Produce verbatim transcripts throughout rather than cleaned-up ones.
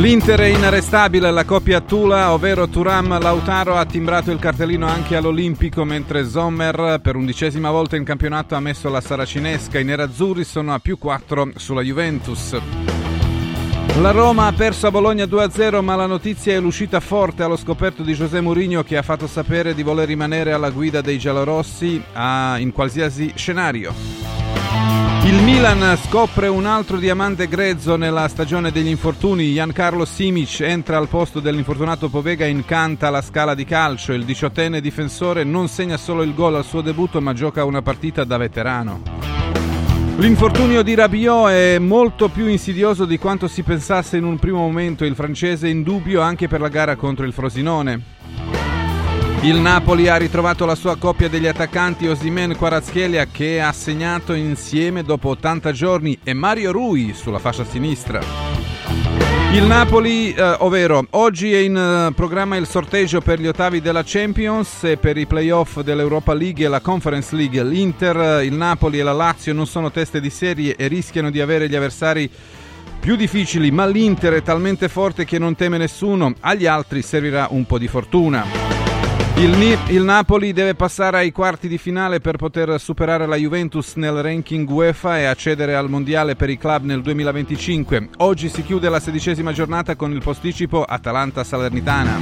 L'Inter è inarrestabile, la coppia Tula, ovvero Thuram Lautaro, ha timbrato il cartellino anche all'Olimpico, mentre Sommer per undicesima volta in campionato ha messo la saracinesca. I nerazzurri sono a più quattro sulla Juventus. La Roma ha perso a Bologna due a zero, ma la notizia è l'uscita forte allo scoperto di José Mourinho, che ha fatto sapere di voler rimanere alla guida dei giallorossi a, in qualsiasi scenario. Il Milan scopre un altro diamante grezzo nella stagione degli infortuni. Giancarlo Simic entra al posto dell'infortunato Povega e incanta la scala di calcio. Il diciottenne difensore non segna solo il gol al suo debutto, ma gioca una partita da veterano. L'infortunio di Rabiot è molto più insidioso di quanto si pensasse in un primo momento. Il francese è in dubbio anche per la gara contro il Frosinone. Il Napoli ha ritrovato la sua coppia degli attaccanti Osimhen-Kvaratskhelia, che ha segnato insieme dopo ottanta giorni, e Mario Rui sulla fascia sinistra. Il Napoli, eh, ovvero oggi è in uh, programma il sorteggio per gli ottavi della Champions e per i playoff dell'Europa League e la Conference League. L'Inter, il Napoli e la Lazio non sono teste di serie e rischiano di avere gli avversari più difficili, ma l'Inter è talmente forte che non teme nessuno. Agli altri servirà un po' di fortuna. Il, il Napoli deve passare ai quarti di finale per poter superare la Juventus nel ranking UEFA e accedere al mondiale per i club nel duemilaventicinque. Oggi si chiude la sedicesima giornata con il posticipo Atalanta-Salernitana.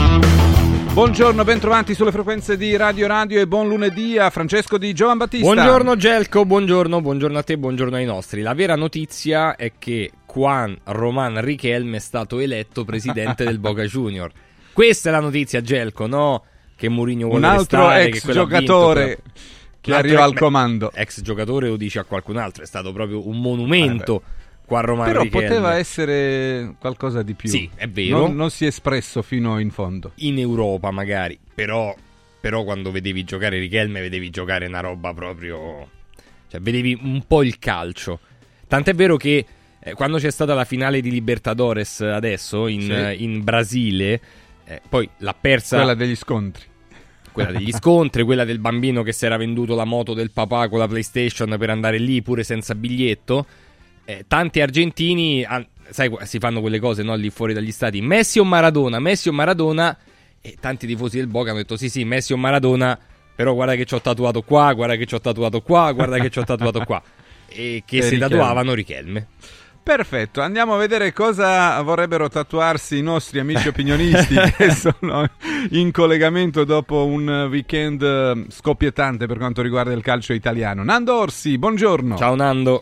Buongiorno, bentrovati sulle frequenze di Radio Radio e buon lunedì a Francesco Di Giovan Battista. Buongiorno Gelco, buongiorno, buongiorno a te, buongiorno ai nostri. La vera notizia è che Juan Román Riquelme è stato eletto presidente del Boca Junior. Questa è la notizia, Gelco, no? Che Mourinho vuole un altro restare, ex che giocatore vinto, che arriva al comando. Ex giocatore lo dice a qualcun altro, è stato proprio un monumento eh qua a Román Però Riquelme. poteva essere qualcosa di più. Sì, è vero. Non, non si è espresso fino in fondo. In Europa magari, però, però quando vedevi giocare Riquelme vedevi giocare una roba proprio... Cioè vedevi un po' il calcio. Tant'è vero che eh, quando c'è stata la finale di Libertadores adesso in, sì. in Brasile... Eh, poi l'ha persa quella degli scontri quella degli scontri, quella del bambino che si era venduto la moto del papà con la PlayStation per andare lì pure senza biglietto. Eh, tanti argentini ah, sai, si fanno quelle cose, no, lì fuori dagli stati, Messi o Maradona, Messi o Maradona, e tanti tifosi del Boca hanno detto sì sì Messi o Maradona, però guarda che ci ho tatuato qua, guarda che ci ho tatuato qua, guarda che ci ho tatuato qua, e che e si Riquelme. Tatuavano Riquelme. Perfetto, andiamo a vedere cosa vorrebbero tatuarsi i nostri amici opinionisti che sono in collegamento dopo un weekend scoppiettante per quanto riguarda il calcio italiano. Nando Orsi, buongiorno. Ciao Nando.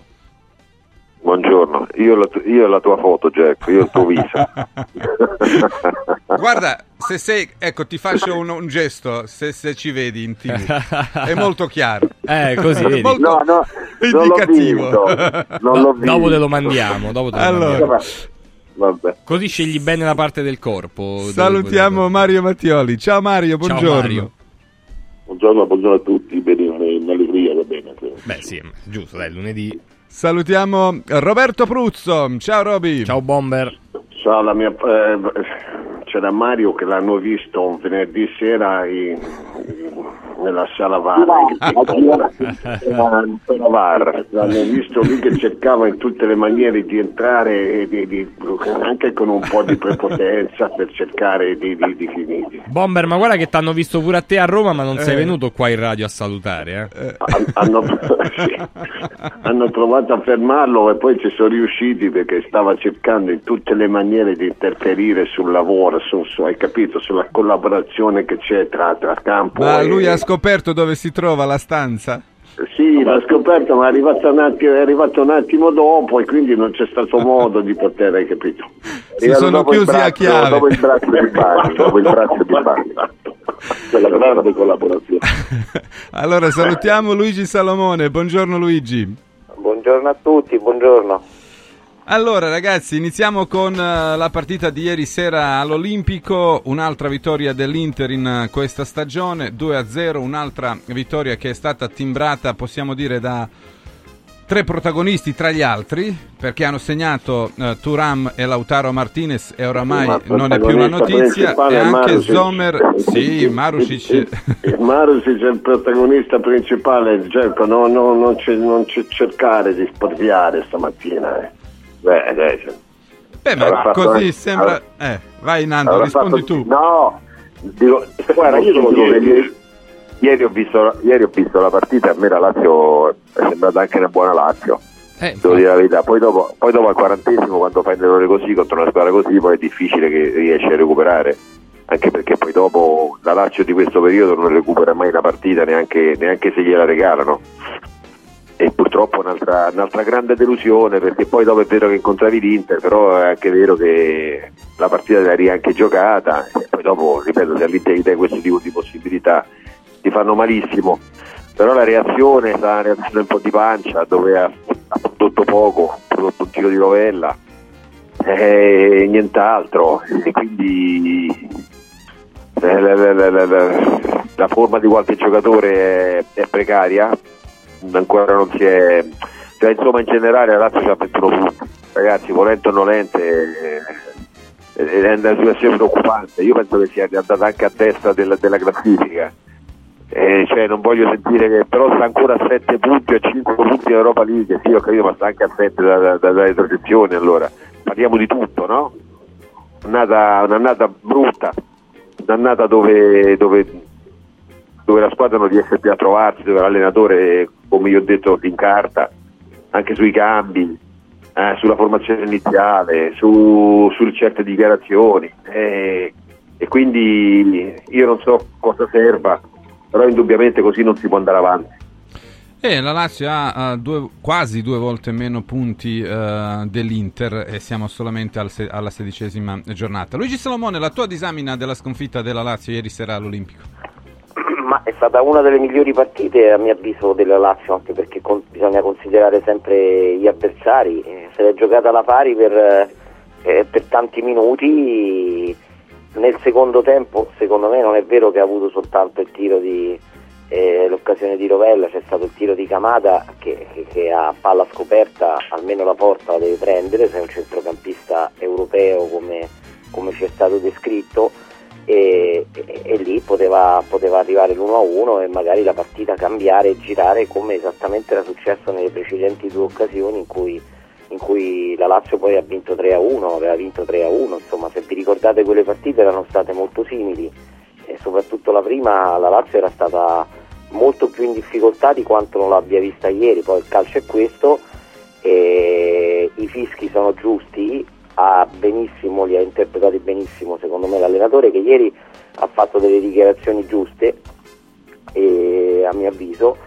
Buongiorno, io la, tu- io la tua foto, Jack, io il tuo viso. Guarda, se sei, ecco, ti faccio un, un gesto, se, se ci vedi in tivù, è molto chiaro. Eh, così vedi. Molto no, no, indicativo. Non l'ho visto, non l'ho visto. Dopo te lo mandiamo, dopo te lo allora. mandiamo. Vabbè. Così scegli bene la parte del corpo. Salutiamo Mario Mattioli. Ciao Mario, buongiorno. Ciao Mario. Buongiorno, buongiorno a tutti, bene, in allegria, va bene. Beh sì, giusto, dai, lunedì. Salutiamo Roberto Pruzzo. Ciao Roby. Ciao Bomber. Ciao, la mia, eh, c'era Mario che l'hanno visto venerdì sera in, nella sala V A R, no, V A R. L'hanno visto lì che cercava in tutte le maniere di entrare e di, di, anche con un po' di prepotenza per cercare di, di, di finire. Bomber, ma guarda che t'hanno visto pure a te a Roma, ma non eh. sei venuto qua in radio a salutare, eh? Hanno, sì, hanno provato a fermarlo e poi ci sono riusciti perché stava cercando in tutte le maniere di interferire sul lavoro, su, su, hai capito, sulla collaborazione che c'è tra, tra campo. Ma e... lui ha scoperto dove si trova la stanza? Sì, l'ha scoperto, ma è arrivato un attimo, è arrivato un attimo dopo e quindi non c'è stato modo di poter, hai capito? Si sono chiusi braccio, a chiave. Dopo il braccio di Bari, dopo il braccio di Bari. Quella grande collaborazione. Allora salutiamo Luigi Salomone. Buongiorno Luigi. Buongiorno a tutti, buongiorno. Allora ragazzi, iniziamo con uh, la partita di ieri sera all'Olimpico, un'altra vittoria dell'Inter in uh, questa stagione, due a zero, un'altra vittoria che è stata timbrata, possiamo dire, da tre protagonisti tra gli altri, perché hanno segnato uh, Thuram e Lautaro Martinez e oramai non è più una notizia, e anche Sommer, sì, Marušić. Marušić è il protagonista principale, Gerco, no, no, non, c'è, non c'è cercare di sporviare stamattina, eh. Beh, dai, Beh, ma Allora, così fatto... sembra... Allora... Eh, vai Nando, allora, rispondi fatto... tu. No, dico, guarda, io dico che ieri, ieri, ho visto, ieri ho visto la partita, a me la Lazio è sembrata anche una buona Lazio. Eh, Devo dire la verità, poi dopo, poi dopo al quarantesimo, quando fai un errore così contro una squadra così, poi è difficile che riesci a recuperare, anche perché poi dopo la Lazio di questo periodo non recupera mai una partita, neanche, neanche se gliela regalano, e purtroppo un'altra, un'altra grande delusione, perché poi dopo è vero che incontravi l'Inter, però è anche vero che la partita te l'hai anche giocata, e poi dopo, ripeto, se all'Inter gli dai questo tipo di possibilità ti fanno malissimo. Però la reazione è stata una reazione un po' di pancia, dove ha, ha prodotto poco, ha prodotto un tiro di rovella e nient'altro, e quindi la, la, la, la, la, la forma di qualche giocatore è, è precaria, ancora non si è, cioè, insomma, in generale la Lazio c'ha ventuno punti, ragazzi, volente o nolente è, è una situazione preoccupante. Io penso che sia andata anche a destra della, della classifica. Eh, cioè non voglio sentire che però sta ancora a sette punti o a cinque punti dell'Europa League, sì ho capito, ma sta anche a sette da, da, da, dalle retrocessioni. Allora parliamo di tutto, no? Un'annata, un'annata brutta, un'annata dove, dove, dove la squadra non riesce più a trovarsi, dove l'allenatore, come io ho detto, si incarta anche sui cambi, eh, sulla formazione iniziale, su, su certe dichiarazioni, eh, e quindi io non so cosa serva, però indubbiamente così non si può andare avanti. E la Lazio ha uh, due, quasi due volte meno punti uh, dell'Inter e siamo solamente al se- alla sedicesima giornata. Luigi Salomone, la tua disamina della sconfitta della Lazio ieri sera all'Olimpico? Ma è stata una delle migliori partite a mio avviso della Lazio, anche perché con- bisogna considerare sempre gli avversari. Eh, se l'è giocata alla pari per, eh, per tanti minuti. Nel secondo tempo secondo me non è vero che ha avuto soltanto il tiro di eh, l'occasione di rovella, c'è stato il tiro di Kamada che, che, che a palla scoperta almeno la porta la deve prendere, sei un centrocampista europeo come, come ci è stato descritto, e, e, e lì poteva, poteva arrivare l'uno a uno e magari la partita cambiare e girare, come esattamente era successo nelle precedenti due occasioni in cui in cui la Lazio poi ha vinto tre a uno, aveva vinto tre a uno, insomma, se vi ricordate quelle partite erano state molto simili, e soprattutto la prima la Lazio era stata molto più in difficoltà di quanto non l'abbia vista ieri. Poi il calcio è questo, e i fischi sono giusti, ha benissimo, li ha interpretati benissimo secondo me l'allenatore, che ieri ha fatto delle dichiarazioni giuste, e, a mio avviso,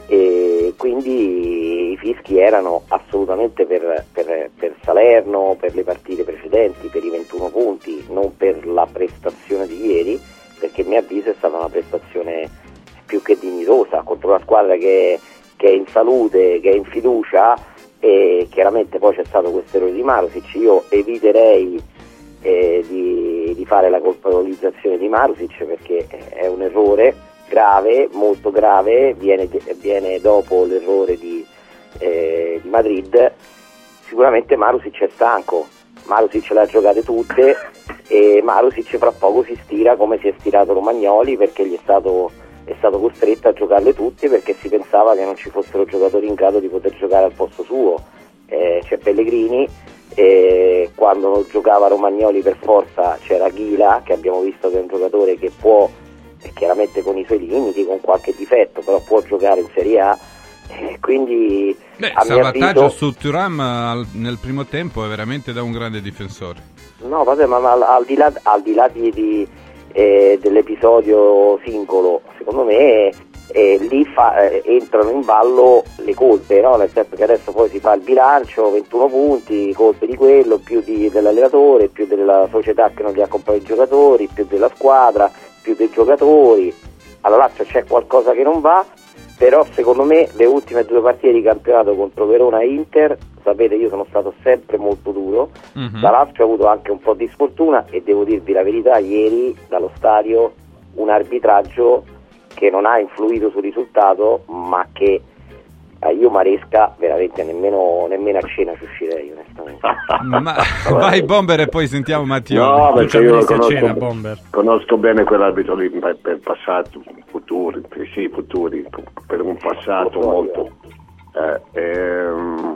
e quindi i fischi erano assolutamente per, per, per Salerno, per le partite precedenti, per i ventuno punti, non per la prestazione di ieri, perché a mio avviso è stata una prestazione più che dignitosa contro una squadra che, che è in salute, che è in fiducia, e chiaramente poi c'è stato questo errore di Marusic. Io eviterei eh, di, di fare la colpevolizzazione di Marusic, perché è un errore grave, molto grave, viene, viene dopo l'errore di, eh, di Madrid. Sicuramente Marusic è stanco, Marusic le ha giocate tutte, e Marusic fra poco si stira come si è stirato Romagnoli, perché gli è stato, è stato costretto a giocarle tutte, perché si pensava che non ci fossero giocatori in grado di poter giocare al posto suo. Eh, c'è Pellegrini, e quando non giocava Romagnoli per forza c'era Ghila, che abbiamo visto che è un giocatore che può, chiaramente con i suoi limiti, con qualche difetto, però può giocare in Serie A, e quindi Beh, a salvataggio avviso... su Thuram al, nel primo tempo è veramente da un grande difensore. No, vabbè, ma, ma al, al di là, al di là di, di, eh, dell'episodio singolo, secondo me eh, lì fa, eh, entrano in ballo le colpe, no? Nel senso che adesso poi si fa il bilancio, ventuno punti, colpe di quello, più di, dell'allenatore, più della società che non li ha comprati i giocatori, più della squadra, più dei giocatori. Alla Lazio c'è qualcosa che non va, però secondo me le ultime due partite di campionato contro Verona e Inter, sapete, io sono stato sempre molto duro, mm-hmm. La Lazio ha avuto anche un po' di sfortuna, e devo dirvi la verità, ieri dallo stadio un arbitraggio che non ha influito sul risultato, ma che eh, io Maresca veramente nemmeno, nemmeno a cena ci uscirei, onestamente. Ma vai Bomber e poi sentiamo Matteo. No, perché io lo conosco, cena, Bomber. conosco bene quell'arbitro lì per, per passato, futuri, sì, futuri, per un passato molto eh, ehm,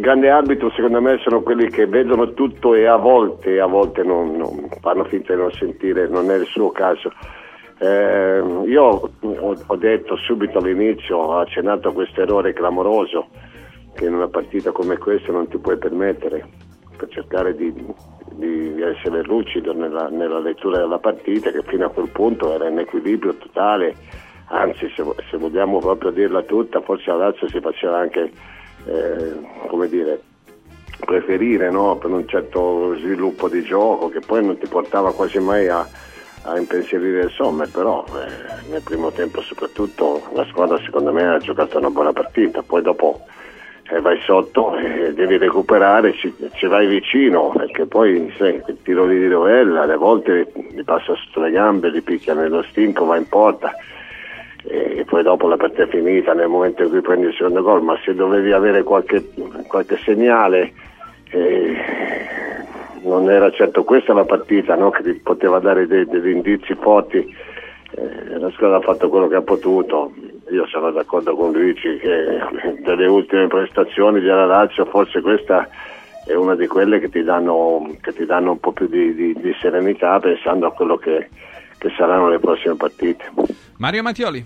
grandi arbitri secondo me sono quelli che vedono tutto e a volte, a volte non, non fanno finta di non sentire, non è il suo caso. Eh, io ho, ho detto subito all'inizio, ho accennato a questo errore clamoroso che in una partita come questa non ti puoi permettere, per cercare di, di, di essere lucido nella, nella lettura della partita, che fino a quel punto era in equilibrio totale, anzi se, se vogliamo proprio dirla tutta, forse la Lazio si faceva anche eh, come dire preferire, no? Per un certo sviluppo di gioco che poi non ti portava quasi mai a a impensierire il Sommer, però eh, nel primo tempo soprattutto la squadra secondo me ha giocato una buona partita, poi dopo eh, vai sotto e devi recuperare, ci, ci vai vicino, perché poi sai, il tiro di Rovella alle volte gli passa sotto le gambe, gli picchia nello stinco, va in porta e poi dopo la partita è finita nel momento in cui prendi il secondo gol, ma se dovevi avere qualche, qualche segnale eh, non era certo questa la partita, no? Che ti poteva dare dei, degli indizi forti. Eh, la squadra ha fatto quello che ha potuto. Io sono d'accordo con Luigi che delle ultime prestazioni della Lazio forse questa è una di quelle che ti danno, che ti danno un po' più di, di, di serenità pensando a quello che, che saranno le prossime partite. Mario Mattioli.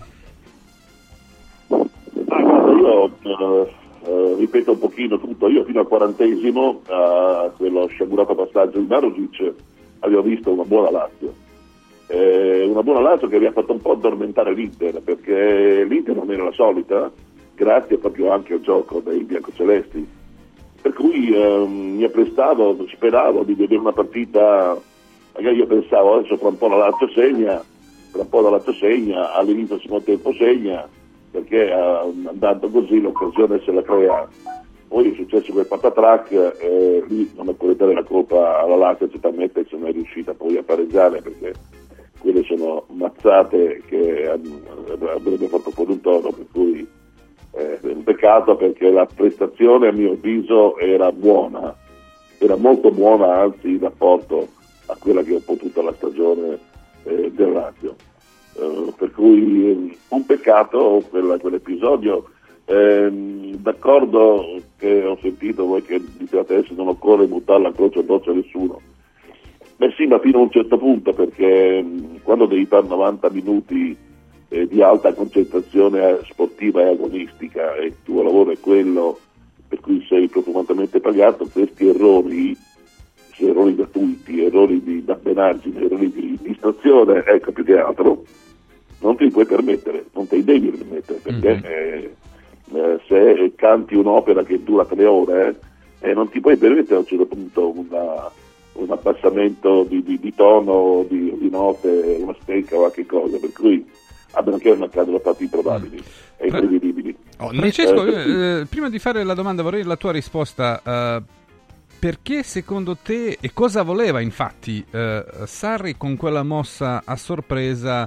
Ah, guarda, io uh, uh, ripeto un pochino tutto. Io fino al quarantesimo, a uh, quello sciagurato passaggio di Marusic, avevo visto una buona Lazio. Eh, una buona Lazio che aveva fatto un po' addormentare l'Inter, perché l'Inter non era la solita, grazie proprio anche al gioco dei biancocelesti. Per cui eh, mi apprestavo, speravo di vedere una partita, magari io pensavo adesso fra un po' la Lazio segna, tra un po' la Lazio segna, all'inizio del secondo tempo segna, perché eh, andando così l'occasione se la crea. Poi è successo quel patatrack, eh, lì non è può dare la colpa alla Lazio, certamente se non è riuscita poi a pareggiare, perché quelle sono mazzate che avrebbe fatto fuori un toro, per cui eh, è un peccato, perché la prestazione a mio avviso era buona, era molto buona, anzi in rapporto a quella che ho potuto la stagione eh, del Lazio. Uh, per cui eh, un peccato quella, quell'episodio. Eh, d'accordo che ho sentito voi che dite adesso non occorre buttare la croce addosso a nessuno. Beh sì, ma fino a un certo punto, perché mh, quando devi fare novanta minuti eh, di alta concentrazione sportiva e agonistica e il tuo lavoro è quello per cui sei profondamente pagato, questi errori, errori gratuiti, errori di dabbenaggine, errori di distrazione, ecco, più che altro, non ti puoi permettere, non te li devi permettere, perché mm-hmm. eh, eh, se canti un'opera che dura tre ore eh, non ti puoi permettere a un certo punto una, un abbassamento di, di, di tono, di, di note, una stecca o qualche cosa, per cui a meno che non accadano fatti improbabili mm. e imprevedibili. Oh, Francesco, eh, eh, prima di fare la domanda vorrei la tua risposta. Uh, perché secondo te, e cosa voleva infatti uh, Sarri con quella mossa a sorpresa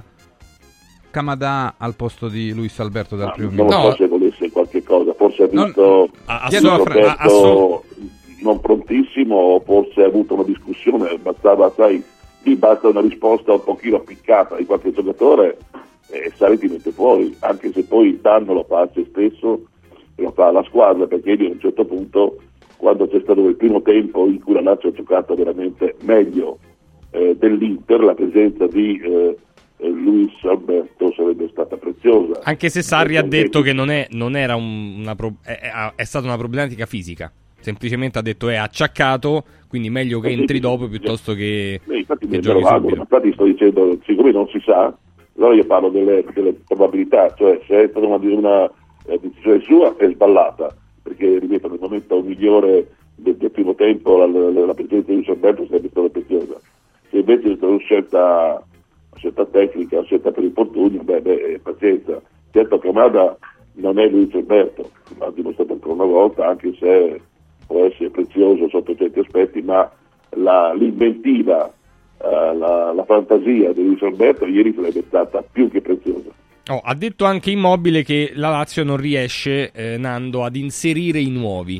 Kamada al posto di Luis Alberto dal no, primo minuto? Non so se volesse qualche cosa, forse ha visto non, a, a, a, a so... non prontissimo, forse ha avuto una discussione, bastava, sai, lì basta una risposta un pochino appiccata di qualche giocatore e Sarri ti mette fuori, anche se poi il danno lo fa a se stesso e lo fa alla squadra, perché lì a un certo punto, quando c'è stato il primo tempo in cui la Lazio ha giocato veramente meglio eh, dell'Inter, la presenza di eh, Luis Alberto sarebbe stata preziosa. Anche se Sarri ha detto che non è, non era un, una pro, è, è stata una problematica fisica, semplicemente ha detto è acciaccato, quindi meglio che entri dopo piuttosto che, eh, infatti, che giochi subito. Infatti sto dicendo, siccome non si sa, allora io parlo delle, delle probabilità, cioè se è stata una, una eh, decisione sua è sballata, perché ripeto nel momento migliore del, del primo tempo la, la, la presenza di Luis Alberto sarebbe stata preziosa. Se invece è stata una scelta, una scelta tecnica, una scelta per infortunio, beh, beh pazienza. Certo che Kamada non è Luis Alberto, l'ha dimostrato ancora una volta, anche se può essere prezioso sotto certi aspetti, ma la, l'inventiva, uh, la, la fantasia di Luis Alberto ieri sarebbe stata più che preziosa. Oh, ha detto anche Immobile che la Lazio non riesce, eh, Nando, ad inserire i nuovi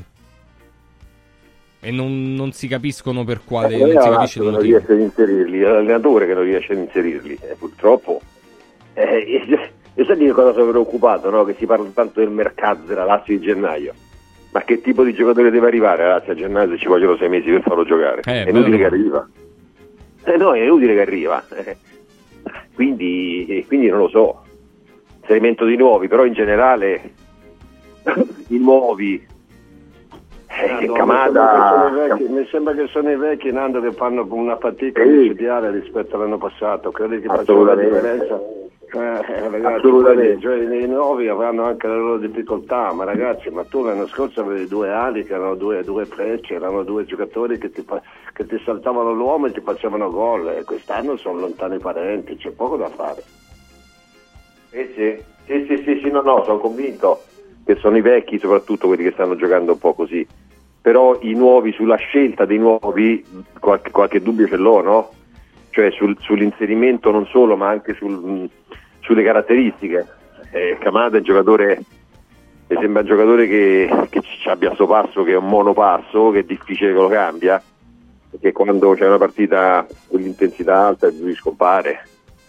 e non, non si capiscono per quale, eh, non si capisce il non motivo. riesce ad inserirli, è l'allenatore che non riesce ad inserirli, eh, purtroppo. Eh, io, io sai di cosa sono preoccupato, no? Che si parla tanto del mercato della Lazio di gennaio. Ma che tipo di giocatore deve arrivare? Ragazzi, a gennaio se ci vogliono sei mesi per farlo giocare. Eh, è inutile che arriva. Eh no, è inutile che arriva. Eh, quindi, quindi non lo so. Inserimento di nuovi, però in generale i nuovi Eh, no, Camada... mi, sembra che sono i vecchi, mi sembra che sono i vecchi, Nando, che fanno una fatica Sì. micidiale rispetto all'anno passato. Credi che facciano la differenza? Eh, ragazzi, Assolutamente. cioè, i nuovi avranno anche le loro difficoltà, ma ragazzi, ma tu l'anno scorso avevi due ali che erano due, due frecce, erano due giocatori che ti, fa- che ti saltavano l'uomo e ti facevano gol, e quest'anno sono lontani parenti, c'è poco da fare. Eh sì, sì, sì, sì, sì, no, no, sono convinto che sono i vecchi, soprattutto quelli che stanno giocando un po' così. Però i nuovi, sulla scelta dei nuovi, qualche, qualche dubbio ce l'ho, no? Cioè sul, sull'inserimento non solo, ma anche sul, mh, sulle caratteristiche. Eh, Camada è un giocatore, mi sembra un giocatore che, che ci abbia sto passo, che è un monopasso, che è difficile che lo cambia, perché quando c'è una partita con l'intensità alta lui scompare.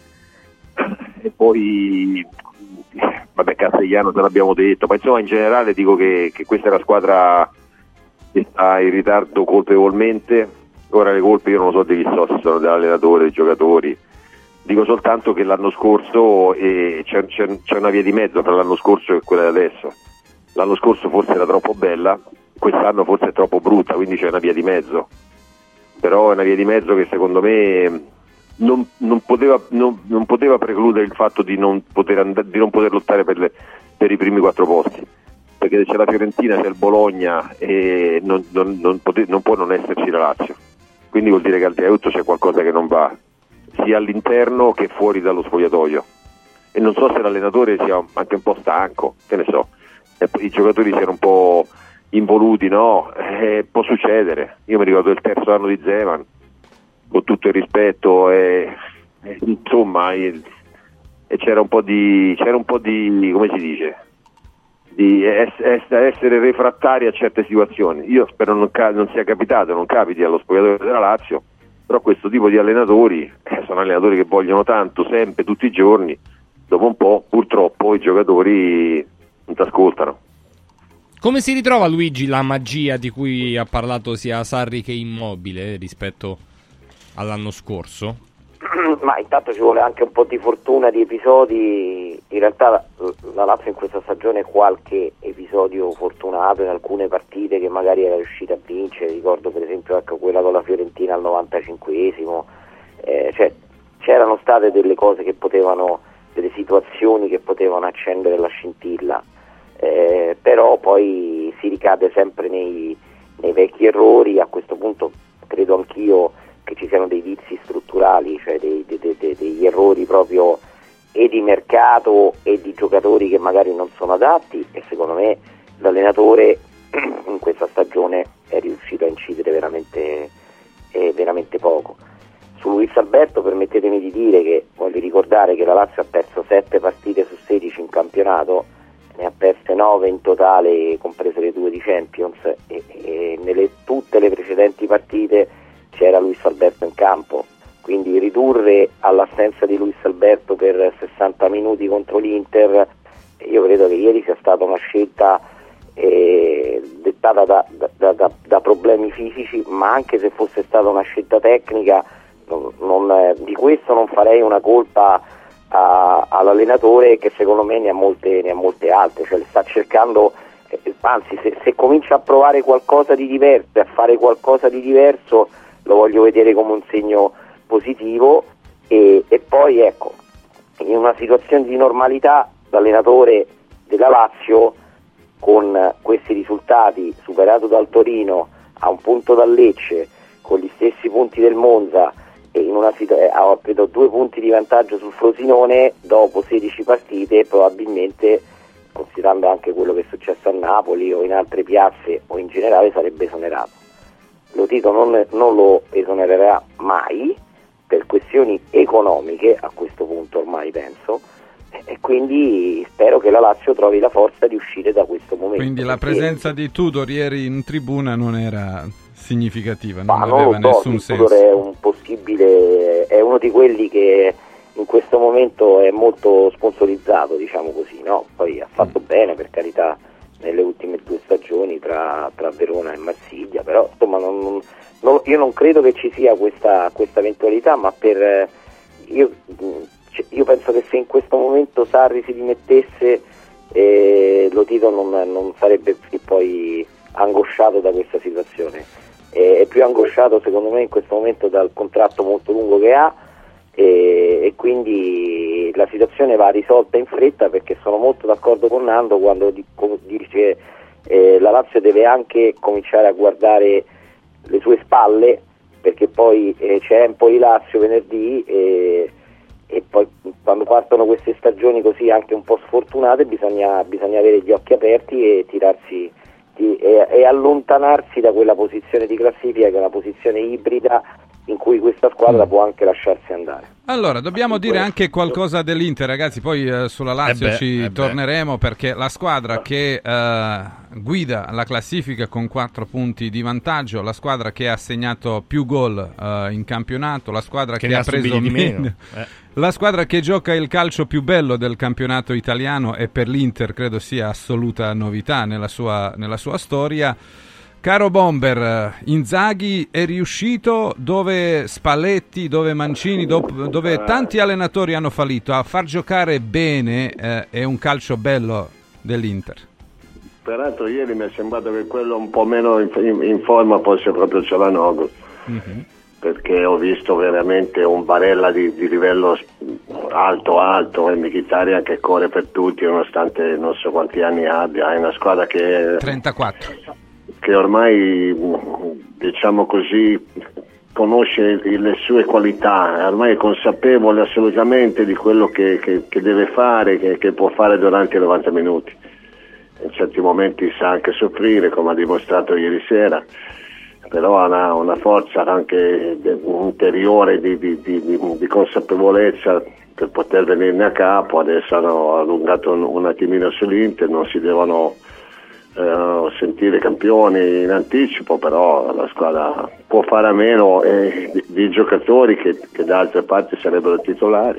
E poi vabbè, Castigliano te l'abbiamo detto, ma insomma in generale dico che, che questa è la squadra che sta in ritardo colpevolmente. Ora le colpe io non lo so di chi so, se sono dell'allenatore, dei giocatori. Dico soltanto che l'anno scorso eh, c'è, c'è, c'è una via di mezzo tra l'anno scorso e quella di adesso. L'anno scorso forse era troppo bella, quest'anno forse è troppo brutta, quindi c'è una via di mezzo. Però è una via di mezzo che secondo me non, non, poteva, non, non poteva precludere il fatto di non poter, and- di non poter lottare per, le, per i primi quattro posti. Perché c'è la Fiorentina, c'è il Bologna e non, non, non, pote- non può non esserci la Lazio. Quindi vuol dire che al di là di tutto c'è qualcosa che non va, sia all'interno che fuori dallo spogliatoio. E non so se l'allenatore sia anche un po' stanco, che ne so, e i giocatori siano un po' involuti, no? Eh, può succedere. Io mi ricordo il terzo anno di Zeman, con tutto il rispetto, e, e, insomma, e, e c'era un po' di, c'era un po' di, come si dice, di es- es- essere refrattari a certe situazioni. Io spero non, ca- non sia capitato, non capiti allo spogliatoio della Lazio, però questo tipo di allenatori eh, sono allenatori che vogliono tanto, sempre, tutti i giorni. Dopo un po', purtroppo, i giocatori non ti ascoltano. Come si ritrova, Luigi, la magia di cui ha parlato sia Sarri che Immobile rispetto all'anno scorso? Ma intanto ci vuole anche un po' di fortuna, di episodi. In realtà la, la Lazio in questa stagione qualche episodio fortunato in alcune partite che magari era riuscita a vincere. Ricordo per esempio ecco quella con la Fiorentina al novantacinquesimo, eh, cioè c'erano state delle cose che potevano, delle situazioni che potevano accendere la scintilla, eh, però poi si ricade sempre nei, nei vecchi errori. A questo punto credo anch'io che ci siano dei vizi strutturali, cioè dei, dei, dei, degli errori proprio e di mercato e di giocatori che magari non sono adatti, e secondo me l'allenatore in questa stagione è riuscito a incidere veramente, eh, veramente poco. Su Luis Alberto permettetemi di dire che voglio ricordare che la Lazio ha perso sette partite su sedici in campionato, ne ha perse nove in totale, comprese le due di Champions, e, e nelle tutte le precedenti partite c'era Luis Alberto in campo, quindi ridurre all'assenza di Luis Alberto per sessanta minuti contro l'Inter, io credo che ieri sia stata una scelta eh, dettata da, da, da, da problemi fisici, ma anche se fosse stata una scelta tecnica non, non, di questo non farei una colpa a, all'allenatore, che secondo me ne ha molte, ne ha molte altre, cioè sta cercando, eh, anzi se, se comincia a provare qualcosa di diverso e a fare qualcosa di diverso lo voglio vedere come un segno positivo, e, e poi ecco, in una situazione di normalità l'allenatore della Lazio con questi risultati, superato dal Torino, a un punto dal Lecce, con gli stessi punti del Monza e in una situ- ha preso due punti di vantaggio sul Frosinone dopo sedici partite, probabilmente, considerando anche quello che è successo a Napoli o in altre piazze o in generale, sarebbe esonerato. Lo Tito non, non lo esonererà mai per questioni economiche, a questo punto ormai penso, e quindi spero che la Lazio trovi la forza di uscire da questo momento. Quindi la perché... presenza di Tudor ieri in tribuna non era significativa, non Ma aveva non lo so, nessun Tudor senso. è un possibile, è uno di quelli che in questo momento è molto sponsorizzato, diciamo così, no? Poi ha fatto mm. bene, per carità, nelle ultime due stagioni, stagioni tra, tra Verona e Marsiglia, però insomma non, non, io non credo che ci sia questa, questa eventualità, ma per io, io penso che se in questo momento Sarri si dimettesse, eh, lo Tito non, non sarebbe poi angosciato da questa situazione, eh, è più angosciato secondo me in questo momento dal contratto molto lungo che ha, e, e quindi la situazione va risolta in fretta, perché sono molto d'accordo con Nando quando dice eh, la Lazio deve anche cominciare a guardare le sue spalle, perché poi eh, c'è Empoli Lazio venerdì e, e poi quando partono queste stagioni così anche un po' sfortunate bisogna, bisogna avere gli occhi aperti e tirarsi di, e, e allontanarsi da quella posizione di classifica che è una posizione ibrida in cui questa squadra può anche lasciarsi andare. Allora, dobbiamo dire anche qualcosa dell'Inter, ragazzi, poi eh, sulla Lazio eh beh, ci eh torneremo, perché la squadra che eh, guida la classifica con quattro punti di vantaggio, la squadra che ha segnato più gol eh, in campionato, la squadra che, che ha preso di meno, eh. la squadra che gioca il calcio più bello del campionato italiano, e per l'Inter credo sia assoluta novità nella sua, nella sua storia. Caro Bomber, Inzaghi è riuscito dove Spalletti, dove Mancini, do, dove tanti allenatori hanno fallito, a far giocare bene eh, è un calcio bello dell'Inter. Peraltro ieri mi è sembrato che quello un po' meno in, in, in forma fosse proprio Cialanoglu, mm-hmm. perché ho visto veramente un Barella di, di livello alto alto, e Mkhitaryan che corre per tutti nonostante non so quanti anni abbia, è una squadra che trentaquattro che ormai, diciamo così, conosce le sue qualità, ormai è consapevole assolutamente di quello che, che, che deve fare, che, che può fare durante i novanta minuti. In certi momenti sa anche soffrire, come ha dimostrato ieri sera, però ha una, una forza anche interiore di, di, di, di consapevolezza per poter venirne a capo. Adesso hanno allungato un, un attimino sull'Inter, non si devono Uh, sentire campioni in anticipo, però la squadra può fare a meno eh, di, di giocatori che, che da altre parti sarebbero titolari,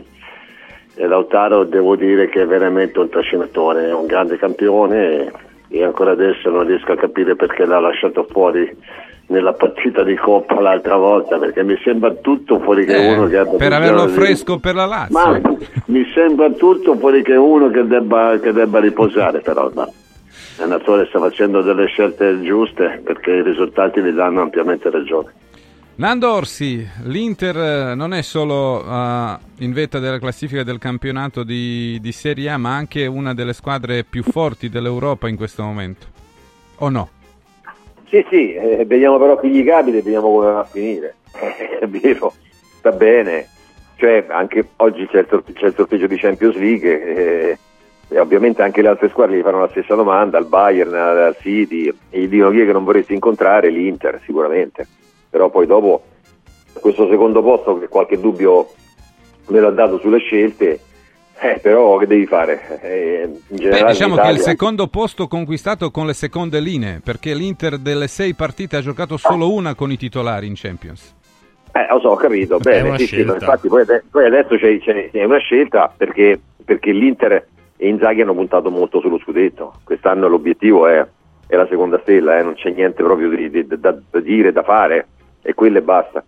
e Lautaro devo dire che è veramente un trascinatore, è un grande campione, e, e ancora adesso non riesco a capire perché l'ha lasciato fuori nella partita di Coppa l'altra volta, perché mi sembra tutto fuori che eh, uno che abbia per averlo fresco di... per la Lazio, ma mi sembra tutto fuori che uno che debba, che debba riposare, però no. L'allenatore sta facendo delle scelte giuste, perché i risultati gli danno ampiamente ragione. Nando Orsi, l'Inter non è solo uh, in vetta della classifica del campionato di, di Serie A, ma anche una delle squadre più forti dell'Europa in questo momento, o no? Sì, sì, eh, vediamo però chi gli capita e vediamo come va a finire. È vero, sta bene, cioè anche oggi c'è il, tor- c'è il sorteggio di Champions League, eh, e ovviamente anche le altre squadre gli fanno la stessa domanda, al Bayern, al City, e gli dicono chi è che non vorresti incontrare, l'Inter sicuramente, però poi dopo questo secondo posto che qualche dubbio me l'ha dato sulle scelte, eh, però che devi fare? Eh, in generale Beh, diciamo Italia... che il secondo posto conquistato con le seconde linee, perché l'Inter delle sei partite ha giocato solo una con i titolari in Champions. Eh, lo so, ho capito, bene, sì, sì, infatti poi, poi adesso c'è, c'è, c'è una scelta, perché, perché l'Inter e Inzaghi hanno puntato molto sullo scudetto. Quest'anno l'obiettivo è, è la seconda stella, eh, non c'è niente proprio di, di, da, da dire, da fare, e quello e basta.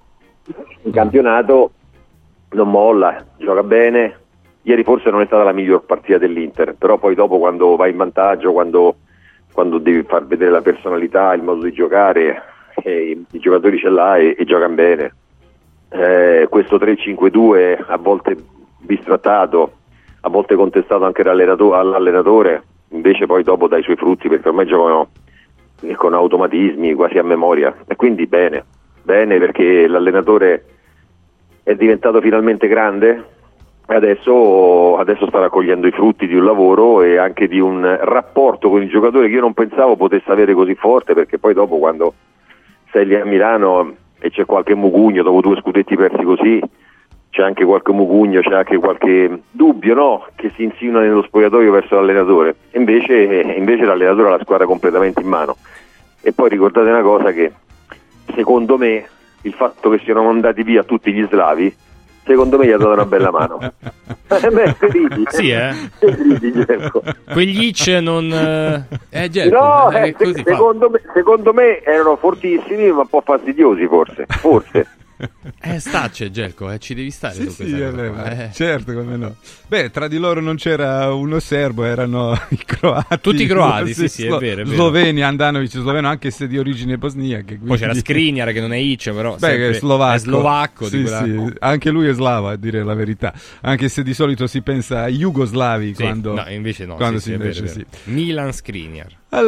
Il campionato non molla, gioca bene. Ieri forse non è stata la miglior partita dell'Inter, però poi dopo, quando vai in vantaggio, quando, quando devi far vedere la personalità, il modo di giocare, eh, i giocatori ce l'hai e, e giocano bene. Eh, questo tre cinque due a volte bistrattato, a volte contestato anche all'allenatore, invece poi dopo dai suoi frutti, perché ormai giocano con automatismi quasi a memoria, e quindi bene, bene perché l'allenatore è diventato finalmente grande e adesso, adesso sta raccogliendo i frutti di un lavoro e anche di un rapporto con il giocatore che io non pensavo potesse avere così forte, perché poi dopo, quando sei lì a Milano e c'è qualche mugugno dopo due scudetti persi così, c'è anche qualche mugugno, c'è anche qualche dubbio, no? Che si insinua nello spogliatoio verso l'allenatore. Invece, invece l'allenatore ha la squadra completamente in mano. E poi ricordate una cosa, che secondo me il fatto che siano andati via tutti gli slavi secondo me gli ha dato una bella mano. Beh, ridi, sì, eh? Ridi, Gelco. Quegli hitch non eh, Gelco, no, eh, eh, così secondo, me, secondo me erano fortissimi, ma un po' fastidiosi forse, forse. Eh, stacce, Gelco, eh, ci devi stare sì, su sì, questa eh, cosa, beh, eh. certo, come no. Beh, tra di loro non c'era uno serbo, erano i croati. Tutti i croati, sì, sì, è vero, è vero. Sloveni, Andanovic, sloveno, anche se di origine bosniaca. Quindi... Poi c'era Skriniar che non è hitch, però Beh, è slovacco. È slovacco sì, di quella... sì. Anche lui è slava, a dire la verità. Anche se di solito si pensa ai jugoslavi sì, quando... No, invece no, quando sì, si sì, invece è vero, è sì. vero. Milan Skriniar.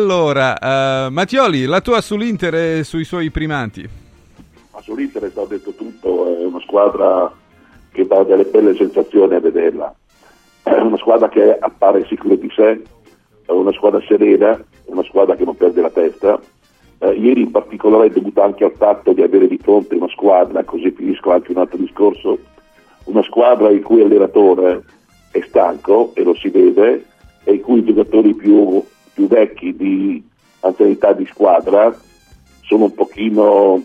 Allora, uh, Mattioli, la tua sull'Inter e sui suoi primanti? Sull'Inter è stato detto tutto, è una squadra che dà delle belle sensazioni a vederla, è una squadra che appare sicura di sé, è una squadra serena, è una squadra che non perde la testa. Eh, ieri in particolare è dovuta anche al fatto di avere di fronte una squadra, così finisco anche un altro discorso, una squadra il cui allenatore è stanco e lo si vede, e i cui giocatori più, più vecchi di anzianità di squadra sono un pochino...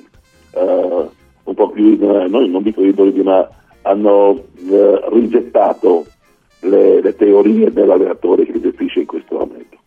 Uh, un po' più in, noi non dico idoli, ma hanno uh, rigettato le, le teorie dell'allenatore che li gestisce in questo momento.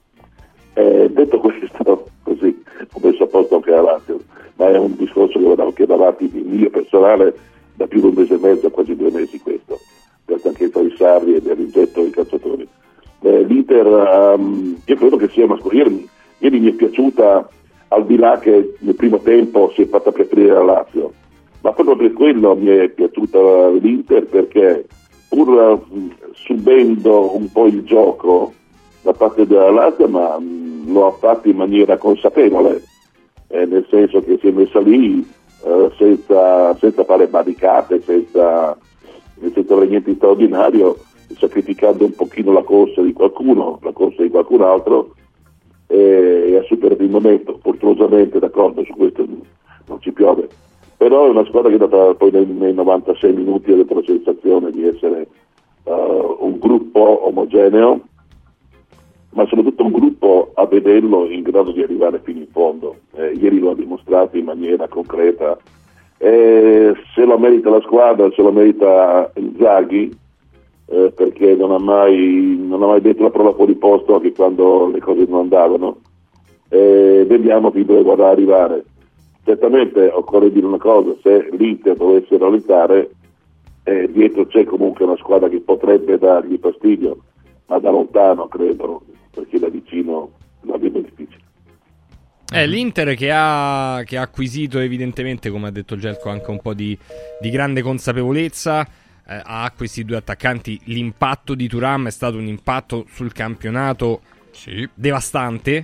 Eh, detto questo, così ho messo a posto anche la Lazio, ma è un discorso che vado che avanti il mio personale da più di un mese e mezzo, quasi due mesi questo, per stanchezza di Sarri e del rigetto dei calciatori. Eh, L'Inter, um, io credo che sia una squadra, ieri, ieri mi è piaciuta, al di là che nel primo tempo si è fatta preferire la Lazio, ma proprio per quello mi è piaciuta l'Inter, perché pur uh, subendo un po' il gioco da parte della Lazio, ma mh, lo ha fatto in maniera consapevole, eh, nel senso che si è messa lì uh, senza, senza fare barricate, senza, senza avere niente di straordinario, sacrificando un pochino la corsa di qualcuno, la corsa di qualcun altro, e ha superato il momento. Fortunatamente, d'accordo, su questo non ci piove, però è una squadra che è data poi nei, nei novantasei minuti ha dato la sensazione di essere uh, un gruppo omogeneo, ma soprattutto un gruppo, a vederlo, in grado di arrivare fino in fondo. Eh, ieri lo ha dimostrato in maniera concreta, e se lo merita la squadra, se lo merita Inzaghi, Eh, perché non ha mai non ha mai detto la parola fuori posto anche quando le cose non andavano. Eh, vediamo fin dove vorrà arrivare. Certamente occorre dire una cosa: se l'Inter dovesse rallentare, eh, dietro c'è comunque una squadra che potrebbe dargli fastidio, ma da lontano credo, perché da vicino la vedo difficile. Eh, l'Inter che ha, che ha acquisito evidentemente, come ha detto Gelco, anche un po' di, di grande consapevolezza. Eh, ha questi due attaccanti. L'impatto di Thuram è stato un impatto sul campionato sì. devastante.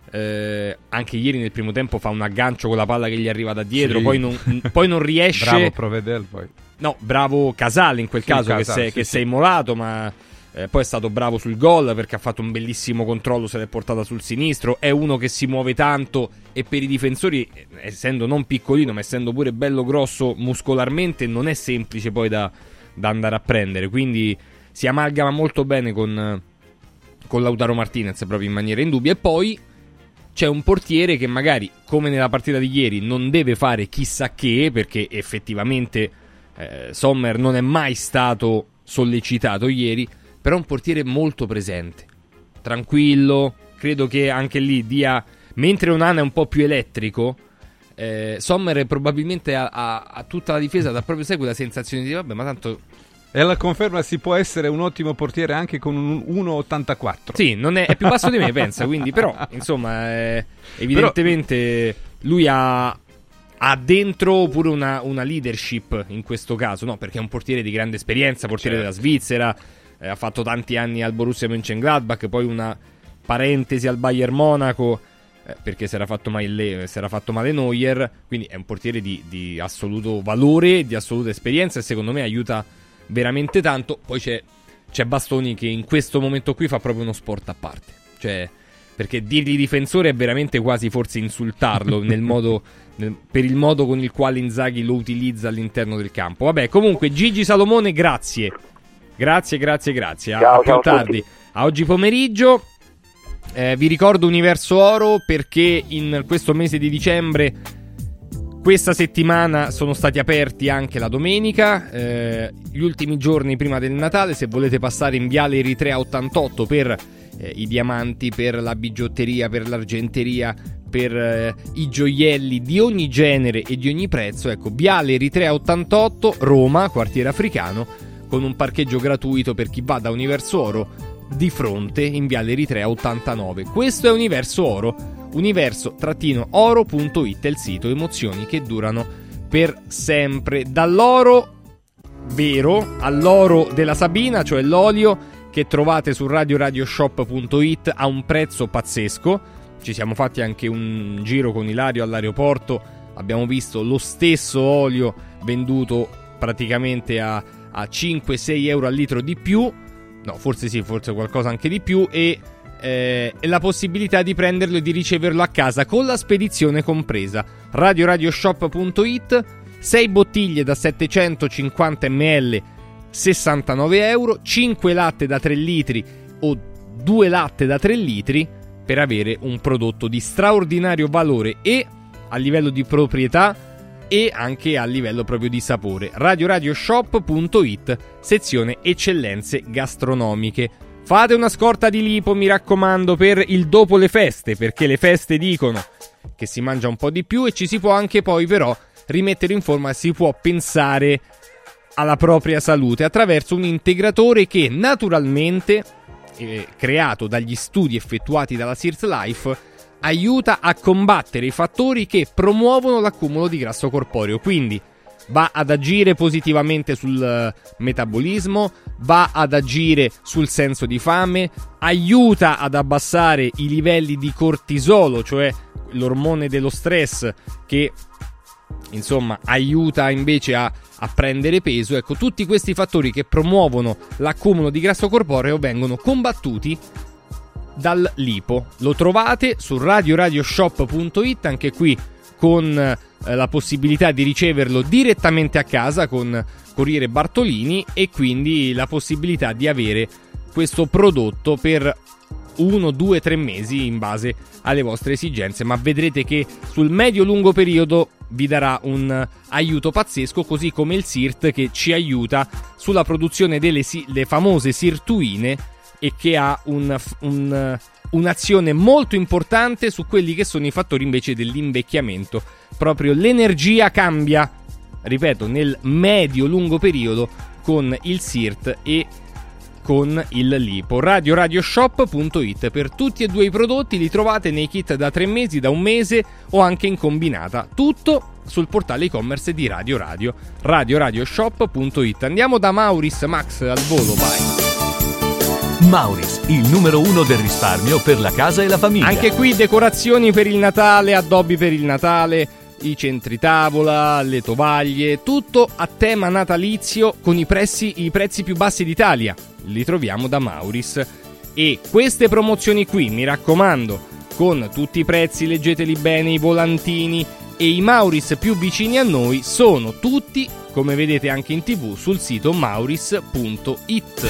Eh, anche ieri nel primo tempo fa un aggancio con la palla che gli arriva da dietro, sì. poi, non, poi non riesce. Bravo Provedel poi. No, bravo Casale in quel sì, caso Casale, che, si è, sì, che sì. si è immolato, ma eh, poi è stato bravo sul gol perché ha fatto un bellissimo controllo, se l'è portata sul sinistro. È uno che si muove tanto e per i difensori, essendo non piccolino ma essendo pure bello grosso muscolarmente, non è semplice poi da da andare a prendere, quindi si amalgama molto bene con, con Lautaro Martinez proprio in maniera indubbia. E poi c'è un portiere che magari, come nella partita di ieri, non deve fare chissà che, perché effettivamente eh, Sommer non è mai stato sollecitato ieri, però è un portiere molto presente, tranquillo, credo che anche lì dia, mentre Onana è un po' più elettrico, Eh, Sommer probabilmente a, a, a tutta la difesa dà proprio sai quella sensazione di vabbè, ma tanto. E la conferma, si può essere un ottimo portiere anche con un uno virgola ottantaquattro. Sì, non è, è più basso di me, pensa, quindi però insomma eh, evidentemente però... lui ha, ha dentro pure una, una leadership in questo caso, no? Perché è un portiere di grande esperienza, portiere certo. della Svizzera, eh, ha fatto tanti anni al Borussia Mönchengladbach, poi una parentesi al Bayern Monaco, eh, perché si era fatto male, si era fatto male Neuer, quindi è un portiere di, di assoluto valore, di assoluta esperienza, e secondo me aiuta veramente tanto. Poi c'è, c'è Bastoni che in questo momento qui fa proprio uno sport a parte, cioè, perché dirgli difensore è veramente quasi forse insultarlo nel modo, nel, per il modo con il quale Inzaghi lo utilizza all'interno del campo. Vabbè, comunque Gigi Salomone, grazie grazie grazie grazie a, ciao, a più ciao tardi, a oggi pomeriggio. Eh, vi ricordo Universo Oro, perché in questo mese di dicembre Questa settimana sono stati aperti anche la domenica, eh, gli ultimi giorni prima del Natale. Se volete passare in Viale Eritrea ottantotto per eh, i diamanti, per la bigiotteria, per l'argenteria, per eh, i gioielli di ogni genere e di ogni prezzo, ecco, Viale Eritrea ottantotto, Roma, quartiere africano, con un parcheggio gratuito per chi va da Universo Oro di fronte in Viale Eritrea ottantanove. Questo è Universo Oro, universo-oro punto it è il sito, emozioni che durano per sempre. Dall'oro vero all'oro della Sabina, cioè l'olio che trovate su radio radio shop punto it a un prezzo pazzesco. Ci siamo fatti anche un giro con Ilario all'aeroporto, abbiamo visto lo stesso olio venduto praticamente a, a cinque sei euro al litro di più, no forse sì, forse qualcosa anche di più, e Eh, e la possibilità di prenderlo e di riceverlo a casa con la spedizione compresa. radio radio shop punto it, sei bottiglie da settecentocinquanta millilitri, sessantanove euro, cinque latte da tre litri o due latte da tre litri per avere un prodotto di straordinario valore e a livello di proprietà e anche a livello proprio di sapore. radio radio shop punto it, sezione eccellenze gastronomiche. Fate una scorta di lipo, mi raccomando, per il dopo le feste, perché le feste dicono che si mangia un po' di più e ci si può anche poi però rimettere in forma, si può pensare alla propria salute attraverso un integratore che naturalmente, eh, creato dagli studi effettuati dalla Sirth Life, aiuta a combattere i fattori che promuovono l'accumulo di grasso corporeo, quindi va ad agire positivamente sul metabolismo, va ad agire sul senso di fame, aiuta ad abbassare i livelli di cortisolo, cioè l'ormone dello stress che insomma aiuta invece a, a prendere peso. Ecco, tutti questi fattori che promuovono l'accumulo di grasso corporeo vengono combattuti dal lipo. Lo trovate su radio radio shop punto it, anche qui con eh, la possibilità di riceverlo direttamente a casa con Corriere Bartolini e quindi la possibilità di avere questo prodotto per uno, due, tre mesi in base alle vostre esigenze, ma vedrete che sul medio-lungo periodo vi darà un aiuto pazzesco, così come il Sirth che ci aiuta sulla produzione delle si- le famose sirtuine e che ha un, un, un'azione molto importante su quelli che sono i fattori invece dell'invecchiamento. Proprio l'energia cambia, ripeto, nel medio-lungo periodo con il Sirth e con il lipo. radio radio shop punto it per tutti e due i prodotti, li trovate nei kit da tre mesi, da un mese o anche in combinata, tutto sul portale e-commerce di Radio Radio, radio radio shop punto it. Andiamo da Mauris. Max, al volo, vai. Mauris, il numero uno del risparmio per la casa e la famiglia. Anche qui decorazioni per il Natale, addobbi per il Natale, i centri tavola, le tovaglie, tutto a tema natalizio con i prezzi, i prezzi più bassi d'Italia. Li troviamo da Mauris. E queste promozioni qui, mi raccomando, con tutti i prezzi, leggeteli bene, i volantini e i Mauris più vicini a noi, sono tutti, come vedete anche in tv, sul sito mauris punto it.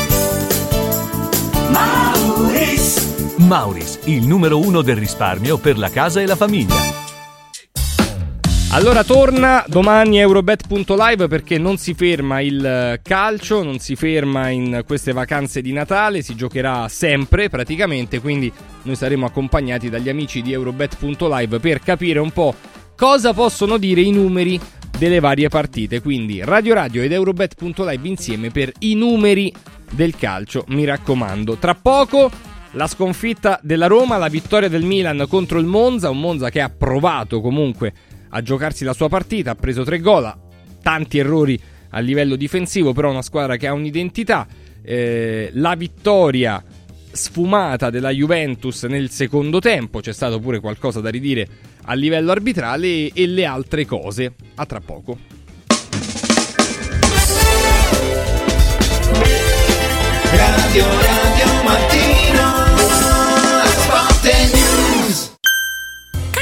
Mauris. Mauris, il numero uno del risparmio per la casa e la famiglia. Allora torna domani Eurobet punto live, perché non si ferma il calcio, non si ferma in queste vacanze di Natale, si giocherà sempre praticamente, quindi noi saremo accompagnati dagli amici di Eurobet punto live per capire un po' cosa possono dire i numeri delle varie partite. Quindi Radio Radio ed Eurobet punto live insieme per i numeri del calcio, mi raccomando. Tra poco la sconfitta della Roma, la vittoria del Milan contro il Monza, un Monza che ha provato comunque a giocarsi la sua partita, ha preso tre gol, tanti errori a livello difensivo, però una squadra che ha un'identità. Eh, la vittoria sfumata della Juventus nel secondo tempo, c'è stato pure qualcosa da ridire a livello arbitrale, e le altre cose. A tra poco. Radio Radio Mattino, Sport News.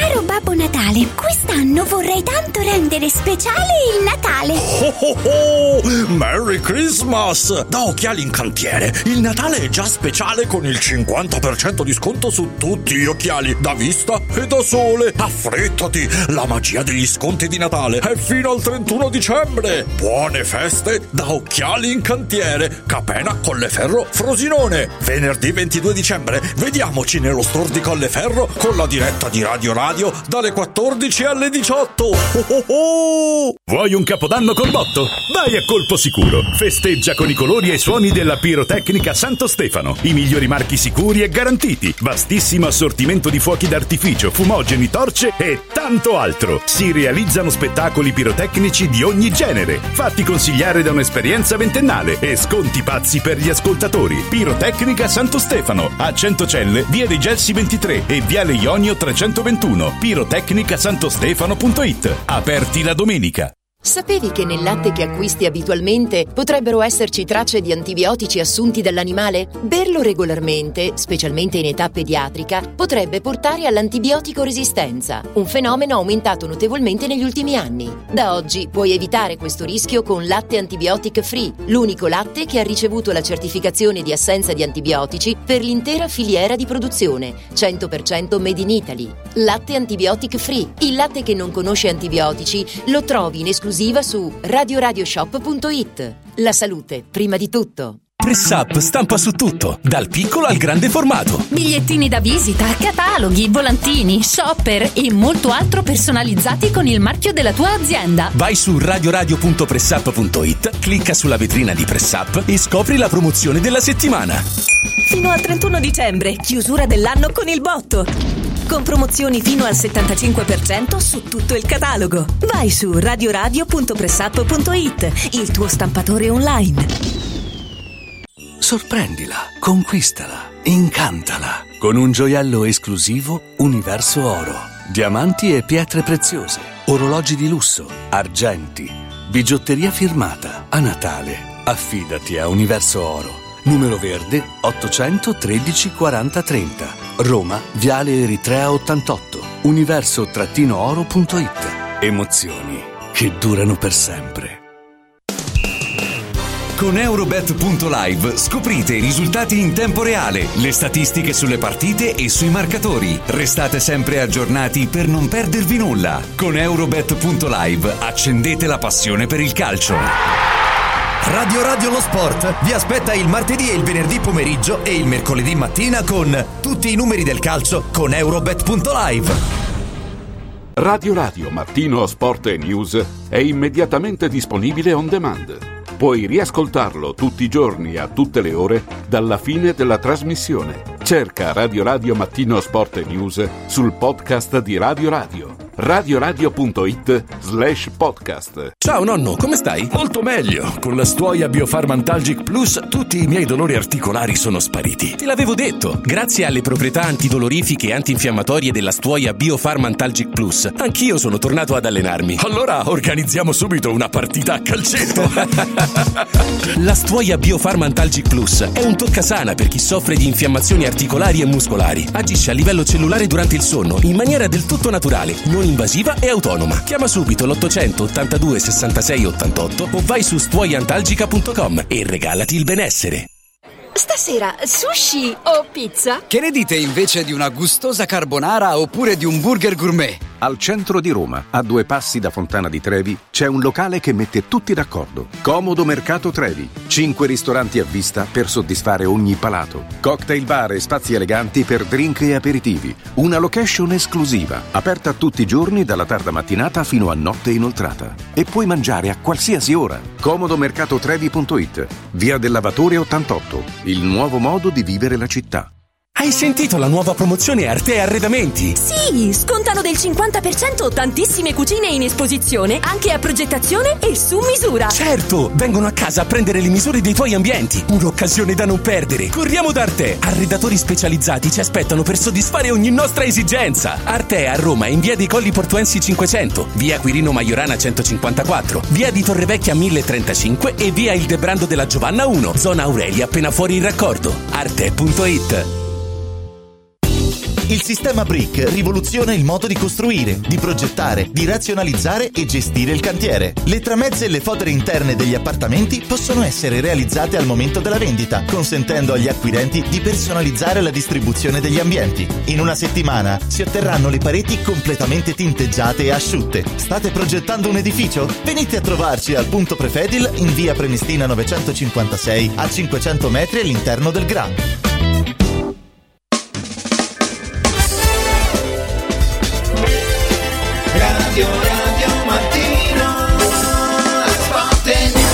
Caro Babbo Natale, quest'anno vorrei tanto rendere speciale il Natale. Oh oh oh! Merry Christmas! Da Occhiali in Cantiere, il Natale è già speciale con il cinquanta per cento di sconto su tutti gli occhiali, da vista e da sole. Affrettati! La magia degli sconti di Natale è fino al trentuno dicembre. Buone feste da Occhiali in Cantiere, Capena, Colleferro, Frosinone. Venerdì ventidue dicembre, vediamoci nello store di Colleferro con la diretta di Radio Radio dalle quattordici alle diciotto. Oh oh oh! Vuoi un capodanno col botto? Vai a colpo sicuro. Festeggia con i colori e i suoni della pirotecnica Santo Stefano. I migliori marchi sicuri e garantiti. Vastissimo assortimento di fuochi d'artificio, fumogeni, torce e tanto altro. Si realizzano spettacoli pirotecnici di ogni genere. Fatti consigliare da un'esperienza ventennale e sconti pazzi per gli ascoltatori. Pirotecnica Santo Stefano, a Centocelle, via dei Gelsi ventitré e viale Ionio trecentoventuno. pirotecnica santostefano punto it. Aperti la domenica. Sapevi che nel latte che acquisti abitualmente potrebbero esserci tracce di antibiotici assunti dall'animale? Berlo regolarmente, specialmente in età pediatrica, potrebbe portare all'antibiotico resistenza, un fenomeno aumentato notevolmente negli ultimi anni. Da oggi puoi evitare questo rischio con Latte Antibiotic Free, l'unico latte che ha ricevuto la certificazione di assenza di antibiotici per l'intera filiera di produzione, cento per cento Made in Italy. Latte Antibiotic Free, il latte che non conosce antibiotici, lo trovi in esclusiva su radio radio shop punto it. La salute, prima di tutto. PressUp stampa su tutto, dal piccolo al grande formato. Bigliettini da visita, cataloghi, volantini, shopper e molto altro personalizzati con il marchio della tua azienda. Vai su radio radio punto pressup punto it, clicca sulla vetrina di PressUp e scopri la promozione della settimana. Fino al trentuno dicembre, chiusura dell'anno con il botto, con promozioni fino al settantacinque per cento su tutto il catalogo. Vai su radio radio punto pressup punto it, il tuo stampatore online. Sorprendila, conquistala, incantala con un gioiello esclusivo Universo Oro. Diamanti e pietre preziose, orologi di lusso, argenti, bigiotteria firmata. A Natale affidati a Universo Oro. Numero verde ottocentotredici quaranta trenta, Roma, Viale Eritrea ottantotto, universo oro punto it. Emozioni che durano per sempre. Con Eurobet punto live scoprite i risultati in tempo reale, le statistiche sulle partite e sui marcatori. Restate sempre aggiornati per non perdervi nulla. Con Eurobet punto live accendete la passione per il calcio. Radio Radio Lo Sport vi aspetta il martedì e il venerdì pomeriggio e il mercoledì mattina con tutti i numeri del calcio con Eurobet punto live. Radio Radio Mattino Sport e News è immediatamente disponibile on demand. Puoi riascoltarlo tutti i giorni a tutte le ore dalla fine della trasmissione. Cerca Radio Radio Mattino Sport e News sul podcast di Radio Radio. radio radio punto it slash podcast. Ciao nonno, come stai? Molto meglio. Con la Stuoia Biofarmantalgic Plus tutti i miei dolori articolari sono spariti. Te l'avevo detto. Grazie alle proprietà antidolorifiche e antinfiammatorie della Stuoia Biofarmantalgic Plus, anch'io sono tornato ad allenarmi. Allora organizziamo subito una partita a calcetto. La Stuoia Biofarmantalgic Plus è un toccasana per chi soffre di infiammazioni articolari e muscolari. Agisce a livello cellulare durante il sonno in maniera del tutto naturale, non invasiva e autonoma. Chiama subito l'ottocento ottantadue sessantasei ottantotto o vai su stuoiantalgica punto com e regalati il benessere. Stasera sushi o pizza? Che ne dite invece di una gustosa carbonara oppure di un burger gourmet? Al centro di Roma, a due passi da Fontana di Trevi, c'è un locale che mette tutti d'accordo. Comodo Mercato Trevi. Cinque ristoranti a vista per soddisfare ogni palato. Cocktail bar e spazi eleganti per drink e aperitivi. Una location esclusiva, aperta tutti i giorni dalla tarda mattinata fino a notte inoltrata. E puoi mangiare a qualsiasi ora. comodo mercato trevi punto it. Via del Lavatore ottantotto. Il nuovo modo di vivere la città. Hai sentito la nuova promozione Arte Arredamenti? Sì, scontano del cinquanta per cento tantissime cucine in esposizione, anche a progettazione e su misura. Certo, vengono a casa a prendere le misure dei tuoi ambienti. Un'occasione da non perdere. Corriamo da Arte. Arredatori specializzati ci aspettano per soddisfare ogni nostra esigenza. Arte a Roma in via dei Colli Portuensi cinquecento, via Quirino Maiorana centocinquantaquattro, via di Torrevecchia mille trentacinque e via Il Debrando della Giovanna uno, zona Aurelia appena fuori il raccordo. Arte punto it. Il sistema Brick rivoluziona il modo di costruire, di progettare, di razionalizzare e gestire il cantiere. Le tramezze e le fodere interne degli appartamenti possono essere realizzate al momento della vendita, consentendo agli acquirenti di personalizzare la distribuzione degli ambienti. In una settimana si otterranno le pareti completamente tinteggiate e asciutte. State progettando un edificio? Venite a trovarci al punto Prefedil in via Prenestina novecentocinquantasei a cinquecento metri all'interno del Gra. Radio Radio Mattino, Sport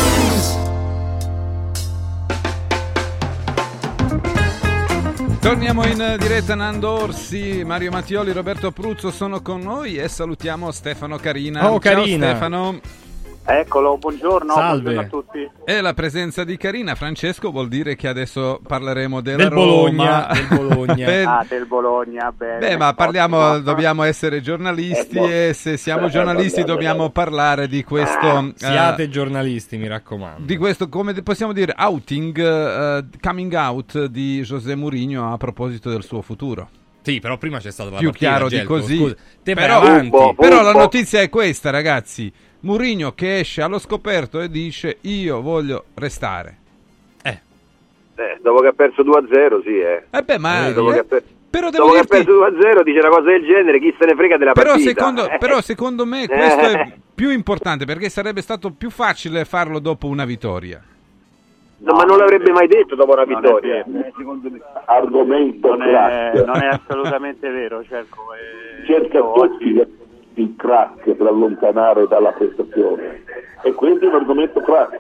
News. Torniamo in diretta. Nando Orsi, Mario Mattioli, Roberto Pruzzo sono con noi e salutiamo Stefano Carina. Oh, Ciao Carina. Stefano. Eccolo, buongiorno, Salve. buongiorno a tutti. E la presenza di Carina, Francesco, vuol dire che adesso parleremo della Del Roma. Bologna, del Bologna. Per- Ah, del Bologna, bene. Beh, ma parliamo, Ottimo. dobbiamo essere giornalisti Eh, e se siamo giornalisti dobbiamo parlare di questo... Siate eh, giornalisti, mi raccomando. di questo, come possiamo dire, outing, eh, coming out di José Mourinho a proposito del suo futuro. Sì, però prima c'è stata la Più partita, chiaro di Gelco, così. scusa. Te vai Però, avanti. però la notizia è questa, ragazzi. Mourinho che esce allo scoperto e dice io voglio restare. Eh, dopo che ha perso due a zero, sì, eh. Eh beh, ma Eh, dopo eh, che ha per- però devo dopo che ha dirti- perso due a zero dice una cosa del genere, chi se ne frega della Però partita. secondo, Eh. però secondo me questo è più importante perché sarebbe stato più facile farlo dopo una vittoria. No, ma non l'avrebbe mai detto dopo una Non è vittoria. vero. Argomento Non è, crack. non è assolutamente vero, Cerco. Eh, Cerca io tutti il crack per allontanare dalla prestazione. E questo è un argomento crack.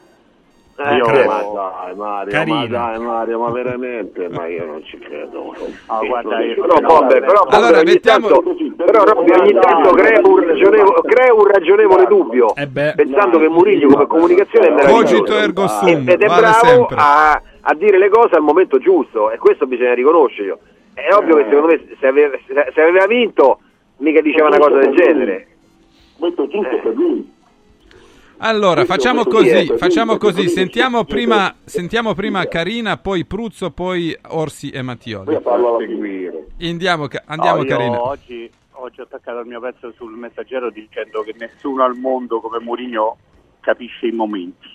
Eh, Io- ma dai Mario, Carino. ma dai Mario, ma veramente, ma io non ci credo. Ah, guarda, io- però, no, Bomber, vabbè. però, Bomber, Allora, ogni mettiamo- tanto, però Robby, ogni tanto crea un ragionevole, crea un ragionevole dubbio, Eh beh. pensando che Mourinho come comunicazione è meraviglioso. Cogito ergo sum, ed è vale bravo sempre. a, a dire le cose al momento giusto, e questo bisogna riconoscerlo. È ovvio che secondo me se aveva, se aveva vinto mica diceva una cosa del genere. Questo è giusto per lui. Allora, facciamo questo così, sì, facciamo questo così, sì, sentiamo sì, prima, sì. sentiamo prima Carina, poi Pruzzo, poi Orsi e Mattioli. Poi a farlo alla seguire. Andiamo, ca- andiamo No, io Carina. Oggi, oggi ho attaccato il mio pezzo sul Messaggero dicendo che nessuno al mondo come Mourinho capisce i momenti.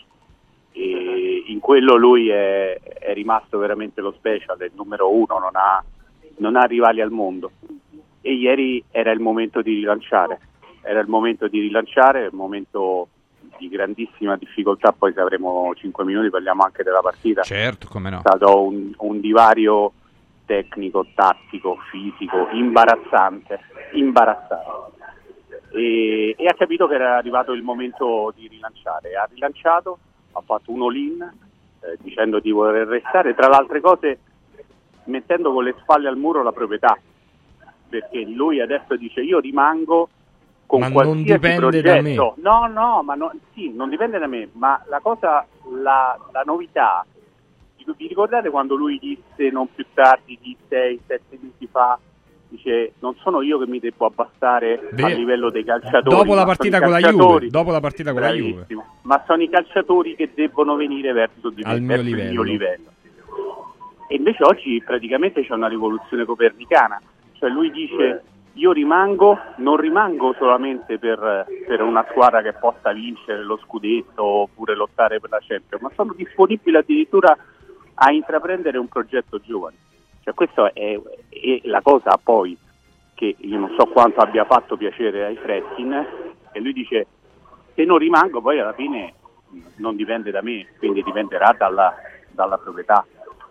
E in quello lui è, è rimasto veramente lo special, è il numero uno, non ha, non ha rivali al mondo. E ieri era il momento di rilanciare, era il momento di rilanciare, il momento di grandissima difficoltà. Poi se avremo cinque minuti parliamo anche della partita. Certo, come no. È stato un, un divario tecnico, tattico, fisico, imbarazzante, imbarazzante. E, e ha capito che era arrivato il momento di rilanciare. Ha rilanciato, ha fatto un all-in eh, dicendo di voler restare, tra le altre cose mettendo con le spalle al muro la proprietà, perché lui adesso dice io rimango con Ma non qualsiasi dipende da me. progetto. No, no, ma no, sì, non dipende da me, ma la cosa, la, la novità, vi ricordate quando lui disse non più tardi di sei sette mesi fa, dice non sono io che mi devo abbassare Beh, a livello dei calciatori, dopo la ma partita sono con i la Juve, calciatori. dopo la partita con la Juve. Bravissimo. Ma sono i calciatori che debbono venire verso di me, Al mio verso il livello. mio livello. E invece oggi praticamente c'è una rivoluzione copernicana, cioè lui dice io rimango, non rimango solamente per, per una squadra che possa vincere lo scudetto oppure lottare per la Champions, ma sono disponibile addirittura a intraprendere un progetto giovane. Cioè questa è, è la cosa poi che io non so quanto abbia fatto piacere ai Fredkin, e lui dice se non rimango poi alla fine non dipende da me, quindi dipenderà dalla, dalla proprietà.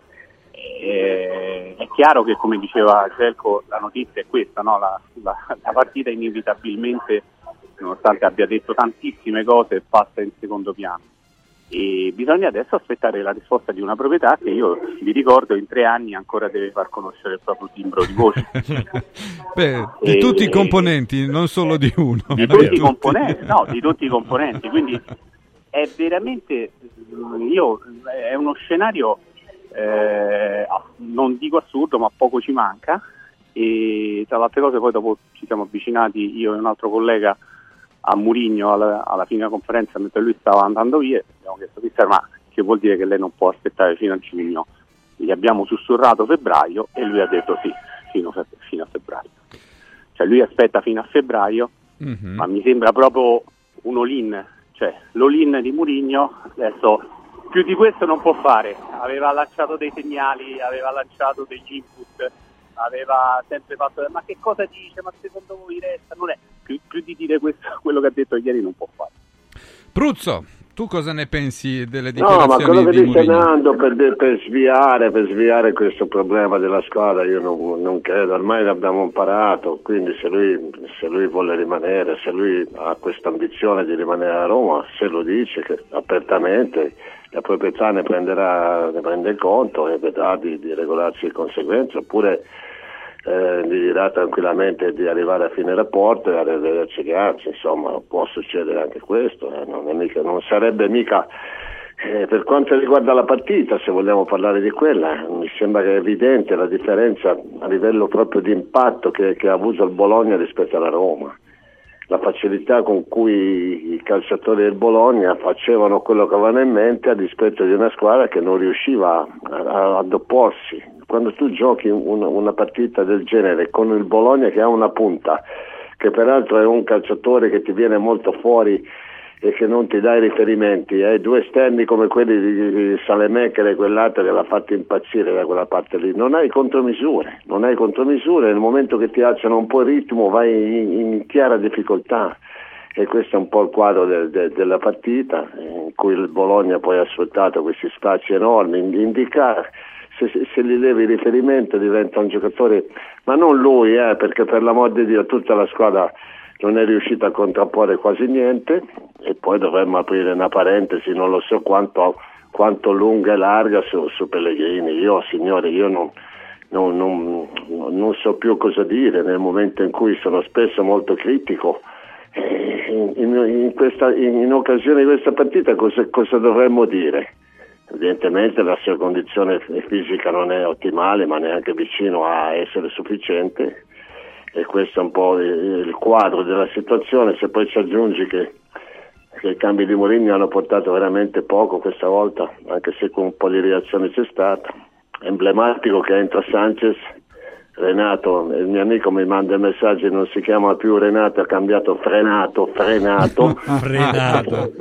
E, è chiaro che, come diceva Celco, la notizia è questa, no? la, la, la partita inevitabilmente, nonostante abbia detto tantissime cose, passa in secondo piano. E bisogna adesso aspettare la risposta di una proprietà che, io vi ricordo, in tre anni ancora deve far conoscere il proprio timbro di voce. Beh, di E- tutti i componenti, non solo di uno. di ma tutti i componenti, no, di tutti i componenti. Quindi è veramente, io è uno scenario eh, non dico assurdo, ma poco ci manca. E tra le altre cose poi dopo ci siamo avvicinati io e un altro collega a Mourinho alla, alla fine della conferenza, mentre lui stava andando via, abbiamo chiesto mister, ma che vuol dire che lei non può aspettare fino a giugno? Gli abbiamo sussurrato febbraio e lui ha detto sì, fino, fino a febbraio. Cioè lui aspetta fino a febbraio, mm-hmm. ma mi sembra proprio un all-in, cioè l'all-in di Mourinho adesso più di questo non può fare. Aveva lanciato dei segnali, aveva lanciato degli input, aveva sempre fatto ma che cosa dice, ma secondo voi resta, non è più, più di dire questo, quello che ha detto ieri non può fare. Pruzzo, tu cosa ne pensi delle No, dichiarazioni ma quello che di dice Mourinho? Nando per, per sviare per sviare questo problema della squadra io non, non credo, ormai l'abbiamo imparato, quindi se lui, se lui vuole rimanere, se lui ha questa ambizione di rimanere a Roma, se lo dice che apertamente, la proprietà ne prenderà, ne prende conto e vedrà di, di regolarsi di conseguenza, oppure eh, gli dirà tranquillamente di arrivare a fine rapporto e arrivederci, grazie, insomma può succedere anche questo, eh, non, è mica, non sarebbe mica eh, per quanto riguarda la partita, se vogliamo parlare di quella, mi sembra che è evidente la differenza a livello proprio di impatto che, che ha avuto il Bologna rispetto alla Roma. La facilità con cui i calciatori del Bologna facevano quello che avevano in mente a dispetto di una squadra che non riusciva a, a, ad opporsi. Quando tu giochi una, una partita del genere con il Bologna che ha una punta, che peraltro è un calciatore che ti viene molto fuori e che non ti dà i riferimenti, hai due esterni come quelli di, di Saelemaekers e quell'altro che l'ha fatto impazzire da quella parte lì, non hai contromisure, non hai contromisure, nel momento che ti alzano un po' il ritmo vai in, in chiara difficoltà, e questo è un po' il quadro de, de, della partita in cui il Bologna poi ha sfruttato questi spazi enormi, indicare se, se gli levi il riferimento diventa un giocatore, ma non lui eh, perché per l'amor di Dio tutta la squadra non è riuscita a contrapporre quasi niente, e poi dovremmo aprire una parentesi, non lo so quanto, quanto lunga e larga su, su Pellegrini. Io signori, io non, non, non, non so più cosa dire nel momento in cui sono spesso molto critico. In, in, in, questa, in, in occasione di questa partita cosa, cosa dovremmo dire? Evidentemente la sua condizione fisica non è ottimale, ma neanche vicino a essere sufficiente, e questo è un po' il, il quadro della situazione. Se poi ci aggiungi che, che i cambi di Mourinho hanno portato veramente poco questa volta, anche se con un po' di reazione c'è stata, è emblematico che entra Sanchez, Renato, il mio amico mi manda il messaggio, non si chiama più Renato, ha cambiato Frenato, Frenato Frenato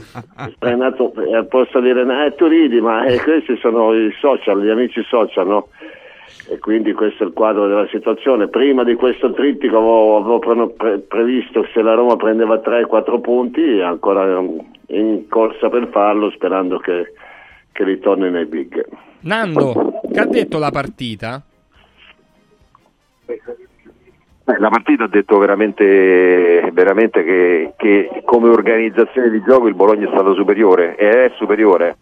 Frenato al posto di Renato, e tu ridi, ma eh, questi sono i social, gli amici social, no? E quindi questo è il quadro della situazione. Prima di questo trittico avevo, avevo pre- previsto se la Roma prendeva tre quattro punti, ancora in corsa per farlo, sperando che, che ritorni nei big. Nando, che ha detto la partita? Eh, la partita ha detto veramente, veramente che, che come organizzazione di gioco il Bologna è stato superiore e è superiore,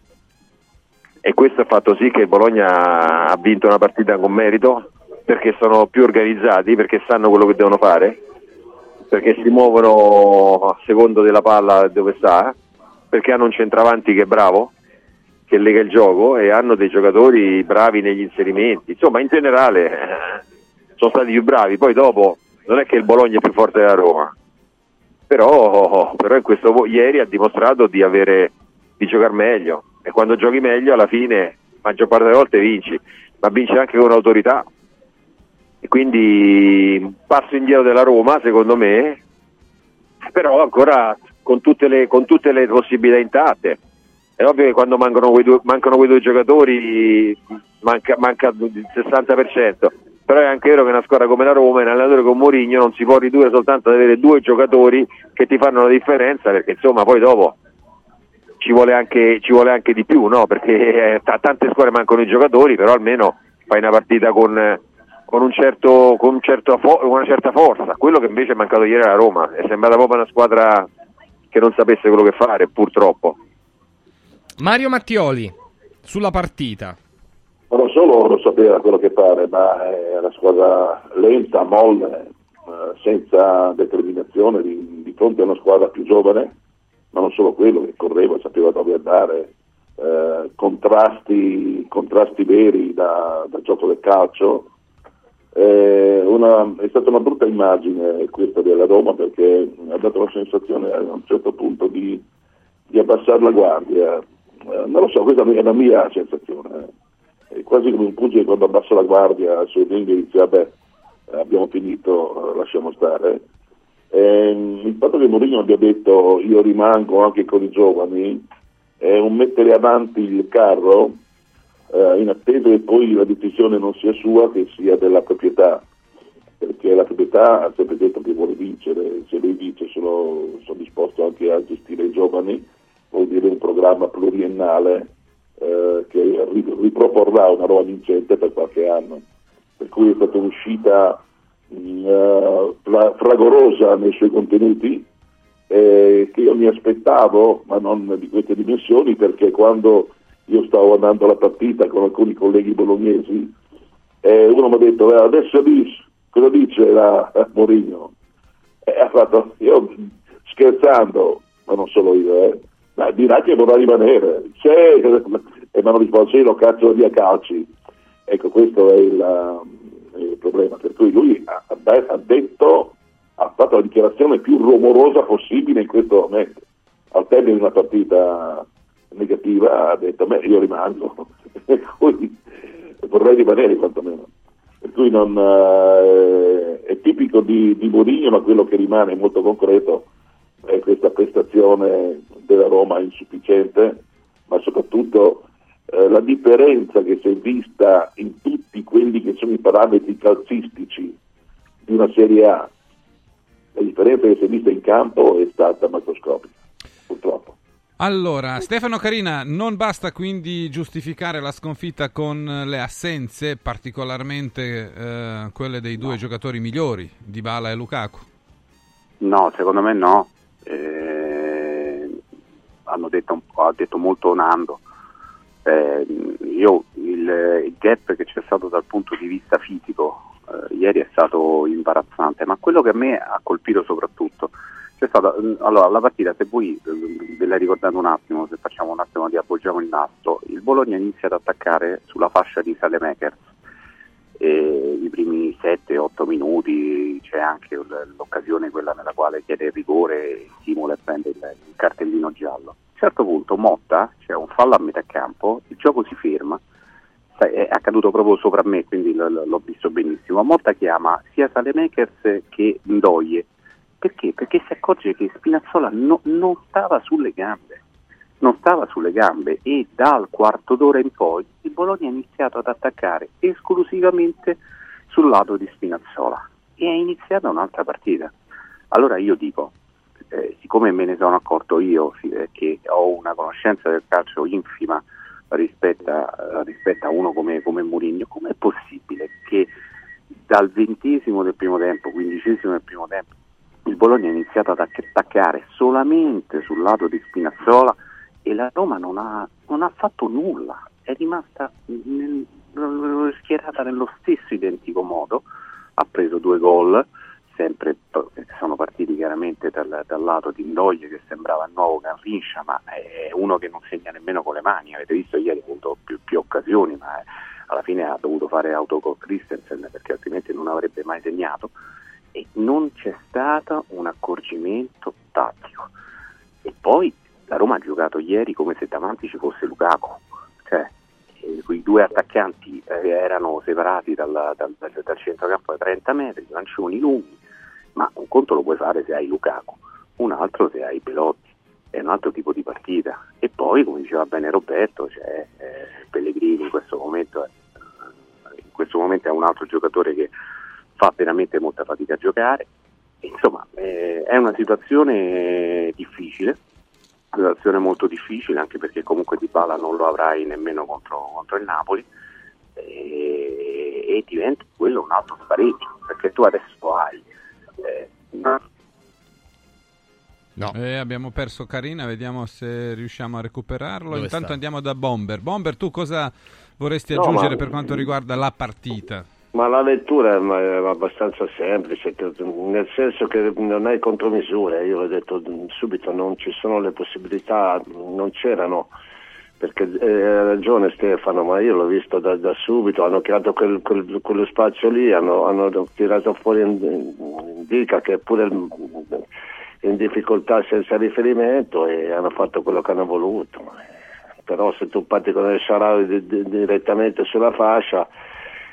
e questo ha fatto sì che il Bologna ha vinto una partita con merito, perché sono più organizzati, perché sanno quello che devono fare, perché si muovono a secondo della palla dove sta, perché hanno un centravanti che è bravo, che lega il gioco, e hanno dei giocatori bravi negli inserimenti, insomma in generale eh, sono stati più bravi. Poi dopo non è che il Bologna è più forte della Roma, però, però in questo ieri ha dimostrato di avere di giocare meglio, e quando giochi meglio alla fine maggior parte delle volte vinci, ma vinci anche con autorità, e quindi un passo indietro della Roma secondo me, però ancora con tutte le, con tutte le possibilità intatte. È ovvio che quando mancano quei due, mancano quei due giocatori manca, manca il sessanta per cento, però è anche vero che una squadra come la Roma, un allenatore come Mourinho, non si può ridurre soltanto ad avere due giocatori che ti fanno la differenza, perché insomma poi dopo ci vuole anche, ci vuole anche di più, no? Perché eh, a tante squadre mancano i giocatori, però almeno fai una partita con, con, un certo, con un certo fo- una certa forza. Quello che invece è mancato ieri alla Roma, è sembrata proprio una squadra che non sapesse quello che fare, purtroppo. Mario Mattioli, sulla partita. Ma non solo non sapeva quello che fare, ma è una squadra lenta, molle, eh, senza determinazione di, di fronte a una squadra più giovane, ma non solo quello, che correva, sapeva dove andare, eh, contrasti, contrasti veri da, dal gioco del calcio. Eh, una, è stata una brutta immagine questa della Roma, perché ha dato la sensazione a un certo punto di, di abbassare la guardia. Eh, non lo so, questa è la mia sensazione. È quasi come un pugile quando abbassa la guardia sul ring e dice vabbè, abbiamo finito, lasciamo stare. Eh, il fatto che Mourinho abbia detto io rimango anche con i giovani è un mettere avanti il carro eh, in attesa che poi la decisione non sia sua, che sia della proprietà, perché la proprietà ha sempre detto che vuole vincere. Se lui dice sono, sono disposto anche a gestire i giovani, vuol dire un programma pluriennale eh, che riproporrà una roba vincente per qualche anno, per cui è stata un'uscita Uh, fragorosa nei suoi contenuti, eh, che io mi aspettavo, ma non di queste dimensioni, perché quando io stavo andando alla partita con alcuni colleghi bolognesi, eh, uno mi ha detto eh, adesso dice, cosa dice la Mourinho? Eh, ha fatto, io scherzando, ma non solo io, eh, ma dirà che vorrà rimanere, se, e mi hanno risposto sì, lo cazzo via calci. Ecco, questo è il il problema, per cui lui ha, ha detto, ha fatto la dichiarazione più rumorosa possibile in questo momento. Al termine di una partita negativa ha detto beh, io rimango, per cui vorrei rimanere quantomeno. Per cui non, eh, è tipico di, di Mourinho, ma quello che rimane molto concreto è questa prestazione della Roma insufficiente, ma soprattutto Eh, la differenza che si è vista in tutti quelli che sono i parametri calcistici di una Serie A, la differenza che si è vista in campo è stata macroscopica, purtroppo. Allora, Stefano Carina, non basta quindi giustificare la sconfitta con le assenze, particolarmente eh, quelle dei due no. giocatori migliori, Dybala e Lukaku? No, secondo me no. Eh, hanno detto, un po', ha detto molto Nando. Eh, io il, il gap che c'è stato dal punto di vista fisico eh, ieri è stato imbarazzante, ma quello che a me ha colpito soprattutto c'è stata allora la partita, se voi ve la ricordate un attimo, se facciamo un attimo di appoggiamo il nastro, il Bologna inizia ad attaccare sulla fascia di Saelemaekers e i primi sette otto minuti c'è anche l'occasione quella nella quale chiede il rigore, stimola e prende il, il cartellino giallo. A un certo punto Motta, c'è un fallo a metà campo, il gioco si ferma, è accaduto proprio sopra me, quindi l- l- l'ho visto benissimo. Motta chiama sia Saelemaekers che Ndoye, perché? Perché si accorge che Spinazzola no- non stava sulle gambe, non stava sulle gambe e dal quarto d'ora in poi il Bologna ha iniziato ad attaccare esclusivamente sul lato di Spinazzola e è iniziata un'altra partita. Allora io dico, Eh, siccome me ne sono accorto io eh, che ho una conoscenza del calcio infima rispetto a, rispetto a uno come, come Mourinho, com'è possibile che dal ventesimo del primo tempo, quindicesimo del primo tempo, il Bologna ha iniziato ad attaccare solamente sul lato di Spinazzola e la Roma non ha, non ha fatto nulla, è rimasta nel, schierata nello stesso identico modo, ha preso due gol, sempre sono partiti chiaramente dal, dal lato di Ndoye che sembrava il nuovo Garrincha, ma è uno che non segna nemmeno con le mani. Avete visto ieri ha avuto più, più occasioni, ma alla fine ha dovuto fare autogol Christensen perché altrimenti non avrebbe mai segnato, e non c'è stato un accorgimento tattico. E poi la Roma ha giocato ieri come se davanti ci fosse Lukaku, cioè i due attaccanti eh, erano separati dal, dal, dal centrocampo a trenta metri, lancioni lunghi, ma un conto lo puoi fare se hai Lukaku, un altro se hai Belotti, è un altro tipo di partita. E poi, come diceva bene Roberto, c'è eh, Pellegrini in questo momento, eh, in questo momento è un altro giocatore che fa veramente molta fatica a giocare. Insomma, eh, è una situazione difficile, una situazione molto difficile, anche perché comunque Dybala non lo avrai nemmeno contro, contro il Napoli, e, e diventa quello un altro spareggio, perché tu adesso hai eh, una... No. Eh, abbiamo perso Carina, vediamo se riusciamo a recuperarlo. Dove Intanto sta? andiamo da Bomber. Bomber, tu cosa vorresti No, aggiungere ma... per quanto riguarda la partita? Ma la lettura è abbastanza semplice, nel senso che non hai contromisure. Io ho detto subito, non ci sono le possibilità, non c'erano, perché ha ragione Stefano, ma io l'ho visto da, da subito, hanno creato quel, quel, quello spazio lì, hanno, hanno tirato fuori Indica che è pure in difficoltà senza riferimento, e hanno fatto quello che hanno voluto. Però se tu parti con il Shaarawy di, di, direttamente sulla fascia,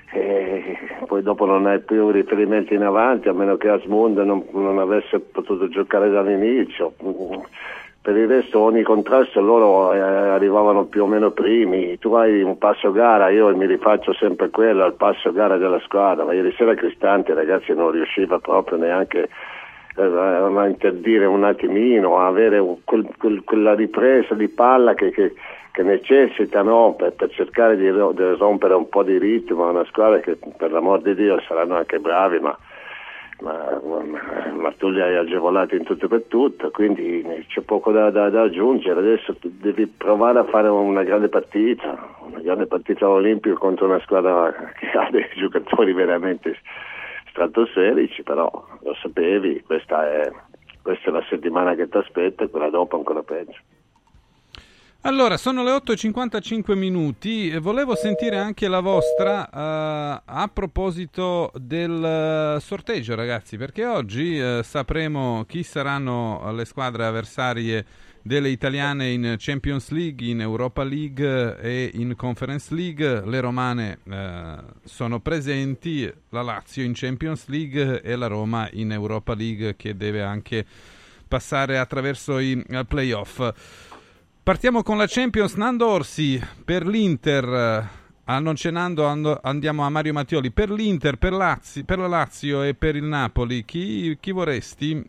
e poi dopo non hai più riferimenti in avanti, a meno che Asmund non, non avesse potuto giocare dall'inizio. Per il resto ogni contrasto loro eh, arrivavano più o meno primi. Tu hai un passo gara, io mi rifaccio sempre quello, al passo gara della squadra, ma ieri sera Cristante, ragazzi, non riusciva proprio neanche eh, a interdire un attimino, a avere un, quel, quel, quella ripresa di palla che, che, che necessita, no? per, per cercare di, di rompere un po' di ritmo a una squadra che, per l'amor di Dio, saranno anche bravi, ma Ma, ma, ma tu li hai agevolati in tutto e per tutto, quindi c'è poco da, da, da aggiungere. Adesso tu devi provare a fare una grande partita, una grande partita olimpica contro una squadra che ha dei giocatori veramente stratosferici, però lo sapevi, questa è, questa è la settimana che ti aspetta e quella dopo ancora peggio. Allora, sono le otto e cinquantacinque minuti e volevo sentire anche la vostra uh, a proposito del uh, sorteggio, ragazzi, perché oggi uh, sapremo chi saranno le squadre avversarie delle italiane in Champions League, in Europa League e in Conference League. Le romane uh, sono presenti, la Lazio in Champions League e la Roma in Europa League, che deve anche passare attraverso i uh, playoff. Partiamo con la Champions. Nando Orsi, per l'Inter, ah, non cenando and- andiamo a Mario Mattioli, per l'Inter, per, Lazio, per la Lazio e per il Napoli, chi, chi vorresti?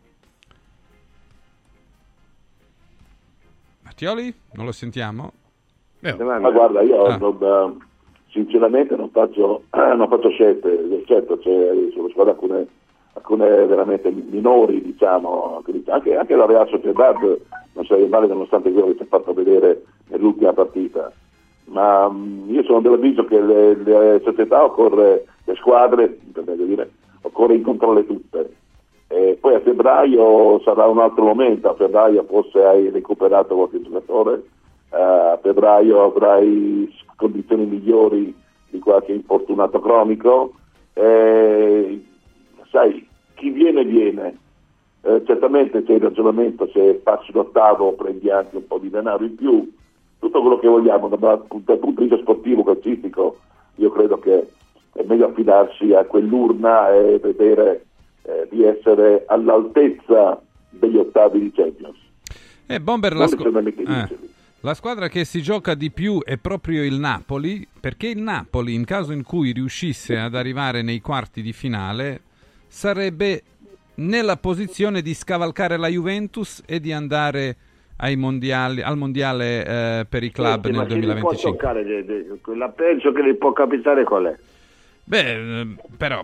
Mattioli? Non lo sentiamo? Eh, ma guarda, io ah. non, sinceramente non faccio, non faccio scelte, certo c'è sulla squadra alcune, alcune veramente minori, diciamo, anche, anche la Real Sociedad non sarebbe male nonostante quello che si è fatto vedere nell'ultima partita, ma mh, io sono dell'avviso che le, le società occorre, le squadre, per meglio dire, occorre incontrarle tutte, e poi a febbraio sarà un altro momento, a febbraio forse hai recuperato qualche giocatore, eh, a febbraio avrai condizioni migliori di qualche infortunato cronico, e, sai, chi viene viene. Eh, certamente c'è il ragionamento, se passi l'ottavo prendi anche un po' di denaro in più, tutto quello che vogliamo dal, dal punto di vista sportivo, calcistico. Io credo che è meglio affidarsi a quell'urna e vedere eh, di essere all'altezza degli ottavi di Champions. Eh, Bomber, la, scu- eh, la squadra che si gioca di più è proprio il Napoli, perché il Napoli, in caso in cui riuscisse ad arrivare nei quarti di finale, sarebbe nella posizione di scavalcare la Juventus e di andare ai mondiali, al mondiale eh, per i club sì, nel duemilaventicinque. Può toccare, la peggio che gli può capitare qual è? Beh, però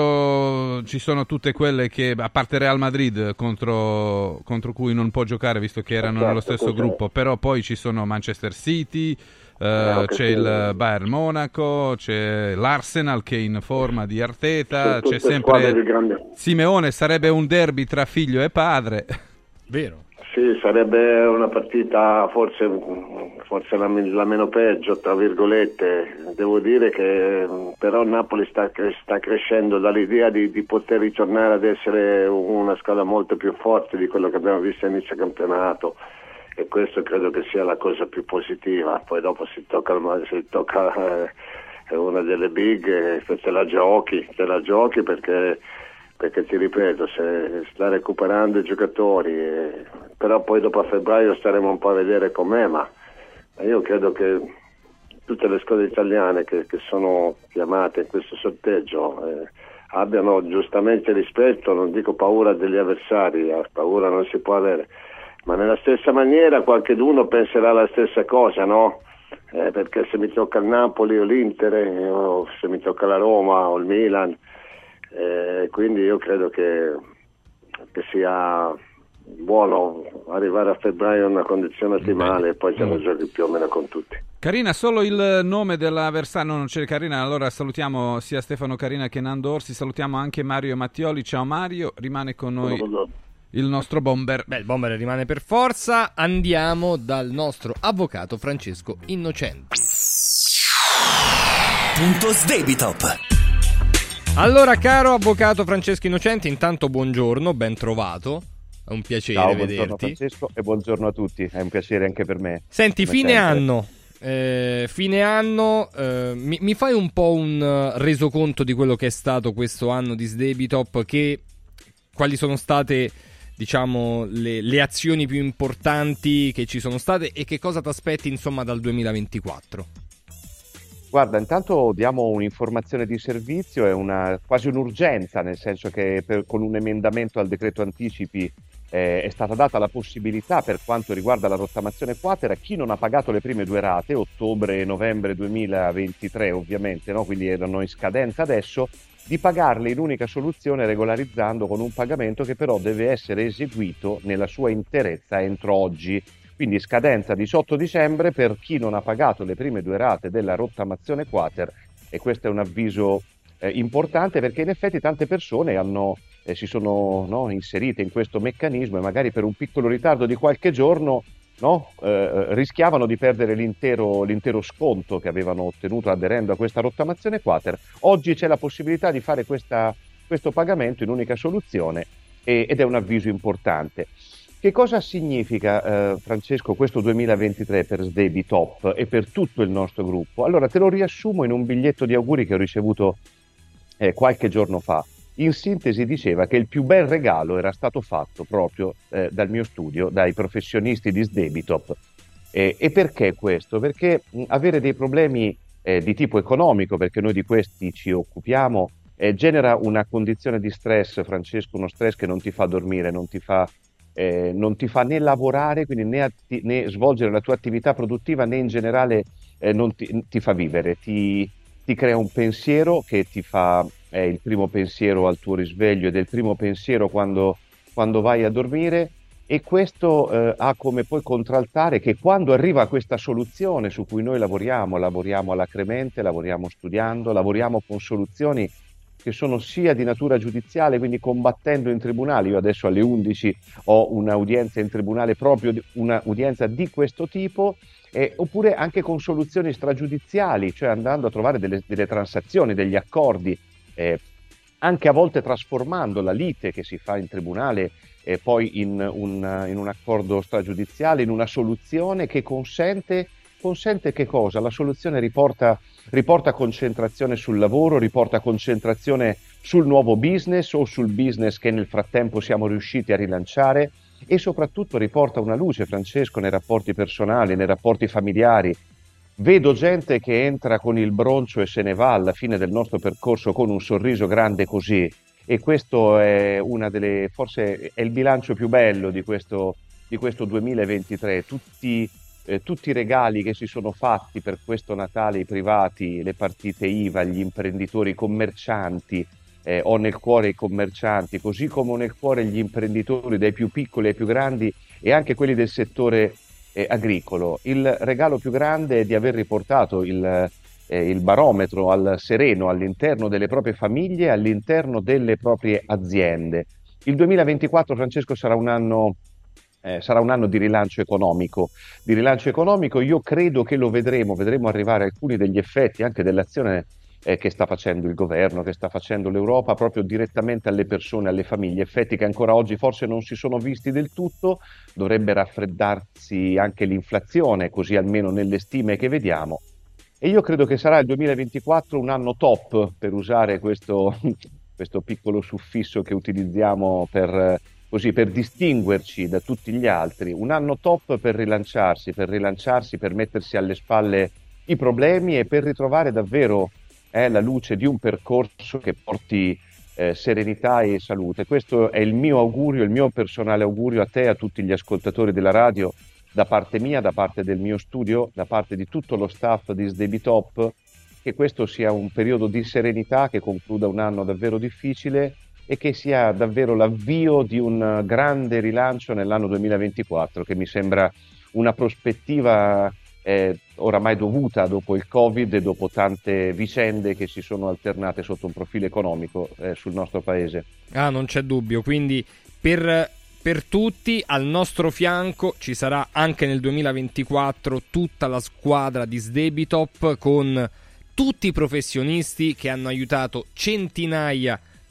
peggio ci sono tutte quelle che, a parte Real Madrid, contro, contro cui non può giocare visto che erano certo, nello stesso gruppo, però poi ci sono Manchester City, Uh, c'è il Bayern Monaco, c'è l'Arsenal che è in forma di Arteta, c'è sempre Simeone, sarebbe un derby tra figlio e padre. Vero? Sì, sarebbe una partita forse, forse la, la meno peggio, tra virgolette. Devo dire che però Napoli sta, sta crescendo dall'idea di, di poter ritornare ad essere una squadra molto più forte di quello che abbiamo visto all'inizio campionato. E questo credo che sia la cosa più positiva. Poi dopo si tocca, si tocca eh, una delle big, eh, te la giochi, te la giochi perché, perché ti ripeto, se sta recuperando i giocatori, eh, però poi dopo a febbraio staremo un po' a vedere com'è, ma io credo che tutte le squadre italiane che, che sono chiamate in questo sorteggio eh, abbiano giustamente rispetto, non dico paura degli avversari, eh, paura non si può avere, ma nella stessa maniera qualcheduno penserà la stessa cosa, no? Eh, perché se mi tocca il Napoli o l'Inter, eh, o se mi tocca la Roma o il Milan, eh, quindi io credo che, che sia buono arrivare a febbraio in una condizione ottimale e poi ce la giochi più o meno con tutti. Carina, solo il nome dell'avversario, no, non c'è Carina, allora salutiamo sia Stefano Carina che Nando Orsi, salutiamo anche Mario Mattioli. Ciao Mario, rimane con noi il nostro Bomber. Beh, il Bomber rimane per forza. Andiamo dal nostro avvocato Francesco Innocenti. Punto Sdebitop. Allora, caro avvocato Francesco Innocenti, intanto buongiorno, ben trovato. È un piacere Ciao, vederti. Buongiorno Francesco e buongiorno a tutti, è un piacere anche per me. Senti, Come fine sempre. anno, eh, fine anno, eh, mi, mi fai un po' un resoconto di quello che è stato questo anno di Sdebitop, che quali sono state, diciamo, le, le azioni più importanti che ci sono state e che cosa ti aspetti, insomma, dal duemilaventiquattro? Guarda, intanto diamo un'informazione di servizio, è una, quasi un'urgenza, nel senso che per, con un emendamento al decreto anticipi eh, è stata data la possibilità, per quanto riguarda la rottamazione quater, a chi non ha pagato le prime due rate, ottobre e novembre duemilaventitré ovviamente, no? Quindi erano in scadenza adesso, di pagarle in unica soluzione regolarizzando con un pagamento che però deve essere eseguito nella sua interezza entro oggi. Quindi scadenza diciotto dicembre per chi non ha pagato le prime due rate della rottamazione quater, e questo è un avviso eh, importante, perché in effetti tante persone hanno, eh, si sono no, inserite in questo meccanismo e magari per un piccolo ritardo di qualche giorno no, eh, rischiavano di perdere l'intero, l'intero sconto che avevano ottenuto aderendo a questa rottamazione quater. Oggi c'è la possibilità di fare questa, questo pagamento in unica soluzione e, ed è un avviso importante. Che cosa significa, eh, Francesco, questo duemilaventitré per Sdebitop e per tutto il nostro gruppo? Allora, te lo riassumo in un biglietto di auguri che ho ricevuto eh, qualche giorno fa. In sintesi diceva che il più bel regalo era stato fatto proprio eh, dal mio studio, dai professionisti di Sdebitop. Eh, e perché questo? Perché mh, avere dei problemi eh, di tipo economico, perché noi di questi ci occupiamo, eh, genera una condizione di stress, Francesco, uno stress che non ti fa dormire, non ti fa... Eh, non ti fa né lavorare, quindi né, atti- né svolgere la tua attività produttiva, né in generale eh, non ti, ti fa vivere, ti, ti crea un pensiero che ti fa è il primo pensiero al tuo risveglio ed è il primo pensiero quando, quando vai a dormire, e questo eh, ha come poi contraltare che quando arriva questa soluzione su cui noi lavoriamo, lavoriamo alacremente, lavoriamo studiando, lavoriamo con soluzioni che sono sia di natura giudiziale, quindi combattendo in tribunale. Io adesso alle undici ho un'udienza in tribunale, proprio un'udienza di questo tipo, eh, oppure anche con soluzioni stragiudiziali, cioè andando a trovare delle, delle transazioni, degli accordi, eh, anche a volte trasformando la lite che si fa in tribunale eh, poi in un, in un accordo stragiudiziale, in una soluzione che consente Consente che cosa? La soluzione riporta, riporta concentrazione sul lavoro, riporta concentrazione sul nuovo business o sul business che nel frattempo siamo riusciti a rilanciare, e soprattutto riporta una luce, Francesco, nei rapporti personali, nei rapporti familiari. Vedo gente che entra con il broncio e se ne va alla fine del nostro percorso con un sorriso grande così, e questo è una delle, forse è il bilancio più bello di questo, di questo duemilaventitré. Tutti Eh, tutti i regali che si sono fatti per questo Natale, i privati, le partite I V A, gli imprenditori, i commercianti, eh, ho nel cuore i commercianti, così come ho nel cuore gli imprenditori, dai più piccoli ai più grandi, e anche quelli del settore eh, agricolo. Il regalo più grande è di aver riportato il, eh, il barometro al sereno all'interno delle proprie famiglie, all'interno delle proprie aziende. Il duemilaventiquattro, Francesco, sarà un anno Eh, sarà un anno di rilancio economico. Di rilancio economico io credo che lo vedremo, vedremo arrivare alcuni degli effetti anche dell'azione eh, che sta facendo il governo, che sta facendo l'Europa, proprio direttamente alle persone, alle famiglie, effetti che ancora oggi forse non si sono visti del tutto. Dovrebbe raffreddarsi anche l'inflazione, così almeno nelle stime che vediamo, e io credo che sarà il duemilaventiquattro un anno top, per usare questo, questo piccolo suffisso che utilizziamo per così per distinguerci da tutti gli altri, un anno top per rilanciarsi, per rilanciarsi, per mettersi alle spalle i problemi e per ritrovare davvero eh, la luce di un percorso che porti eh, serenità e salute. Questo è il mio augurio, il mio personale augurio a te e a tutti gli ascoltatori della radio, da parte mia, da parte del mio studio, da parte di tutto lo staff di Sdebitop, che questo sia un periodo di serenità che concluda un anno davvero difficile e che sia davvero l'avvio di un grande rilancio nell'anno duemilaventiquattro, che mi sembra una prospettiva eh, oramai dovuta dopo il Covid e dopo tante vicende che si sono alternate sotto un profilo economico eh, sul nostro paese. Ah, non c'è dubbio, quindi per, per tutti al nostro fianco ci sarà anche nel duemilaventiquattro tutta la squadra di Sdebitop, con tutti i professionisti che hanno aiutato centinaia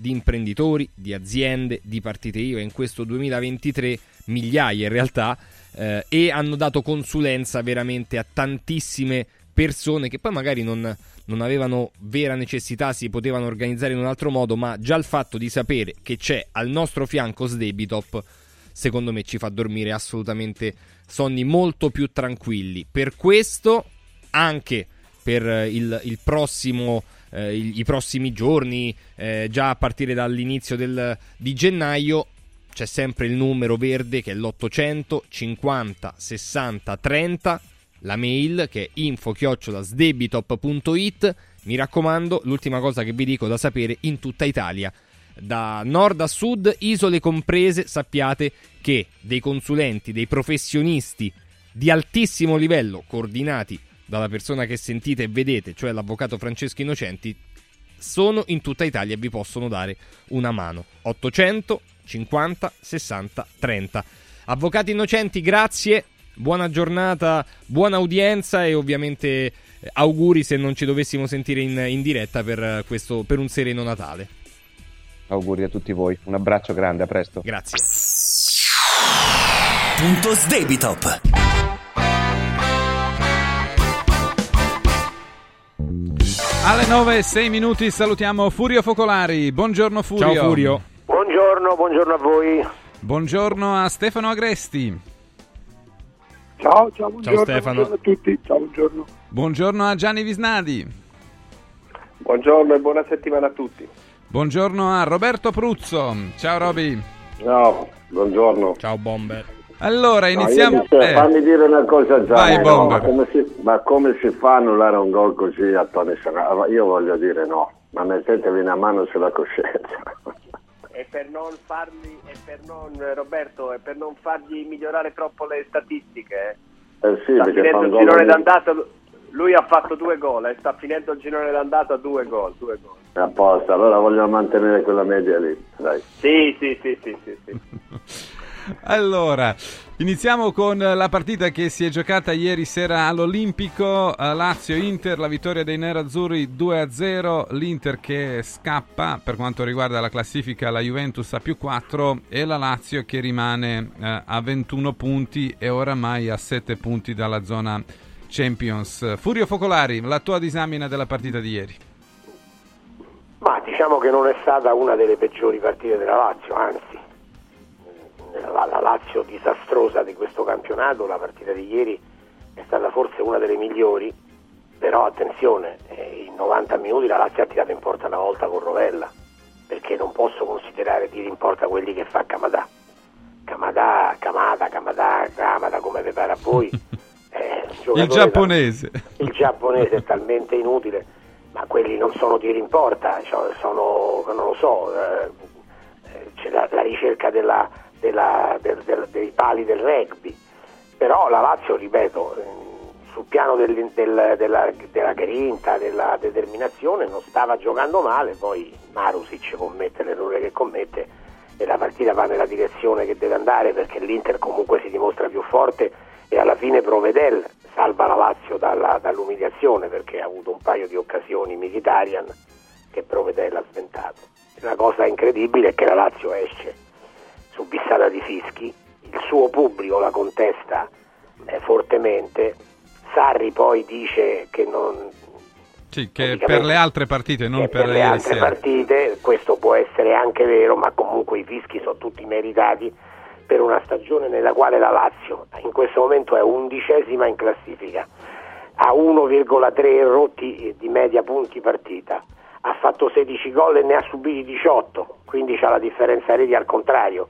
di imprenditori, di aziende, di partite I V A in questo duemilaventitré, migliaia in realtà, eh, e hanno dato consulenza veramente a tantissime persone che poi magari non, non avevano vera necessità, si potevano organizzare in un altro modo, ma già il fatto di sapere che c'è al nostro fianco Sdebitop secondo me ci fa dormire assolutamente sonni molto più tranquilli. Per questo, anche per il, il prossimo eh, i, i prossimi giorni, eh, già a partire dall'inizio del, di gennaio, c'è sempre il numero verde che è l'ottocento cinquanta sessanta trenta, la mail che è info chiocciola sdebitop punto it. Mi raccomando, l'ultima cosa che vi dico da sapere: in tutta Italia, da nord a sud, isole comprese, sappiate che dei consulenti, dei professionisti di altissimo livello, coordinati dalla persona che sentite e vedete, cioè l'avvocato Francesco Innocenti, sono in tutta Italia e vi possono dare una mano. ottocento cinquanta sessanta trenta. Avvocati Innocenti, grazie, buona giornata, buona udienza e ovviamente eh, auguri se non ci dovessimo sentire in, in diretta per, questo, per un sereno Natale. Auguri a tutti voi, un abbraccio grande, a presto. Grazie. Punto Sdebitop. Alle nove e sei minuti salutiamo Furio Focolari. Buongiorno Furio. Ciao Furio. Buongiorno, buongiorno a voi. Buongiorno a Stefano Agresti. Ciao, ciao, buongiorno, ciao Stefano. Buongiorno a tutti, ciao, buongiorno. Buongiorno a Gianni Visnadi. Buongiorno e buona settimana a tutti. Buongiorno a Roberto Pruzzo. Ciao Roby. Ciao, buongiorno. Ciao Bomber. Allora, No, iniziamo... io, eh. fammi dire una cosa già. Vai, no, Bomber. ma, come si, ma come si fa a annullare un gol così a Tony Sanà? Io voglio dire no, ma mettetevi una mano sulla coscienza. E per non farli, e per non, Roberto, e per non fargli migliorare troppo le statistiche, eh. Eh sì, sta perché finendo fa un il gol girone di- d'andata, lui ha fatto due gol e sta finendo il girone d'andata a due gol, due gol. A posto, allora voglio mantenere quella media lì, dai. Sì, sì, sì, sì, sì, sì. Allora, iniziamo con la partita che si è giocata ieri sera all'Olimpico. eh, Lazio-Inter, la vittoria dei nerazzurri due a zero, l'Inter che scappa per quanto riguarda la classifica, la Juventus a più quattro e la Lazio che rimane eh, a ventuno punti e oramai a sette punti dalla zona Champions. Furio Focolari, la tua disamina della partita di ieri. Ma diciamo che non è stata una delle peggiori partite della Lazio, anzi la, la Lazio disastrosa di questo campionato, la partita di ieri è stata forse una delle migliori, però attenzione, eh, in novanta minuti la Lazio ha tirato in porta una volta con Rovella, perché non posso considerare tiri in porta quelli che fa Kamada. Kamada, Kamada, Kamada, Kamada, come vi pare a voi. Eh, Il giapponese. Il giapponese è talmente inutile, ma quelli non sono tiri in porta, cioè sono, non lo so, eh, c'è la, la ricerca della, della, del, del, dei pali del rugby, però la Lazio, ripeto, sul piano del, del, della, della grinta, della determinazione non stava giocando male, poi Marusic commette l'errore che commette e la partita va nella direzione che deve andare, perché l'Inter comunque si dimostra più forte e alla fine Provedel salva la Lazio dalla, dall'umiliazione, perché ha avuto un paio di occasioni Mkhitaryan che Provedel ha sventato. La cosa incredibile è che la Lazio esce subissata di fischi, il suo pubblico la contesta eh, fortemente. Sarri poi dice che non... Sì, che per le altre partite, non per, per le ieri altre sera. partite, questo può essere anche vero, ma comunque i fischi sono tutti meritati per una stagione nella quale la Lazio in questo momento è undicesima in classifica, ha uno virgola tre rotti di media punti partita, ha fatto sedici gol e ne ha subiti diciotto, quindi c'ha la differenza reti al contrario,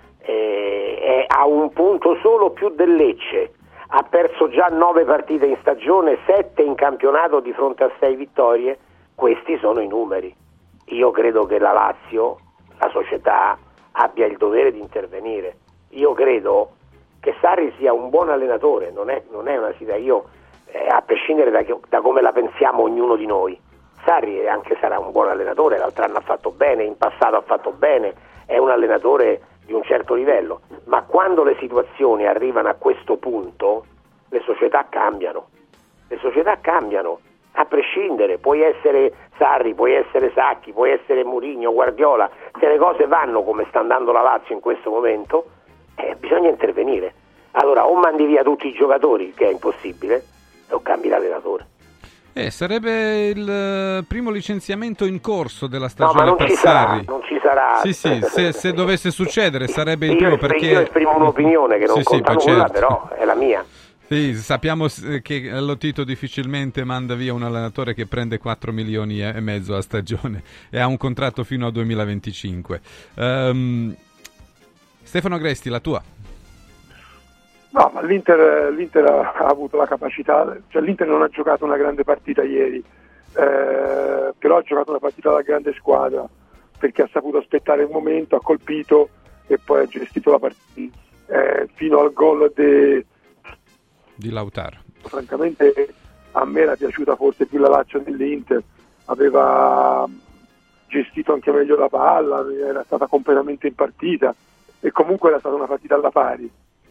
e, e ha un punto solo più del Lecce, ha perso già nove partite in stagione, sette in campionato di fronte a sei vittorie. Questi sono i numeri. Io credo che la Lazio, la società, abbia il dovere di intervenire. Io credo che Sarri sia un buon allenatore, non è, non è una sida, io eh, a prescindere da, da come la pensiamo ognuno di noi, Sarri anche sarà un buon allenatore, l'altro anno ha fatto bene, in passato ha fatto bene, è un allenatore di un certo livello, ma quando le situazioni arrivano a questo punto le società cambiano, le società cambiano, a prescindere, puoi essere Sarri, puoi essere Sacchi, puoi essere Mourinho, Guardiola, se le cose vanno come sta andando la Lazio in questo momento, eh, bisogna intervenire. Allora o mandi via tutti i giocatori, che è impossibile, o cambi l'allenatore. Eh, sarebbe il primo licenziamento in corso della stagione no, ma non per ci Sarri. Sarà, non ci sarà. Sì, sì, se, se dovesse succedere sarebbe il io primo esprimo, perché... Io esprimo un'opinione che non sì, conta sì, nulla, certo. però è la mia. Sì, sappiamo che Lotito difficilmente manda via un allenatore che prende quattro milioni e mezzo a stagione e ha un contratto fino al duemilaventicinque. Um, Stefano Agresti, la tua? No, ma l'Inter, l'Inter ha, ha avuto la capacità, cioè l'Inter non ha giocato una grande partita ieri, eh, però ha giocato una partita da grande squadra, perché ha saputo aspettare il momento, ha colpito e poi ha gestito la partita eh, fino al gol de... di Lautaro. Francamente a me era piaciuta forse più la Lazio dell'Inter, aveva gestito anche meglio la palla, era stata completamente in partita e comunque era stata una partita alla pari.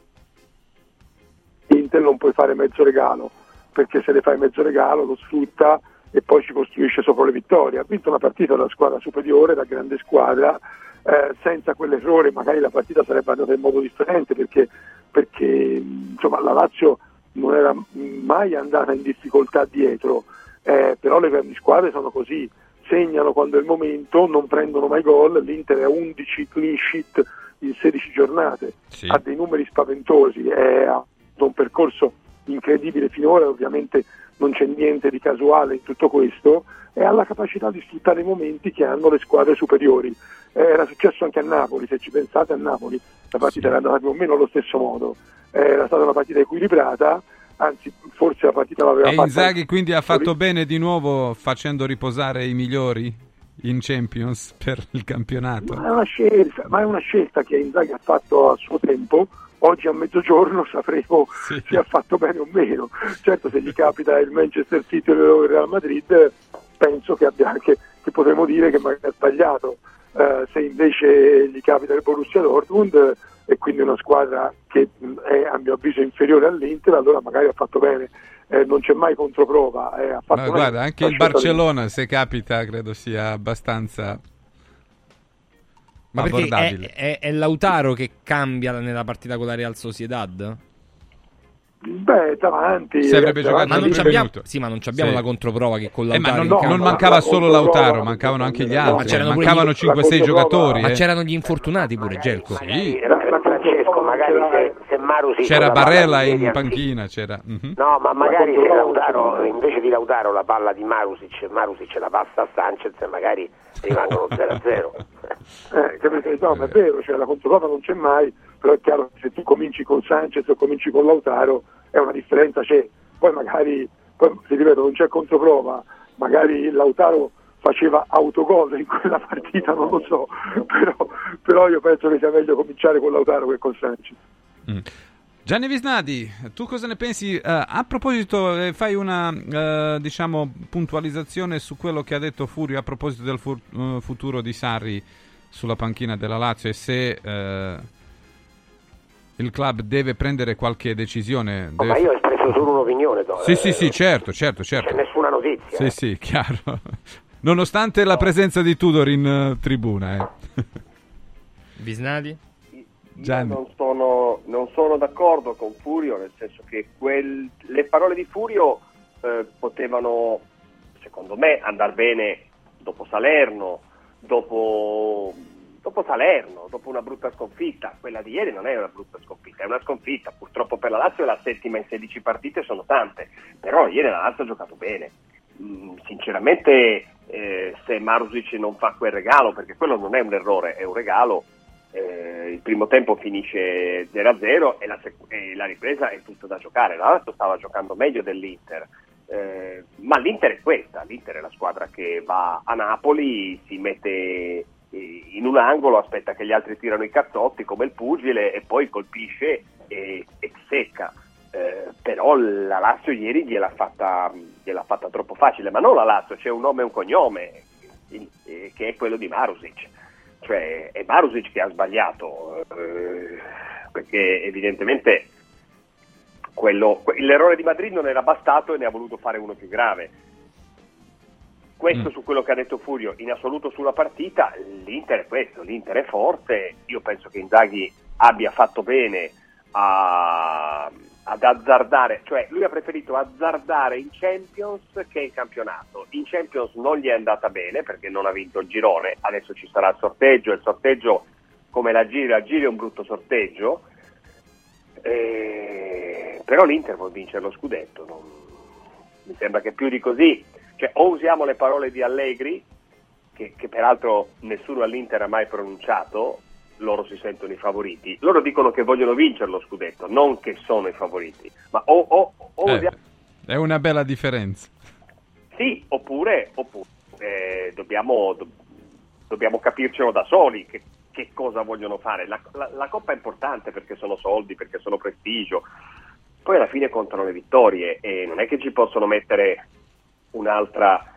Inter non puoi fare mezzo regalo, perché se le fai mezzo regalo lo sfrutta e poi ci costruisce sopra le vittorie. Ha vinto una partita da squadra superiore, da grande squadra, eh, senza quell'errore magari la partita sarebbe andata in modo differente, perché, perché insomma la Lazio non era mai andata in difficoltà dietro, eh, però le grandi squadre sono così, segnano quando è il momento, non prendono mai gol. L'Inter è undici clean sheet in sedici giornate, sì. Ha dei numeri spaventosi, è un percorso incredibile finora, ovviamente non c'è niente di casuale in tutto questo, e ha la capacità di sfruttare i momenti che hanno le squadre superiori. Eh, era successo anche a Napoli, se ci pensate, a Napoli la partita sì. Era andata più o meno allo stesso modo, eh, era stata una partita equilibrata, anzi forse la partita l'aveva e fatta. E Inzaghi quindi ha fatto bene di nuovo facendo riposare i migliori in Champions per il campionato. Ma è una scelta, ma è una scelta che Inzaghi ha fatto a suo tempo. Oggi a mezzogiorno sapremo sì. se ha fatto bene o meno. Certo, se gli capita il Manchester City o il Real Madrid, penso che, abbia, che, che potremo dire che magari ha sbagliato. Uh, se invece gli capita il Borussia Dortmund e quindi una squadra che è a mio avviso inferiore all'Inter, allora magari ha fatto bene. Eh, non c'è mai controprova. Eh, ha fatto Ma guarda, anche il Barcellona, di... se capita, credo sia abbastanza... Ma perché è, è, è Lautaro che cambia nella partita con la Real Sociedad? Beh, davanti si avrebbe giocato ma non abbiamo, sì, ma non abbiamo sì. la controprova che con Lautaro eh, ma non, non mancava solo Lautaro, mancavano anche gli altri, ma c'erano mancavano cinque sei giocatori, ma eh. c'erano gli infortunati pure, Gelco. Sì. Francesco, magari se, se Marusic c'era Barella in panchina, c'era. Uh-huh. No, ma magari se Lautaro, invece di Lautaro la palla di Marusic, Marusic la passa a Sanchez e magari rimangono zero a zero. Eh, capite? No, ma è vero, cioè, la controprova non c'è mai, però è chiaro che se tu cominci con Sanchez o cominci con Lautaro è una differenza, c'è. Poi magari, poi, ti ripeto, non c'è controprova, magari Lautaro faceva autogol in quella partita, non lo so, però, però io penso che sia meglio cominciare con Lautaro che con Sanchez. Mm. Gianni Visnadi, tu cosa ne pensi? Uh, a proposito, eh, fai una uh, diciamo puntualizzazione su quello che ha detto Furio a proposito del fu- uh, futuro di Sarri sulla panchina della Lazio e se uh, il club deve prendere qualche decisione. Oh, deve... Ma io ho espresso solo un'opinione. No? Sì, eh, sì, sì, certo, certo, certo. Non c'è nessuna notizia. Sì, eh. sì, chiaro. Nonostante la presenza di Tudor in uh, tribuna. Eh. Visnadi? Io non sono, non sono d'accordo con Furio, nel senso che quel, le parole di Furio eh, potevano, secondo me, andare bene dopo Salerno, dopo, dopo Salerno, dopo una brutta sconfitta. Quella di ieri non è una brutta sconfitta, è una sconfitta. Purtroppo per la Lazio è la settima in sedici partite, sono tante, però ieri la Lazio ha giocato bene. Mm, sinceramente, eh, se Marusic non fa quel regalo, perché quello non è un errore, è un regalo. Eh, il primo tempo finisce zero a zero e la, sec- e la ripresa è tutto da giocare. La Lazio stava giocando meglio dell'Inter, eh, ma l'Inter è questa, l'Inter è la squadra che va a Napoli, si mette in un angolo, aspetta che gli altri tirano i cazzotti come il pugile e poi colpisce e, e secca. Eh, però la Lazio ieri gliel'ha fatta, gliel'ha fatta troppo facile, ma non la Lazio, c'è un nome e un cognome eh, che è quello di Marusic. Cioè è Marusic che ha sbagliato, eh, perché evidentemente quello, l'errore di Madrid non era bastato e ne ha voluto fare uno più grave. questo Mm. su quello che ha detto Furio. In assoluto sulla partita l'Inter è questo, l'Inter è forte. Io penso che Inzaghi abbia fatto bene a, ad azzardare, cioè lui ha preferito azzardare in Champions che in campionato. In Champions non gli è andata bene perché non ha vinto il girone, adesso ci sarà il sorteggio, il sorteggio come la Giri, la Giri è un brutto sorteggio, eh, però l'Inter vuol vincere lo scudetto, non, mi sembra che più di così, cioè o usiamo le parole di Allegri, che, che peraltro nessuno all'Inter ha mai pronunciato, loro si sentono i favoriti, loro dicono che vogliono vincere lo scudetto, non che sono i favoriti, ma o, o, o Eh, usiamo... è una bella differenza. Sì, oppure, oppure eh, dobbiamo, do- dobbiamo capircelo da soli che, che cosa vogliono fare. La, la, la Coppa è importante perché sono soldi, perché sono prestigio, poi alla fine contano le vittorie e non è che ci possono mettere un'altra,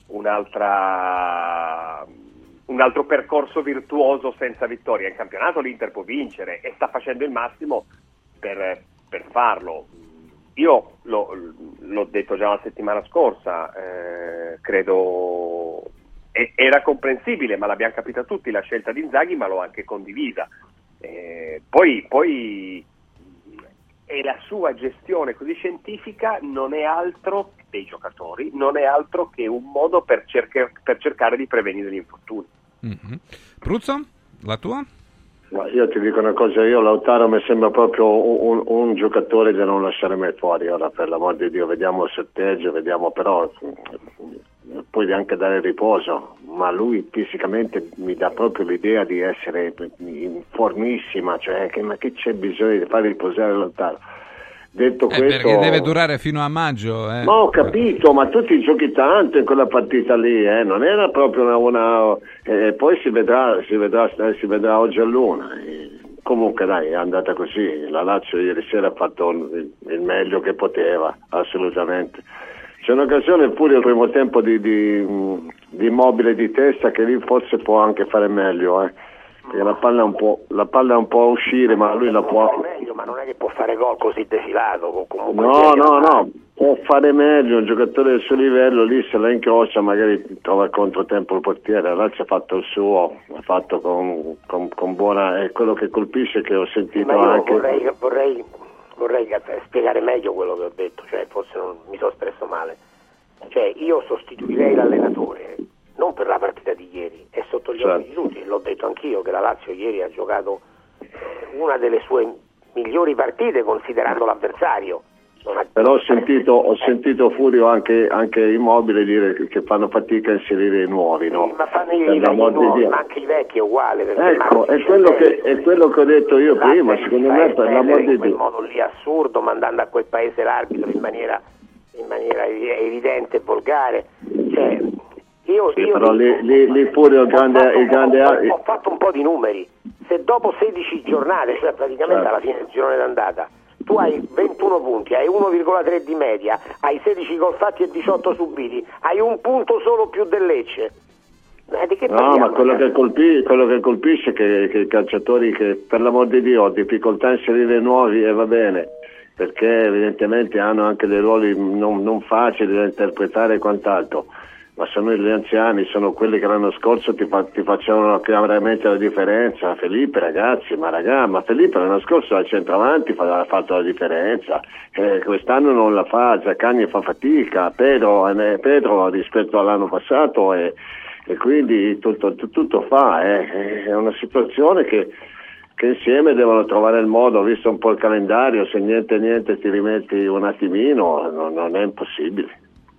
un'altra, un altro percorso virtuoso senza vittoria. In campionato l'Inter può vincere e sta facendo il massimo per, per farlo. Io lo, l'ho detto già la settimana scorsa, eh, credo e, era comprensibile, ma l'abbiamo capita tutti la scelta di Inzaghi, ma l'ho anche condivisa. Eh, poi, poi e la sua gestione così scientifica non è altro dei giocatori, non è altro che un modo per, cerca, per cercare di prevenire gli infortuni. Mm-hmm. Pruzzo, la tua? No, io ti dico una cosa, io Lautaro mi sembra proprio un, un, un giocatore da non lasciare mai fuori. Ora, per l'amor di Dio, vediamo il sorteggio, vediamo, però puoi anche dare riposo, ma lui fisicamente mi dà proprio l'idea di essere in formissima, cioè che, ma che c'è bisogno di fare riposare Lautaro? Detto Eh, questo, perché deve durare fino a maggio. Eh. ma ho capito, ma tu ti giochi tanto in quella partita lì, eh? Non era proprio una... una eh, poi si vedrà, si vedrà, si vedrà oggi a luna. Eh, comunque dai, è andata così. La Lazio ieri sera ha fatto il, il meglio che poteva, assolutamente. C'è un'occasione pure il primo tempo di, di, di Immobile di testa che lì forse può anche fare meglio, eh? Perché la palla è un po', la palla è un po' a uscire, ma lui la può... meglio, ma non è che può fare gol così defilato. Comunque No, no, no, può fare meglio, un giocatore del suo livello lì se la incrocia magari trova il controtempo il portiere. La Lazio ha fatto il suo, ha fatto con, con, con buona... È quello che colpisce, che ho sentito ma io anche... vorrei, vorrei, vorrei spiegare meglio quello che ho detto, cioè forse non mi sono espresso male. Cioè io sostituirei l'allenatore non per la partita di ieri, è sotto gli occhi di tutti, l'ho detto anch'io che la Lazio ieri ha giocato una delle sue migliori partite considerando l'avversario. Non ha... Però ho sentito, ho sentito Furio anche, anche Immobile dire che, che fanno fatica a inserire i nuovi, no? Sì, ma fanno i, Per i, l'amor i di nuovi, Dio. ma anche i vecchi è uguale. perché Ecco, Maxi è quello, che, è quello che ho detto io L'Aster prima, si secondo fa me per l'amor espellere di in quel Dio. modo lì assurdo, mandando a quel paese l'arbitro in maniera, in maniera evidente e volgare. Cioè, io, Sì, io però dico, lì, lì, lì pure il grande... ho, fatto, il grande... ho, ho fatto un po' di numeri. Se dopo sedici giornate, cioè praticamente Certo. alla fine del girone d'andata, tu hai ventuno punti, hai uno virgola tre di media, hai sedici gol fatti e diciotto subiti, hai un punto solo più del Lecce. Eh, di che No, parliamo? ma quello che, colpi, quello che colpisce è che, che i calciatori che per l'amor di Dio hanno difficoltà a inserire nuovi e va bene, perché evidentemente hanno anche dei ruoli non, non facili da interpretare e quant'altro, ma sono gli anziani, sono quelli che l'anno scorso ti, fa, ti facevano chiaramente la differenza. Felipe, ragazzi, ma ragazzi, ma Felipe l'anno scorso al centravanti ha fatto la differenza, eh, quest'anno non la fa, Zaccagni fa fatica, Pedro, eh, Pedro rispetto all'anno passato e, e quindi tutto, tutto, tutto fa, eh. È una situazione che, che insieme devono trovare il modo, visto un po' il calendario, se niente niente ti rimetti un attimino, non, non è impossibile.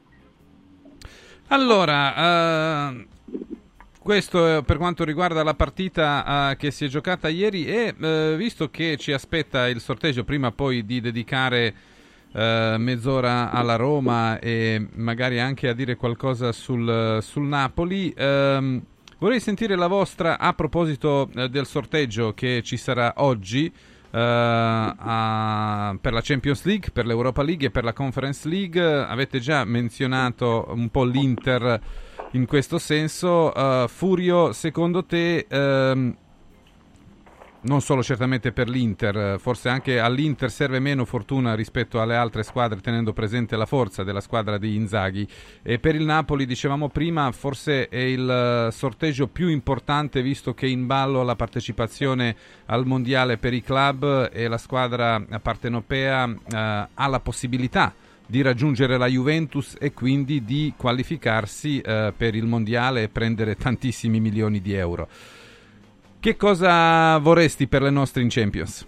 Allora, uh, questo per quanto riguarda la partita uh, che si è giocata ieri e uh, visto che ci aspetta il sorteggio, prima poi di dedicare uh, mezz'ora alla Roma e magari anche a dire qualcosa sul, sul Napoli, um, vorrei sentire la vostra a proposito uh, del sorteggio che ci sarà oggi. Uh, a, per la Champions League, per l'Europa League e per la Conference League. Avete già menzionato un po' l'Inter in questo senso. uh, Furio, secondo te um, non solo certamente per l'Inter, forse anche all'Inter serve meno fortuna rispetto alle altre squadre, tenendo presente la forza della squadra di Inzaghi. E per il Napoli, dicevamo prima, forse è il sorteggio più importante, visto che in ballo la partecipazione al mondiale per i club e la squadra partenopea eh, ha la possibilità di raggiungere la Juventus e quindi di qualificarsi eh, per il mondiale e prendere tantissimi milioni di euro. Che cosa vorresti per le nostre in Champions?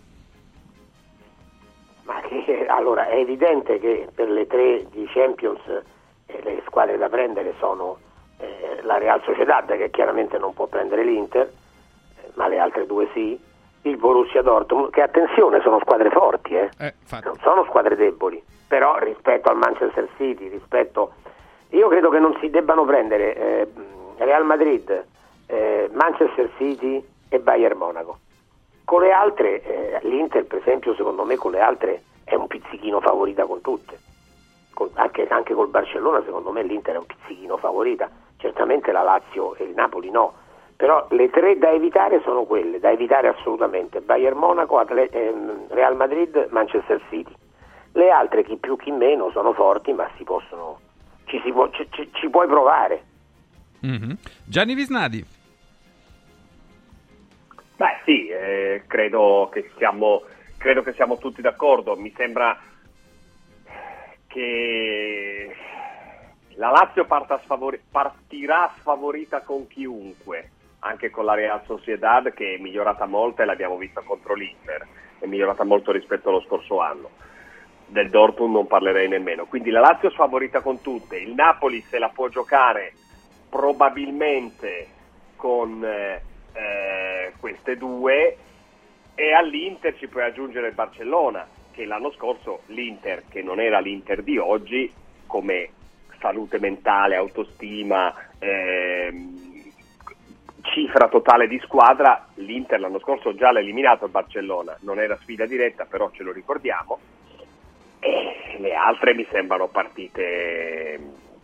Ma che, allora è evidente che per le tre di Champions eh, le squadre da prendere sono eh, la Real Sociedad, che chiaramente non può prendere l'Inter, eh, ma le altre due sì, il Borussia Dortmund, che attenzione sono squadre forti, eh? Eh, non sono squadre deboli, però rispetto al Manchester City, rispetto, io credo che non si debbano prendere eh, Real Madrid, eh, Manchester City e Bayern Monaco. Con le altre, eh, l'Inter per esempio, secondo me con le altre è un pizzichino favorita con tutte, con, anche, anche col Barcellona secondo me l'Inter è un pizzichino favorita, certamente la Lazio e il Napoli no, però le tre da evitare sono quelle, da evitare assolutamente: Bayern Monaco, Atle- ehm, Real Madrid, Manchester City. Le altre, chi più chi meno, sono forti, ma si possono, ci, si può, ci, ci, ci puoi provare. Mm-hmm. Gianni Visnadi. Beh sì, eh, credo che siamo credo che siamo tutti d'accordo. Mi sembra che la Lazio parta sfavori- partirà sfavorita con chiunque, anche con la Real Sociedad, che è migliorata molto e l'abbiamo vista contro l'Inter, è migliorata molto rispetto allo scorso anno. Del Dortmund non parlerei nemmeno, quindi la Lazio sfavorita con tutte. Il Napoli se la può giocare probabilmente con eh, eh, queste due, e all'Inter ci puoi aggiungere il Barcellona, che l'anno scorso l'Inter, che non era l'Inter di oggi come salute mentale, autostima, ehm, cifra totale di squadra, l'Inter l'anno scorso già l'ha eliminato il Barcellona, non era sfida diretta, però ce lo ricordiamo. E le altre mi sembrano partite,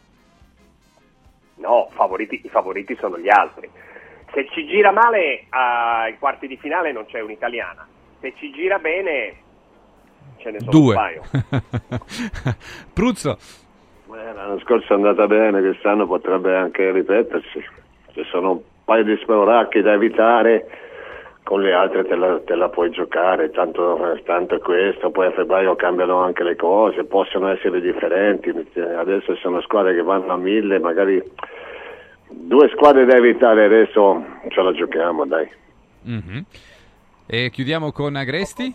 no, favoriti, i favoriti sono gli altri. Se ci gira male ai quarti di finale non c'è un'italiana, se ci gira bene ce ne sono Due. un paio. Pruzzo. Eh, l'anno scorso è andata bene, quest'anno potrebbe anche ripetersi. Ci sono un paio di spauracchi da evitare, con le altre te la, te la puoi giocare, tanto, tanto è questo, poi a febbraio cambiano anche le cose, possono essere differenti. Adesso sono squadre che vanno a mille, magari due squadre da evitare, adesso ce la giochiamo, dai. Mm-hmm. E chiudiamo con Agresti?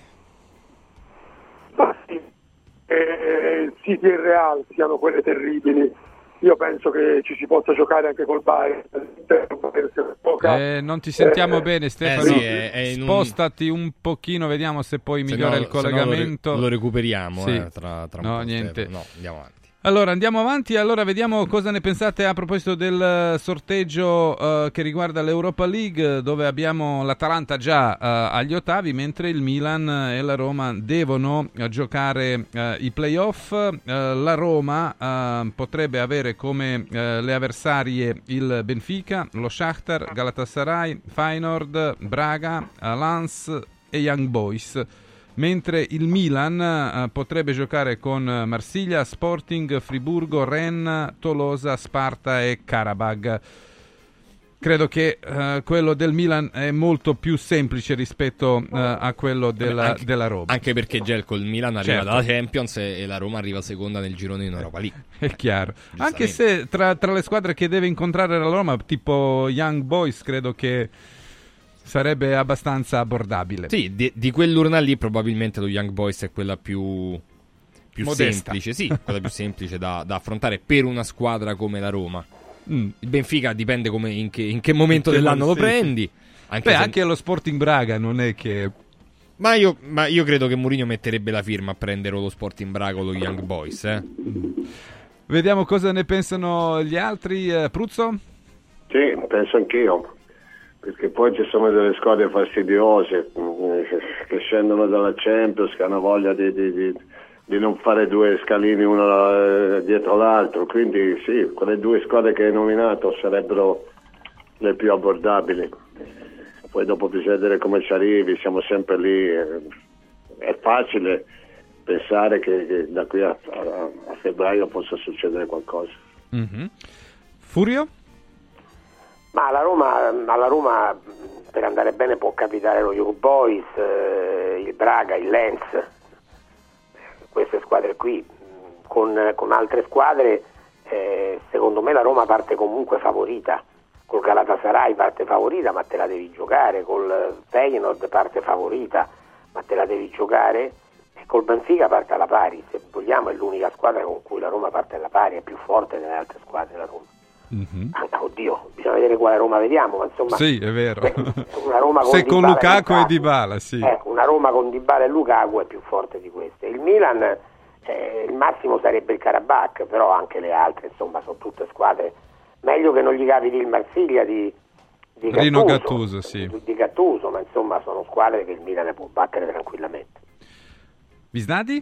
Eh, City e Real siano quelle terribili. Io penso che ci si possa giocare anche col Bayern. Eh, non ti sentiamo eh, bene, Stefano. Eh sì, è, è in un... Spostati un pochino, vediamo se poi migliora no, il collegamento. Lo, re- lo recuperiamo sì. eh, tra, tra un no, po'. niente. Stefano. No, andiamo avanti. Allora andiamo avanti, allora vediamo cosa ne pensate a proposito del sorteggio uh, che riguarda l'Europa League, dove abbiamo l'Atalanta già uh, agli ottavi, mentre il Milan e la Roma devono uh, giocare uh, i playoff. Uh, la Roma uh, potrebbe avere come uh, le avversarie il Benfica, lo Shakhtar, Galatasaray, Feyenoord, Braga, Lens e Young Boys. Mentre il Milan uh, potrebbe giocare con Marsiglia, Sporting, Friburgo, Rennes, Tolosa, Sparta e Karabag. Credo che uh, quello del Milan è molto più semplice rispetto uh, a quello della, anche, della Roma. Anche perché Gelco, il Milan arriva certo. dalla Champions e, e la Roma arriva seconda nel girone in Europa League. È chiaro. Anche se tra, tra le squadre che deve incontrare la Roma, tipo Young Boys, credo che sarebbe abbastanza abbordabile. Sì, di, di quell'urna lì probabilmente lo Young Boys è quella più, più semplice, sì, quella più semplice da, da affrontare per una squadra come la Roma. Mm. Il Benfica dipende come, in, che, in che momento in che dell'anno lo sì. prendi. Anche, Beh, se... anche lo Sporting Braga non è che... Ma io, ma io credo che Mourinho metterebbe la firma a prendere lo Sporting Braga o lo Young Boys. Eh? Mm. Vediamo cosa ne pensano gli altri. Eh, Pruzzo? Sì, penso anch'io. Perché poi ci sono delle squadre fastidiose che scendono dalla Champions, che hanno voglia di, di, di, di non fare due scalini uno dietro l'altro, quindi sì, quelle due squadre che hai nominato sarebbero le più abbordabili. poi dopo bisogna vedere come ci arrivi, siamo sempre lì, eh, è facile pensare che, che da qui a, a, a febbraio possa succedere qualcosa. Mm-hmm. Furio? Ma alla Roma, alla Roma per andare bene può capitare lo Young Boys, eh, il Braga, il Lens, queste squadre qui. Con, con altre squadre eh, secondo me la Roma parte comunque favorita, col Galatasaray parte favorita ma te la devi giocare, col Feyenoord parte favorita ma te la devi giocare, e col Benfica parte alla pari, se vogliamo è l'unica squadra con cui la Roma parte alla pari, è più forte delle altre squadre la Roma. Mm-hmm. Ah, oddio, bisogna vedere quale Roma vediamo, ma insomma sì, è vero. Una Roma con se con Lukaku e e Dybala, sì. Eh, una Roma con Dybala e Lukaku è più forte di queste. Il Milan, eh, il massimo sarebbe il Karabakh, però anche le altre, insomma, sono tutte squadre. Meglio che non gli capiti il Marsiglia di, di Gattuso, Rino Gattuso, sì. di, di Gattuso, ma insomma sono squadre che il Milan può battere tranquillamente. Visnadi?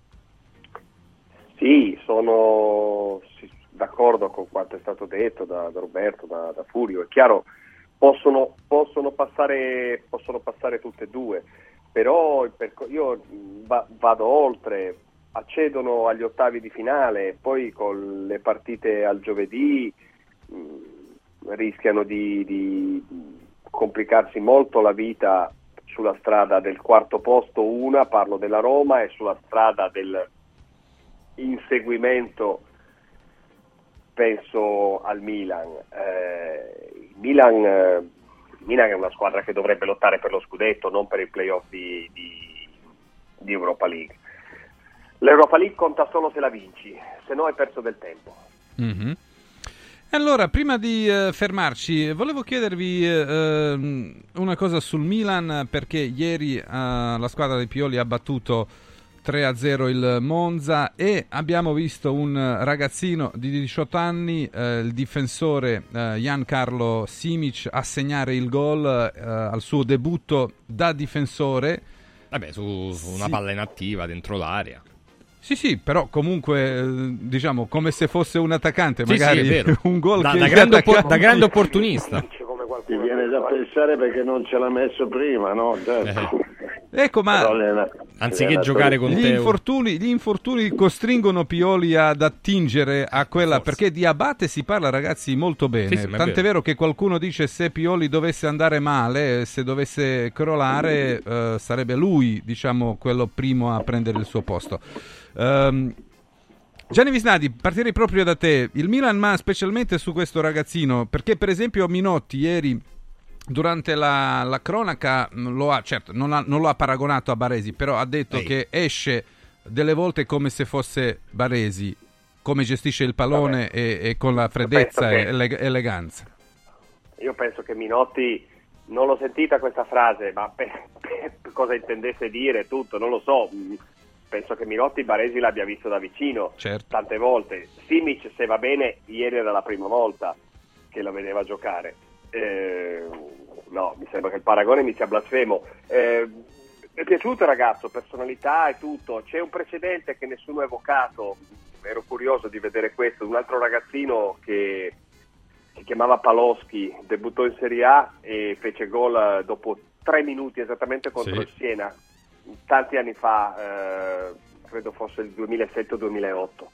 Sì, sono sì, d'accordo con quanto è stato detto da, da Roberto, da, da Furio. È chiaro, possono, possono, passare, possono passare tutte e due, però il percor- io va, vado oltre, accedono agli ottavi di finale, poi con le partite al giovedì mh, rischiano di, di complicarsi molto la vita sulla strada del quarto posto, una, parlo della Roma, e sulla strada del inseguimento penso al Milan. Eh, il Milan, eh, il Milan è una squadra che dovrebbe lottare per lo scudetto, non per il playoff di, di, di Europa League. L'Europa League conta solo se la vinci, se no hai perso del tempo. Mm-hmm. Allora, prima di eh, fermarci, volevo chiedervi eh, una cosa sul Milan, perché ieri eh, la squadra dei Pioli ha battuto tre a zero il Monza e abbiamo visto un ragazzino di diciotto anni, eh, il difensore eh, Giancarlo Simic, assegnare il gol eh, al suo debutto da difensore. Vabbè, su, su una sì. palla inattiva dentro l'area. Sì, sì, però comunque eh, diciamo come se fosse un attaccante, Sì, magari sì, è vero. un gol da, che da, gli grande attaccanti... oppo- da grande opportunista. Ti viene da pensare perché non ce l'ha messo prima, no? Certo. Eh. Ecco, ma Però anziché giocare con gli te infortuni, gli infortuni costringono Pioli ad attingere a quella, Forse. perché di Abate si parla, ragazzi, molto bene. Sì, sì, ma è Tant'è vero. vero che qualcuno dice se Pioli dovesse andare male, se dovesse crollare, eh, sarebbe lui, diciamo, quello primo a prendere il suo posto. Um, Gianni Visnadi, partirei proprio da te. Il Milan, ma specialmente su questo ragazzino, perché per esempio Minotti ieri durante la, la cronaca lo ha, certo, non, ha, non lo ha paragonato a Baresi, però ha detto Ehi. che esce delle volte come se fosse Baresi, come gestisce il pallone e, e con la freddezza che- e ele- eleganza. Io penso che Minotti, non l'ho sentita questa frase, ma per, per cosa intendesse dire tutto, non lo so. Penso che Minotti Baresi l'abbia visto da vicino Certo. tante volte. Simic, se va bene, ieri era la prima volta che lo vedeva giocare. Eh, no, mi sembra che il paragone mi sia blasfemo. Eh, mi è piaciuto il ragazzo, personalità e tutto. C'è un precedente che nessuno ha evocato, ero curioso di vedere questo, un altro ragazzino che si chiamava Paloschi, debuttò in Serie A e fece gol dopo tre minuti esattamente contro Sì. il Siena, tanti anni fa, eh, credo fosse il duemilasette o duemilaotto.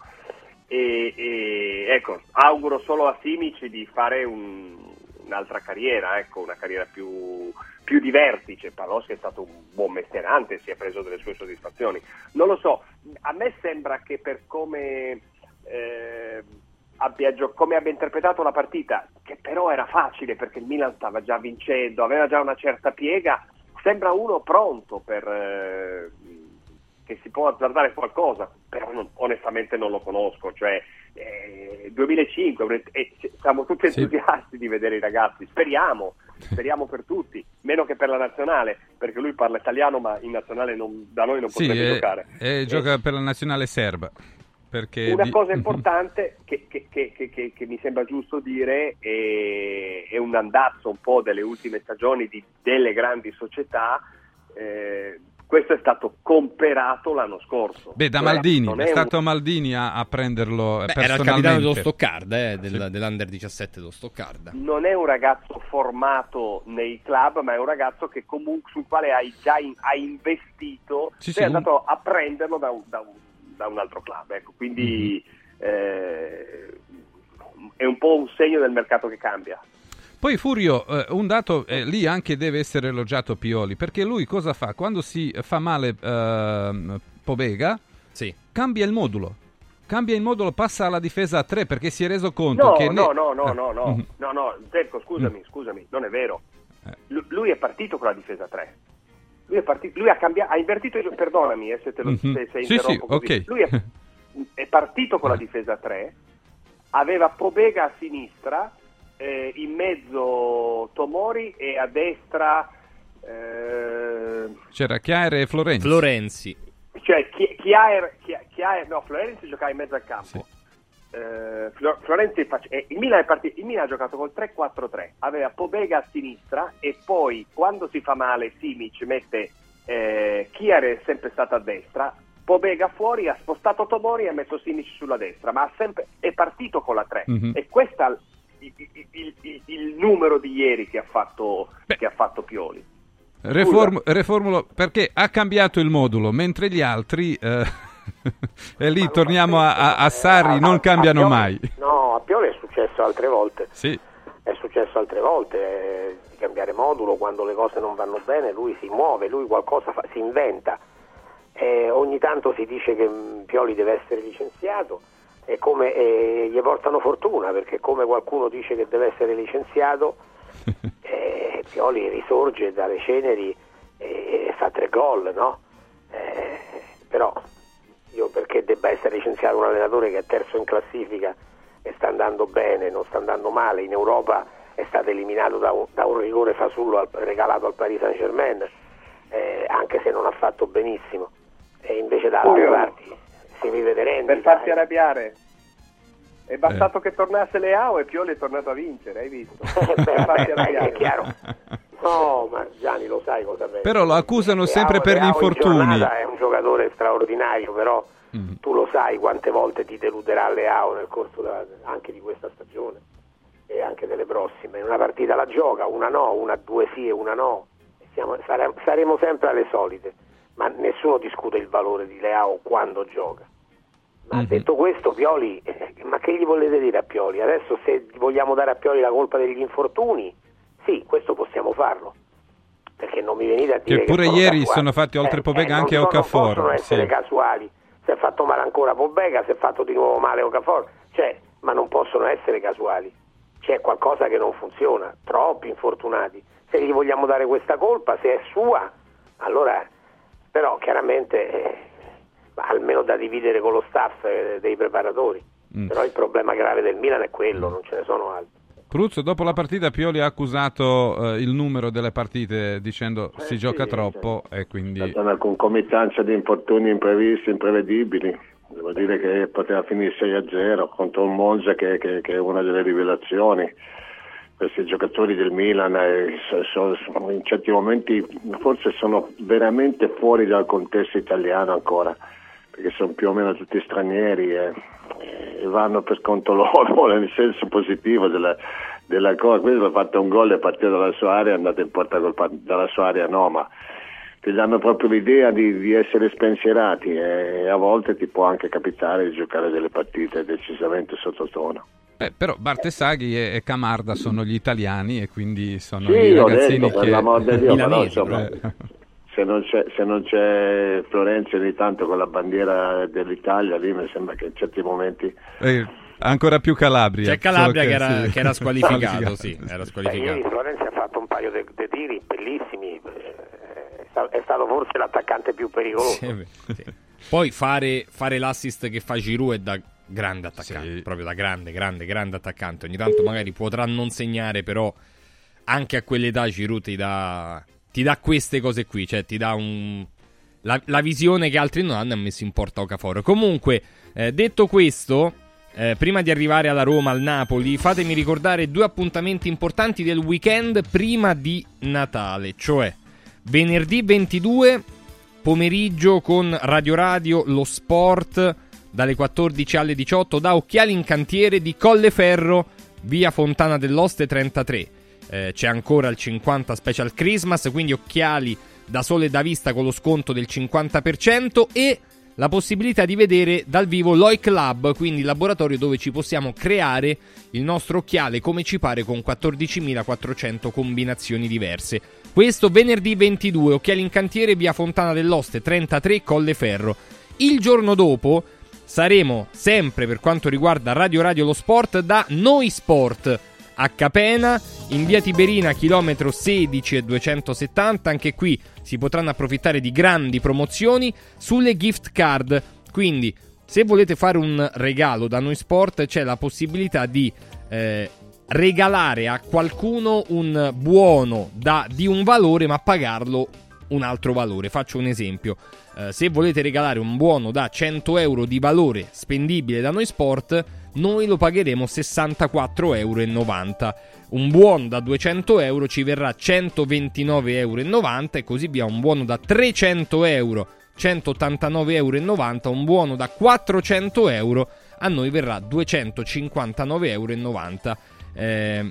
E, e ecco, auguro solo a Simic di fare un, un'altra carriera, ecco, una carriera più, più di vertice. Paloschi è stato un buon mestierante, si è preso delle sue soddisfazioni. Non lo so, a me sembra che per come eh, abbia, gio- come abbia interpretato la partita, che però era facile perché il Milan stava già vincendo, aveva già una certa piega, sembra uno pronto per eh, che si può azzardare qualcosa, però non, onestamente non lo conosco, cioè eh, duemilacinque e siamo tutti Sì. entusiasti di vedere i ragazzi, speriamo, speriamo per tutti, meno che per la nazionale, perché lui parla italiano ma in nazionale non, da noi non Sì, potrebbe e, giocare. e gioca per la nazionale serba. Perché Una di- cosa importante che, che, che, che, che, che mi sembra giusto dire è, è un andazzo un po' delle ultime stagioni di, delle grandi società, eh, questo è stato comperato l'anno scorso. Beh, da Cioè, Maldini, non è, è stato un... Maldini a, a prenderlo Beh, personalmente. era il capitano dello Stoccarda, eh, del, sì. dell'Under diciassette dello Stoccarda. Non è un ragazzo formato nei club, ma è un ragazzo che comunque sul quale hai già in, hai investito, sì, sei sì, andato un... a prenderlo da un, da un, da un altro club. Ecco. Quindi mm-hmm. eh, è un po' un segno del mercato che cambia. Poi Furio, eh, un dato, eh, lì anche deve essere elogiato Pioli, perché lui cosa fa? Quando si fa male eh, Pobega, sì. cambia il modulo, cambia il modulo, passa alla difesa a tre, perché si è reso conto no, che... No, ne... no, no, no, no, Mm. no, no, Zecco, scusami, Mm. scusami, non è vero. L- lui è partito con la difesa a tre. Lui è partito, lui ha cambiato, ha invertito, il... perdonami eh, se te lo Mm-hmm. se, se sì, interrompo sì, così. okay. Lui è, è partito con la difesa a tre, aveva Pobega a sinistra, Eh, in mezzo Tomori e a destra eh... c'era Chiaer e Florenzi. Florenzi. Cioè Chiaer, Chiaer, no, Florenzi giocava in mezzo al campo. Sì. Eh, Flo- Florenzi face... eh, il, Milan è partito, il Milan ha giocato col tre quattro tre, aveva Pobega a sinistra e poi quando si fa male Simic mette eh, Chiaer è sempre stato a destra, Pobega fuori, ha spostato Tomori e ha messo Simic sulla destra, ma ha sempre... è partito con la tre Mm-hmm. e questa Il, il, il, il numero di ieri che ha fatto, che ha fatto Pioli. Reform, reformulo perché ha cambiato il modulo, mentre gli altri eh, e lì torniamo a, a, a Sarri, eh, non a, cambiano a Pioli, mai. No, a Pioli è successo altre volte. Sì. È successo altre volte eh, di cambiare modulo quando le cose non vanno bene, lui si muove, lui qualcosa fa, si inventa. Eh, ogni tanto si dice che Pioli deve essere licenziato. E come eh, gli portano fortuna, perché come qualcuno dice che deve essere licenziato, eh, Pioli risorge dalle ceneri e fa tre gol, no? Eh, però io perché debba essere licenziato un allenatore che è terzo in classifica e sta andando bene, non sta andando male, in Europa è stato eliminato da un, da un rigore fasullo al, regalato al Paris Saint-Germain, eh, anche se non ha fatto benissimo, e invece da altre parti si rivede rendita. Per farti arrabbiare è bastato eh. che tornasse Leao e Pioli è tornato a vincere, hai visto? Beh, per farti arrabbiare. È chiaro. No, ma Gianni lo sai cosa pensi. Però lo accusano Leao, sempre per Leao gli infortuni. È un giocatore straordinario, però mm. tu lo sai quante volte ti deluderà Leao nel corso della, anche di questa stagione e anche delle prossime. In una partita la gioca, una no, una due sì e una no. Siamo, sare, saremo sempre alle solite. Ma nessuno discute il valore di Leao quando gioca. Ma mm-hmm. detto questo, Pioli, eh, ma che gli volete dire a Pioli? Adesso se vogliamo dare a Pioli la colpa degli infortuni, sì, questo possiamo farlo. Perché non mi venite a dire che pure che ieri sono sono fatti oltre eh, Pobega eh, anche sono, Okafor. Non possono essere sì. casuali. Si è fatto male ancora Pobega, si è fatto di nuovo male Okafor. Cioè, ma non possono essere casuali. C'è qualcosa che non funziona. Troppi infortunati. Se gli vogliamo dare questa colpa, se è sua, allora... Però chiaramente eh, almeno da dividere con lo staff eh, dei preparatori. Mm. Però il problema grave del Milan è quello, non ce ne sono altri. Pruzzo, dopo la partita Pioli ha accusato eh, il numero delle partite dicendo eh, si sì, gioca troppo sì. E quindi... È stata una concomitanza di infortuni imprevisti, imprevedibili. Devo dire che poteva finire sei a zero contro un Monza che, che, che è una delle rivelazioni. Questi giocatori del Milan eh, so, so, in certi momenti forse sono veramente fuori dal contesto italiano ancora, perché sono più o meno tutti stranieri e, e vanno per conto loro nel senso positivo della, della cosa. Questo ha fatto un gol, è partito dalla sua area, è andato in porta col, dalla sua area no, ma ti danno proprio l'idea di, di essere spensierati e a volte ti può anche capitare di giocare delle partite decisamente sottotono. Eh, però Bartesaghi e, e Camarda sono gli italiani e quindi sono sì, i ragazzini detto, che... per l'amor di Dio, però, insomma, eh. se, non c'è, se non c'è Florenzi ogni tanto con la bandiera dell'Italia, lì mi sembra che in certi momenti... Eh, ancora più Calabria. C'è Calabria che, che, era, sì. che era squalificato, sì, era squalificato. Ieri Florenzi ha fatto un paio di tiri bellissimi, è stato forse l'attaccante più pericoloso. Sì, sì. Poi fare, fare l'assist che fa Giroud è da... grande attaccante, sì. proprio da grande, grande, grande attaccante. Ogni tanto magari potrà non segnare, però anche a quell'età Giroud ti dà, ti dà queste cose qui, cioè ti dà un, la, la visione che altri non hanno, ha messo in porta Okafor. Comunque, eh, detto questo, eh, prima di arrivare alla Roma, al Napoli, fatemi ricordare due appuntamenti importanti del weekend prima di Natale, cioè venerdì ventidue pomeriggio con Radio Radio, lo sport, dalle quattordici alle diciotto, da Occhiali in Cantiere di Colleferro, via Fontana dell'Oste trentatré. Eh, c'è ancora il cinquanta Special Christmas, quindi occhiali da sole e da vista con lo sconto del cinquanta per cento e la possibilità di vedere dal vivo l'O I C Lab, quindi il laboratorio dove ci possiamo creare il nostro occhiale come ci pare con quattordicimilaquattrocento combinazioni diverse. Questo venerdì ventidue, Occhiali in Cantiere, via Fontana dell'Oste trentatré, Colleferro. Il giorno dopo saremo, sempre per quanto riguarda Radio Radio lo Sport, da Noi Sport a Capena, in via Tiberina, chilometro sedici e duecentosettanta. Anche qui si potranno approfittare di grandi promozioni sulle gift card. Quindi, se volete fare un regalo da Noi Sport, c'è la possibilità di eh, regalare a qualcuno un buono da, di un valore, ma pagarlo un altro valore. Faccio un esempio. Eh, se volete regalare un buono da cento euro di valore spendibile da Noi Sport, noi lo pagheremo sessantaquattro virgola novanta euro. Un buono da duecento euro ci verrà centoventinove virgola novanta euro e così via. Un buono da trecento euro, centottantanove virgola novanta euro. Un buono da quattrocento euro, a noi verrà duecentocinquantanove virgola novanta euro. Eh,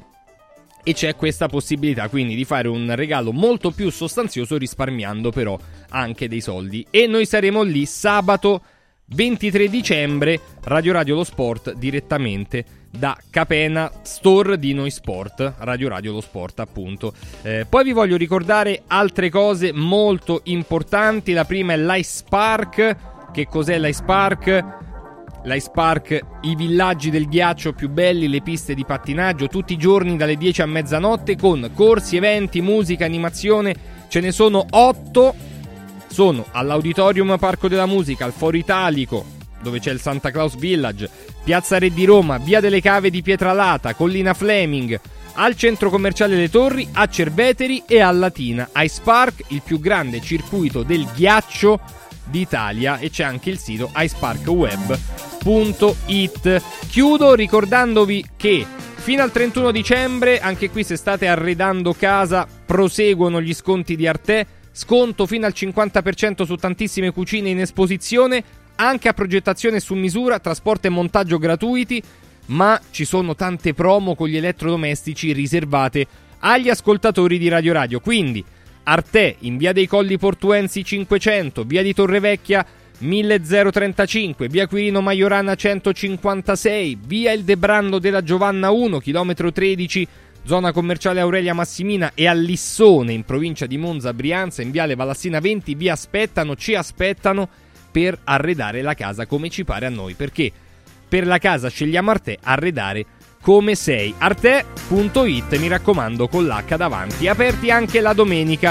e c'è questa possibilità quindi di fare un regalo molto più sostanzioso, risparmiando però anche dei soldi. E noi saremo lì sabato ventitré dicembre, Radio Radio lo Sport, direttamente da Capena, store di Noi Sport, Radio Radio lo Sport appunto. Eh, poi vi voglio ricordare altre cose molto importanti. La prima è l'Ice Park. Che cos'è l'Ice Park? L'Ice Park, i villaggi del ghiaccio più belli, le piste di pattinaggio, tutti i giorni dalle dieci a mezzanotte, con corsi, eventi, musica, animazione. Ce ne sono otto. Sono all'Auditorium Parco della Musica, al Foro Italico, dove c'è il Santa Claus Village, Piazza Re di Roma, Via delle Cave di Pietralata, Collina Fleming, al Centro Commerciale Le Torri, a Cerveteri e a Latina. Ice Park, il più grande circuito del ghiaccio d'Italia, e c'è anche il sito ice park web punto it. Chiudo ricordandovi che fino al trentuno dicembre, anche qui se state arredando casa, proseguono gli sconti di Arte. Sconto fino al cinquanta per cento su tantissime cucine in esposizione, anche a progettazione su misura, trasporto e montaggio gratuiti, ma ci sono tante promo con gli elettrodomestici riservate agli ascoltatori di Radio Radio. Quindi Arte in via dei Colli Portuensi cinquecento, via di Torrevecchia milletrentacinque, via Quirino Maiorana centocinquantasei, via il Debrando della Giovanna uno, chilometro tredici, zona commerciale Aurelia Massimina, e a Lissone in provincia di Monza Brianza, in viale Valassina venti, vi aspettano, ci aspettano per arredare la casa come ci pare a noi, perché per la casa scegliamo Arte, arredare come sei. Arte punto it, mi raccomando, con l'H davanti, aperti anche la domenica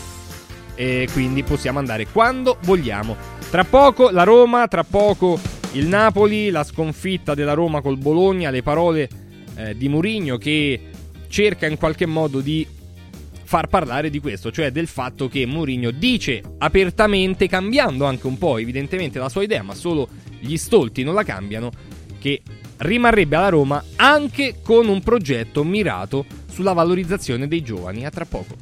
e quindi possiamo andare quando vogliamo. Tra poco la Roma, tra poco il Napoli, la sconfitta della Roma col Bologna, le parole eh, di Mourinho che cerca in qualche modo di far parlare di questo, cioè del fatto che Mourinho dice apertamente, cambiando anche un po' evidentemente la sua idea, ma solo gli stolti non la cambiano, che rimarrebbe alla Roma anche con un progetto mirato sulla valorizzazione dei giovani. A tra poco.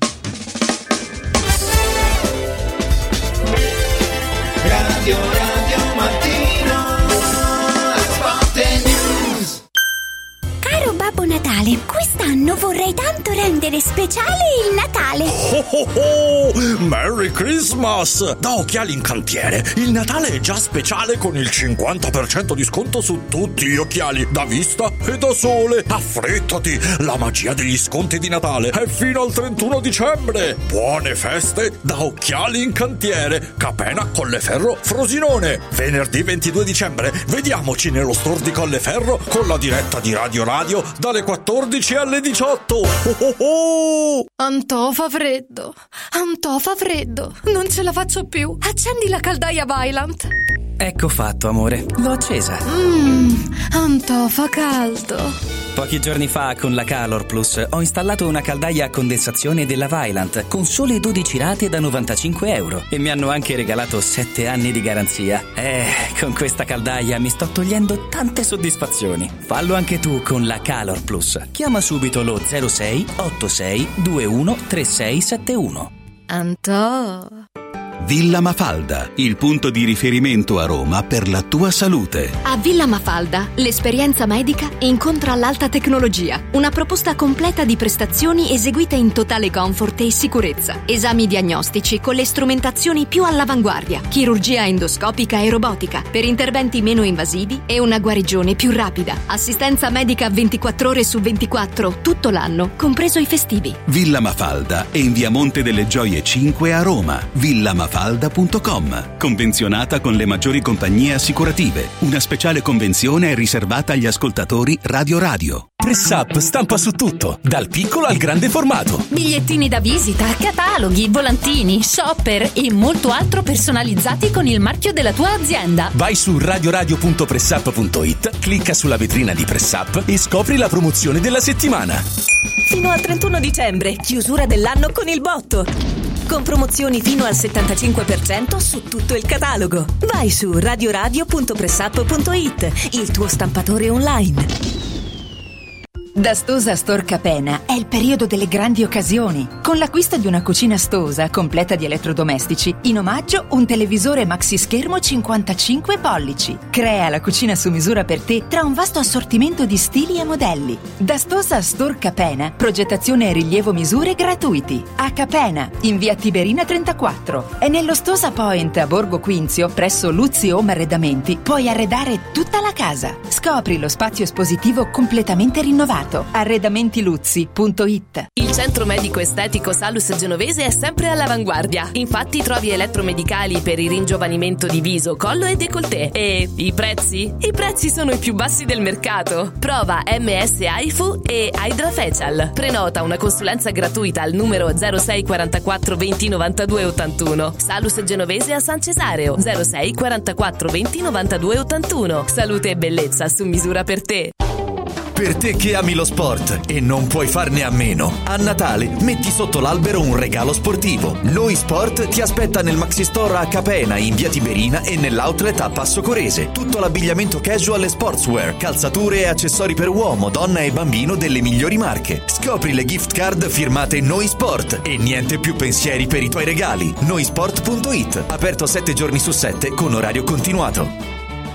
Radio Radio Mattino, Sport News. Caro Babbo Natale, quest'anno vorrei tanto rendere speciale il Natale. Oh oh oh! Merry Christmas! Da Occhiali in Cantiere, il Natale è già speciale con il cinquanta per cento di sconto su tutti gli occhiali, da vista e da sole. Affrettati! La magia degli sconti di Natale è fino al trentuno dicembre. Buone feste da Occhiali in Cantiere, Capena, Colleferro, Frosinone. Venerdì ventidue dicembre, vediamoci nello store di Colleferro con la diretta di Radio Radio dalle quattordici alle diciotto. Oh oh oh! Antò fa freddo, Antò fa freddo, non ce la faccio più. Accendi la caldaia Vaillant. Ecco fatto, amore, l'ho accesa. Mmm, Antò fa caldo. Pochi giorni fa con la Calor Plus ho installato una caldaia a condensazione della Vaillant con sole dodici rate da novantacinque euro e mi hanno anche regalato sette anni di garanzia. Eh, con questa caldaia mi sto togliendo tante soddisfazioni. Fallo anche tu con la Calor Plus. Chiama subito lo zero sei otto sei due uno tre sei sette uno. Antò. Villa Mafalda, il punto di riferimento a Roma per la tua salute. A Villa Mafalda l'esperienza medica incontra l'alta tecnologia. Una proposta completa di prestazioni eseguite in totale comfort e sicurezza. Esami diagnostici con le strumentazioni più all'avanguardia. Chirurgia endoscopica e robotica per interventi meno invasivi e una guarigione più rapida. Assistenza medica ventiquattro ore su ventiquattro tutto l'anno, compreso i festivi. Villa Mafalda è in via Monte delle Gioie cinque a Roma. villa mafalda punto com. Convenzionata con le maggiori compagnie assicurative. Una speciale convenzione è riservata agli ascoltatori Radio Radio. PressUp stampa su tutto, dal piccolo al grande formato. Bigliettini da visita, cataloghi, volantini, shopper e molto altro personalizzati con il marchio della tua azienda. Vai su radioradio punto pressup punto it, clicca sulla vetrina di PressUp e scopri la promozione della settimana. Fino al trentuno dicembre, chiusura dell'anno con il botto. Con promozioni fino al settantacinque per cento su tutto il catalogo. Vai su radioradio punto pressup punto it, il tuo stampatore online. Da Stosa Store Capena è il periodo delle grandi occasioni. Con l'acquisto di una cucina Stosa completa di elettrodomestici, in omaggio un televisore maxi schermo cinquantacinque pollici. Crea la cucina su misura per te tra un vasto assortimento di stili e modelli. Da Stosa Store Capena, progettazione e rilievo misure gratuiti. A Capena, in via Tiberina trentaquattro. E nello Stosa Point a Borgo Quinzio, presso Luzzi Home Arredamenti, puoi arredare tutta la casa. Scopri lo spazio espositivo completamente rinnovato. arredamentiluzzi punto it. Il centro medico estetico Salus Genovese è sempre all'avanguardia. Infatti trovi elettromedicali per il ringiovanimento di viso, collo e décolleté. E i prezzi? I prezzi sono i più bassi del mercato. Prova M S AIFU e Hydra Facial. Prenota una consulenza gratuita al numero zero sei quarantaquattro venti novantadue ottantuno. Salus Genovese a San Cesareo zero sei quarantaquattro venti novantadue ottantuno. Salute e bellezza su misura per te. Per te che ami lo sport e non puoi farne a meno, a Natale metti sotto l'albero un regalo sportivo. Noi Sport ti aspetta nel Maxi Store a Capena in via Tiberina e nell'outlet a Passo Corese. Tutto l'abbigliamento casual e sportswear, calzature e accessori per uomo, donna e bambino delle migliori marche. Scopri le gift card firmate Noi Sport e niente più pensieri per i tuoi regali. noi sport punto it, aperto sette giorni su sette con orario continuato.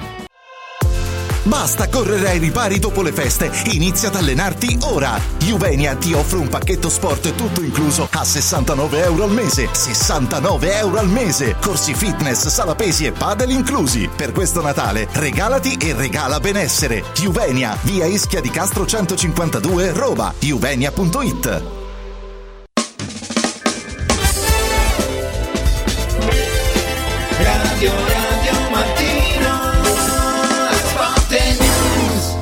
Basta correre ai ripari dopo le feste, inizia ad allenarti ora. Juvenia ti offre un pacchetto sport tutto incluso a sessantanove euro al mese. sessantanove euro al mese. Corsi fitness, sala pesi e padel inclusi. Per questo Natale regalati e regala benessere. Juvenia, via Ischia di Castro centocinquantadue, Roma. juvenia punto it. Radio Radio Mattino, Sport e News.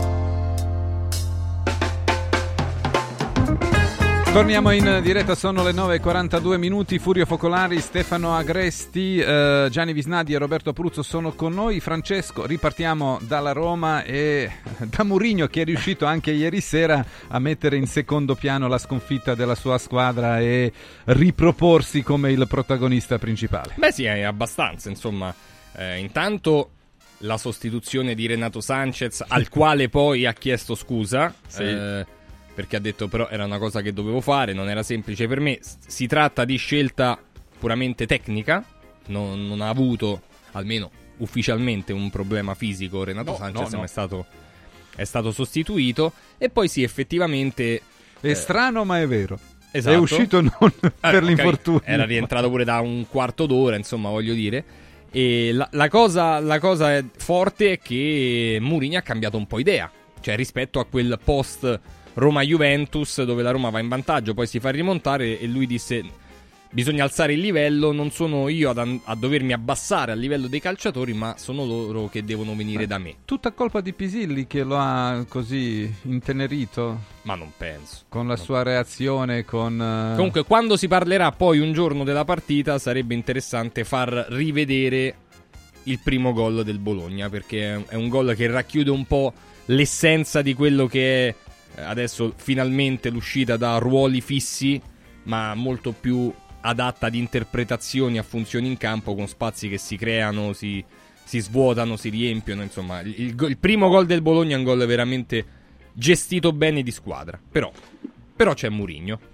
Torniamo in diretta, sono le nove e quarantadue minuti. Furio Focolari, Stefano Agresti, eh, Gianni Visnadi e Roberto Abruzzo sono con noi. Francesco, ripartiamo dalla Roma e da Mourinho, che è riuscito anche ieri sera a mettere in secondo piano la sconfitta della sua squadra e riproporsi come il protagonista principale. Beh sì, è abbastanza, insomma. Eh, intanto la sostituzione di Renato Sanchez, al quale poi ha chiesto scusa. Sì. Eh, perché ha detto però era una cosa che dovevo fare, non era semplice per me. Si tratta di scelta puramente tecnica, non, non ha avuto, almeno ufficialmente, un problema fisico Renato no, Sanchez, no, no. ma è stato, è stato sostituito. E poi sì, effettivamente... È eh, strano ma è vero. Esatto. È uscito non Eh, per ok, l'infortunio. Era rientrato pure da un quarto d'ora, insomma, voglio dire. E la, la, cosa, la cosa forte è che Mourinho ha cambiato un po' idea. Cioè, rispetto a quel post Roma-Juventus, dove la Roma va in vantaggio, poi si fa rimontare, e lui disse: bisogna alzare il livello, non sono io ad an- a dovermi abbassare al livello dei calciatori, ma sono loro che devono venire eh, da me. Tutta colpa di Pisilli che lo ha così intenerito? Ma non penso. Con la sua reazione, con... Uh... Comunque, quando si parlerà poi un giorno della partita, sarebbe interessante far rivedere il primo gol del Bologna, perché è un gol che racchiude un po' l'essenza di quello che è adesso finalmente l'uscita da ruoli fissi, ma molto più adatta ad interpretazioni, a funzioni in campo, con spazi che si creano, si, si svuotano, si riempiono. Insomma, il, il, il primo gol del Bologna è un gol veramente gestito bene di squadra. Però, però c'è Mourinho.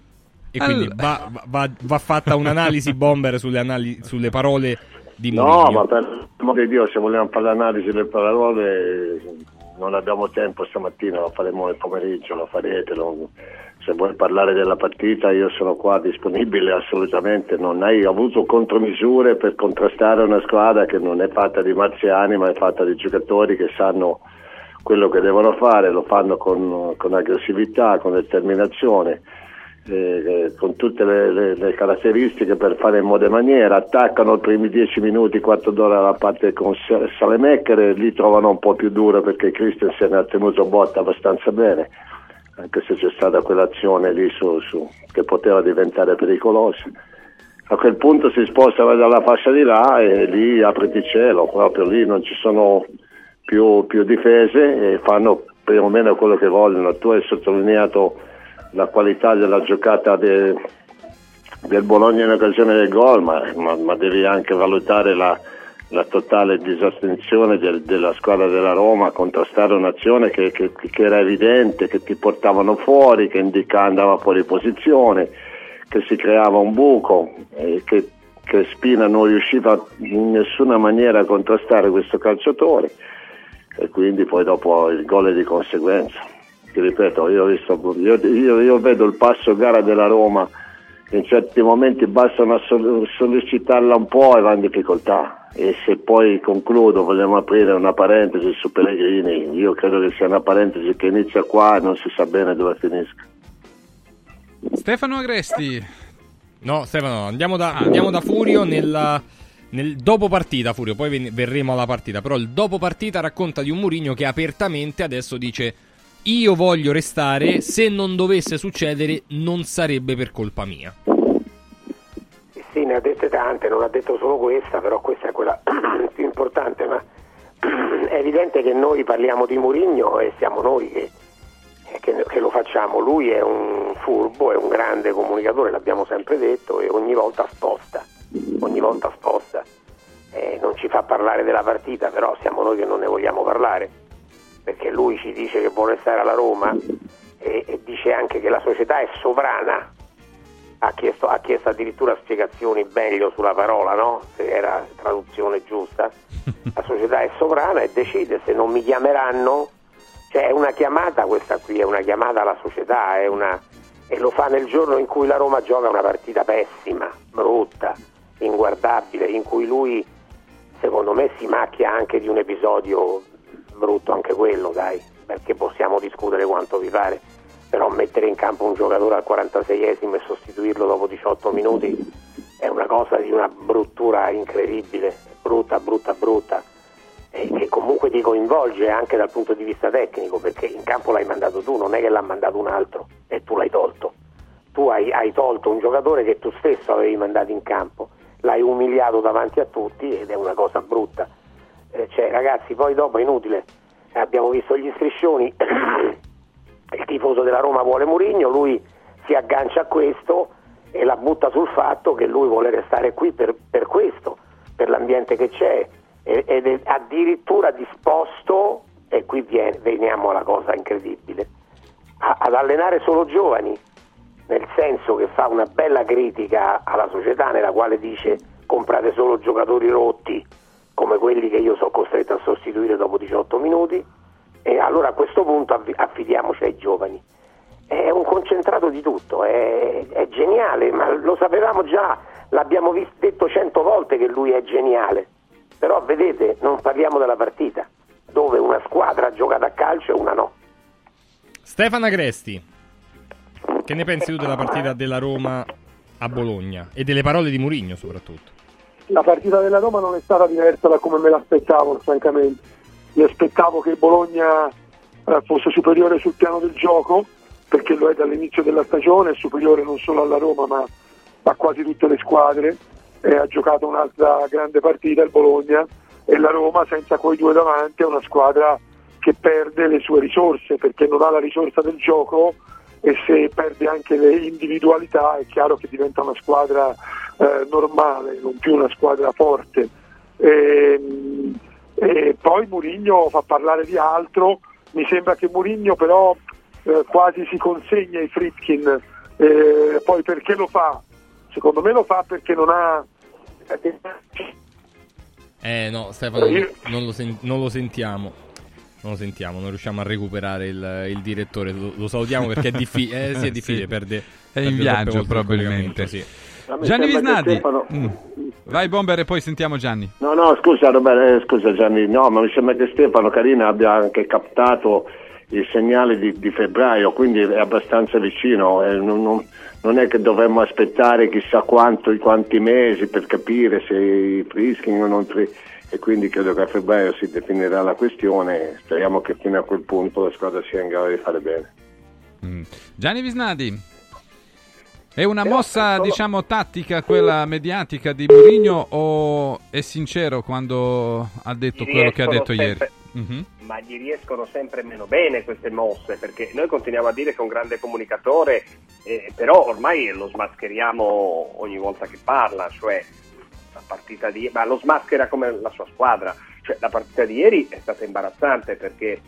E quindi va, va, va fatta un'analisi bomber sulle, anali- sulle parole di No, Mourinho. ma per l'amore di Dio, se vogliamo fare l'analisi delle parole non abbiamo tempo stamattina, lo faremo nel pomeriggio, lo farete. Lo... Se vuoi parlare della partita io sono qua disponibile assolutamente. Non hai avuto contromisure per contrastare una squadra che non è fatta di marziani, ma è fatta di giocatori che sanno quello che devono fare, lo fanno con, con aggressività, con determinazione, eh, con tutte le, le, le caratteristiche per fare in modo e maniera. Attaccano i primi dieci minuti, quarto d'ora la parte con Saelemaeker, e lì trovano un po' più duro perché Christensen ha tenuto botta abbastanza bene, anche se c'è stata quell'azione lì su, su, che poteva diventare pericolosa. A quel punto si sposta dalla fascia di là e lì apriti il cielo, proprio lì non ci sono più, più difese e fanno più o meno quello che vogliono. Tu hai sottolineato la qualità della giocata de, del Bologna in occasione del gol, ma, ma, ma devi anche valutare la, la totale disattenzione del, della squadra della Roma a contrastare un'azione che, che, che era evidente, che ti portavano fuori, che indica, andava fuori posizione, che si creava un buco, eh, che, che Spina non riusciva in nessuna maniera a contrastare questo calciatore, e quindi poi dopo il gol è di conseguenza. Ti ripeto, io, ho visto, io, io, io vedo il passo gara della Roma, in certi momenti basta una sol- sollecitarla un po' e va in difficoltà. E se poi concludo, vogliamo aprire una parentesi su Pellegrini, io credo che sia una parentesi che inizia qua e non si sa bene dove finisca. Stefano Agresti. No, Stefano, andiamo da, andiamo da Furio nella, nel dopo partita, Furio, poi ven- verremo alla partita, però il dopo partita racconta di un Mourinho che apertamente adesso dice: io voglio restare, se non dovesse succedere non sarebbe per colpa mia. Sì, ne ha dette tante, non ha detto solo questa, però questa è quella più importante, ma è evidente che noi parliamo di Mourinho e siamo noi che, che, che lo facciamo. Lui è un furbo, è un grande comunicatore, l'abbiamo sempre detto, e ogni volta sposta, ogni volta sposta. Eh, non ci fa parlare della partita, però siamo noi che non ne vogliamo parlare, perché lui ci dice che vuole stare alla Roma e, e dice anche che la società è sovrana. Ha chiesto, ha chiesto addirittura spiegazioni meglio sulla parola, no? Se era traduzione giusta. La società è sovrana e decide se non mi chiameranno. Cioè è una chiamata questa qui, è una chiamata alla società, è una, e lo fa nel giorno in cui la Roma gioca una partita pessima, brutta, inguardabile, in cui lui secondo me si macchia anche di un episodio brutto anche quello, dai, perché possiamo discutere quanto vi pare. Però mettere in campo un giocatore al quarantaseiesimo e sostituirlo dopo diciotto minuti è una cosa di una bruttura incredibile, brutta, brutta, brutta, e che comunque ti coinvolge anche dal punto di vista tecnico, perché in campo l'hai mandato tu, non è che l'ha mandato un altro e tu l'hai tolto. Tu hai, hai tolto un giocatore che tu stesso avevi mandato in campo, l'hai umiliato davanti a tutti ed è una cosa brutta. Eh, cioè ragazzi, poi dopo è inutile, abbiamo visto gli striscioni. Il tifoso della Roma vuole Mourinho, lui si aggancia a questo e la butta sul fatto che lui vuole restare qui per, per questo, per l'ambiente che c'è, ed è addirittura disposto, e qui viene, veniamo alla cosa incredibile, a, ad allenare solo giovani, nel senso che fa una bella critica alla società nella quale dice: comprate solo giocatori rotti come quelli che io sono costretto a sostituire dopo diciotto minuti, e allora a questo punto affidiamoci ai giovani. È un concentrato di tutto, è, è geniale, ma lo sapevamo già, l'abbiamo visto, detto cento volte che lui è geniale, però vedete, non parliamo della partita, dove una squadra ha giocato a calcio e una no. Stefano Agresti, che ne pensi tu della partita della Roma a Bologna e delle parole di Mourinho soprattutto? La partita della Roma non è stata diversa da come me l'aspettavo, francamente. Mi aspettavo che il Bologna eh, fosse superiore sul piano del gioco, perché lo è dall'inizio della stagione, è superiore non solo alla Roma ma a quasi tutte le squadre, e ha giocato un'altra grande partita il Bologna, e la Roma senza quei due davanti è una squadra che perde le sue risorse, perché non ha la risorsa del gioco, e se perde anche le individualità è chiaro che diventa una squadra eh, normale, non più una squadra forte. E, e poi Mourinho fa parlare di altro. Mi sembra che Mourinho però eh, quasi si consegna ai Friedkin Eh, poi perché lo fa? Secondo me lo fa perché non ha... Eh no, Stefano, non lo, sen- non lo sentiamo. Non lo sentiamo, non riusciamo a recuperare il, il direttore. Lo, lo salutiamo perché è, diffi- eh, sì, è difficile, Sì. perde. È perde in troppe viaggio volte il probabilmente. collegamento, sì. Gianni Visnadi. Stefano... Mm. Vai Bomber e poi sentiamo Gianni. No, no, scusa Roberto, eh, scusa Gianni, no, ma mi sembra che Stefano Carina abbia anche captato il segnale di, di febbraio, quindi è abbastanza vicino, eh, non, non, non è che dovremmo aspettare chissà quanto, quanti mesi per capire se i frisking o non fri- e quindi credo che a febbraio si definirà la questione, speriamo che fino a quel punto la squadra sia in grado di fare bene. Mm. Gianni Visnadi. È una Però, mossa, solo... diciamo, tattica, quella mediatica di Mourinho, o è sincero quando ha detto Gli quello che ha riescono detto sempre... ieri? Mm-hmm. Ma gli riescono sempre meno bene queste mosse, perché noi continuiamo a dire che è un grande comunicatore, eh, però ormai lo smascheriamo ogni volta che parla, cioè la partita di ma lo smaschera come la sua squadra, cioè la partita di ieri è stata imbarazzante perché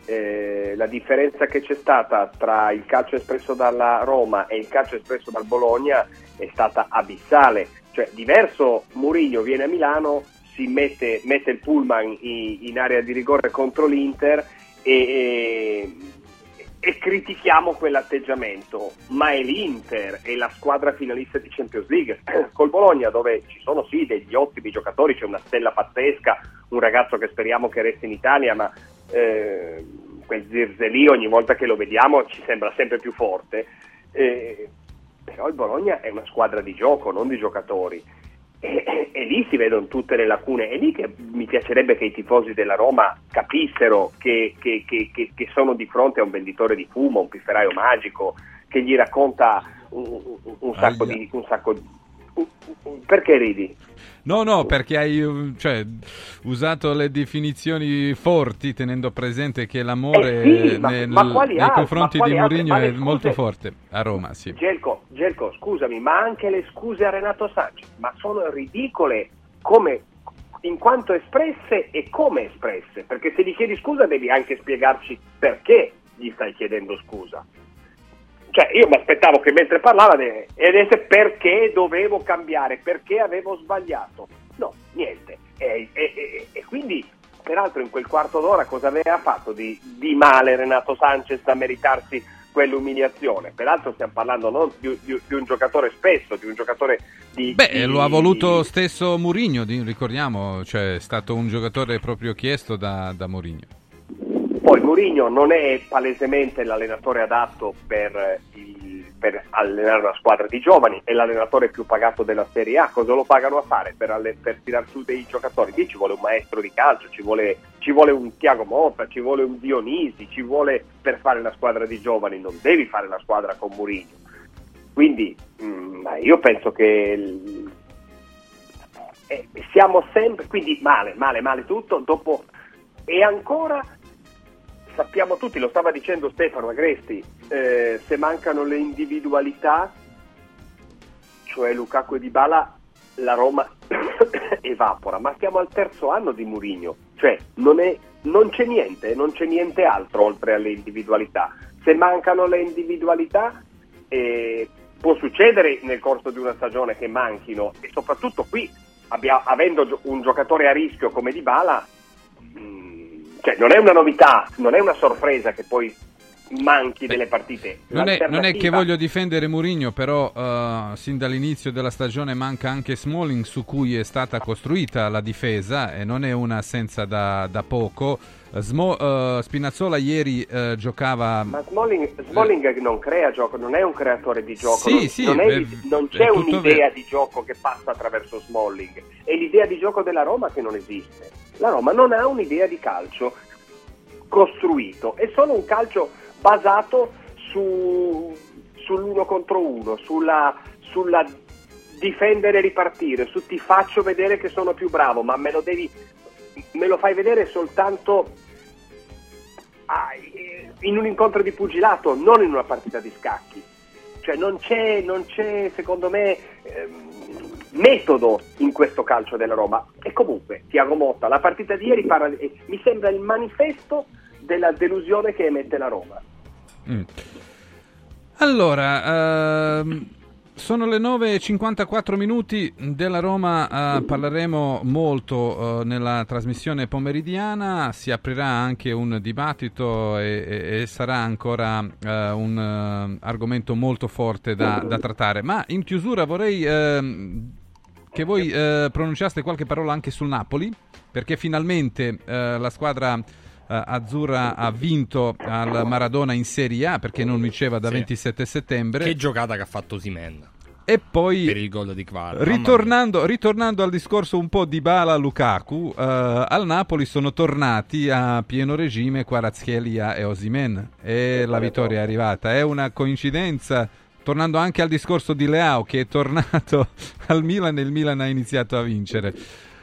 eh, la differenza che c'è stata tra il calcio espresso dalla Roma e il calcio espresso dal Bologna è stata abissale, cioè diverso Mourinho viene a Milano, si mette, mette il pullman in, in area di rigore contro l'Inter e, e, e critichiamo quell'atteggiamento, ma è l'Inter, è la squadra finalista di Champions League. Col Bologna, dove ci sono sì degli ottimi giocatori, c'è una stella pazzesca, un ragazzo che speriamo che resti in Italia, ma eh, quel Zirze lì ogni volta che lo vediamo ci sembra sempre più forte, eh, però il Bologna è una squadra di gioco, non di giocatori. E, e, e lì si vedono tutte le lacune, è lì che mi piacerebbe che i tifosi della Roma capissero che, che, che, che, che sono di fronte a un venditore di fumo, un pifferaio magico che gli racconta un, un, un sacco di un sacco di... Perché ridi? No, no, perché hai cioè, usato le definizioni forti, tenendo presente che l'amore eh sì, ma, nel, ma quali nei altri, confronti ma di Mourinho è scuse, molto forte a Roma, sì. Gelco, Gelco, scusami, ma anche le scuse a Renato Sanchez, ma sono ridicole come in quanto espresse e come espresse, perché se gli chiedi scusa devi anche spiegarci perché gli stai chiedendo scusa. Cioè io mi aspettavo che mentre parlava de- e disse perché dovevo cambiare, perché avevo sbagliato. No, niente. E, e, e, e quindi, peraltro, in quel quarto d'ora cosa aveva fatto di, di male Renato Sanchez da meritarsi quell'umiliazione? Peraltro stiamo parlando non di, di, di un giocatore spesso, di un giocatore di... Beh, di... lo ha voluto stesso Mourinho, ricordiamo, cioè è stato un giocatore proprio chiesto da, da Mourinho. Poi Mourinho non è palesemente l'allenatore adatto per, il, per allenare una squadra di giovani, è l'allenatore più pagato della Serie A. Cosa lo pagano a fare per, alle, per tirar su dei giocatori? Lì ci vuole un maestro di calcio, ci vuole, ci vuole un Thiago Motta, ci vuole un Dionisi, ci vuole per fare una squadra di giovani, non devi fare la squadra con Mourinho. Quindi mh, io penso che eh, siamo sempre, quindi male, male, male tutto, dopo e ancora... Sappiamo tutti, lo stava dicendo Stefano Agresti, eh, se mancano le individualità, cioè Lukaku e Dybala, la Roma evapora, ma siamo al terzo anno di Mourinho, cioè non, è, non c'è niente, non c'è niente altro oltre alle individualità. Se mancano le individualità eh, può succedere nel corso di una stagione che manchino, e soprattutto qui, abbia, avendo un giocatore a rischio come Dybala, mh, cioè non è una novità, non è una sorpresa che poi manchi delle partite. Non è, non è che voglio difendere Mourinho, però uh, sin dall'inizio della stagione manca anche Smalling, su cui è stata costruita la difesa, e non è un'assenza da, da poco. Smo, uh, Spinazzola ieri uh, giocava... Ma Smalling, Smalling eh. non crea gioco, non è un creatore di gioco, sì, non, sì, non, è, è, non c'è è un'idea ver- di gioco che passa attraverso Smalling, è l'idea di gioco della Roma che non esiste. La Roma non ha un'idea di calcio costruito, è solo un calcio basato su, sull'uno contro uno, sulla, sulla difendere e ripartire, su ti faccio vedere che sono più bravo, ma me lo devi, me lo fai vedere soltanto in un incontro di pugilato, non in una partita di scacchi. Cioè non c'è, non c'è secondo me ehm, metodo in questo calcio della Roma. E comunque Thiago Motta, la partita di ieri parla, eh, mi sembra il manifesto della delusione che emette la Roma. Mm. Allora, ehm, sono le nove e cinquantaquattro minuti. Della Roma eh, parleremo molto eh, nella trasmissione pomeridiana, si aprirà anche un dibattito e, e, e sarà ancora eh, un uh, argomento molto forte da, da trattare, ma in chiusura vorrei eh, che voi eh, pronunciaste qualche parola anche sul Napoli, perché finalmente eh, la squadra Uh, azzurra ha vinto al Maradona in Serie A, perché non vinceva da sì. ventisette settembre. Che giocata che ha fatto Osimhen e poi per il gol di Kvara. Ritornando, ritornando al discorso un po' di Dybala, Lukaku, uh, al Napoli sono tornati a pieno regime Kvaratskhelia e Osimhen e la vittoria è arrivata. È una coincidenza? Tornando anche al discorso di Leao, che è tornato al Milan e il Milan ha iniziato a vincere.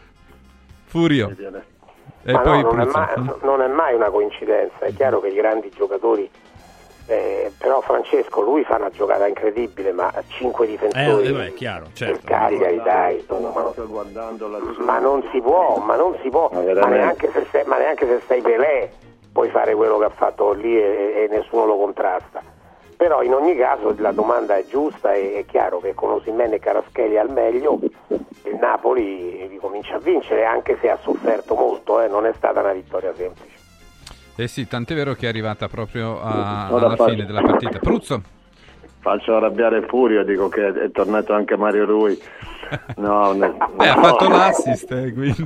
Furio. E Ma poi no, non, è mai, non è mai una coincidenza, è chiaro che i grandi giocatori, eh, però Francesco, lui fa una giocata incredibile, ma cinque difensori eh, è chiaro, certo. del Cagliari, dai, ma, ma non si può, ma non si può, ma, ma, neanche se sei, ma neanche se sei Pelé puoi fare quello che ha fatto lì e, e nessuno lo contrasta. Però in ogni caso la domanda è giusta e è chiaro che con Osimhen e Kvaratskhelia al meglio il Napoli ricomincia a vincere, anche se ha sofferto molto, eh, non è stata una vittoria semplice. Eh sì, tant'è vero che è arrivata proprio a, alla fine della partita. Pruzzo? Faccio arrabbiare Furio, dico che è tornato anche Mario Rui. No, ne, Beh, no. ha fatto l'assist, eh, quindi.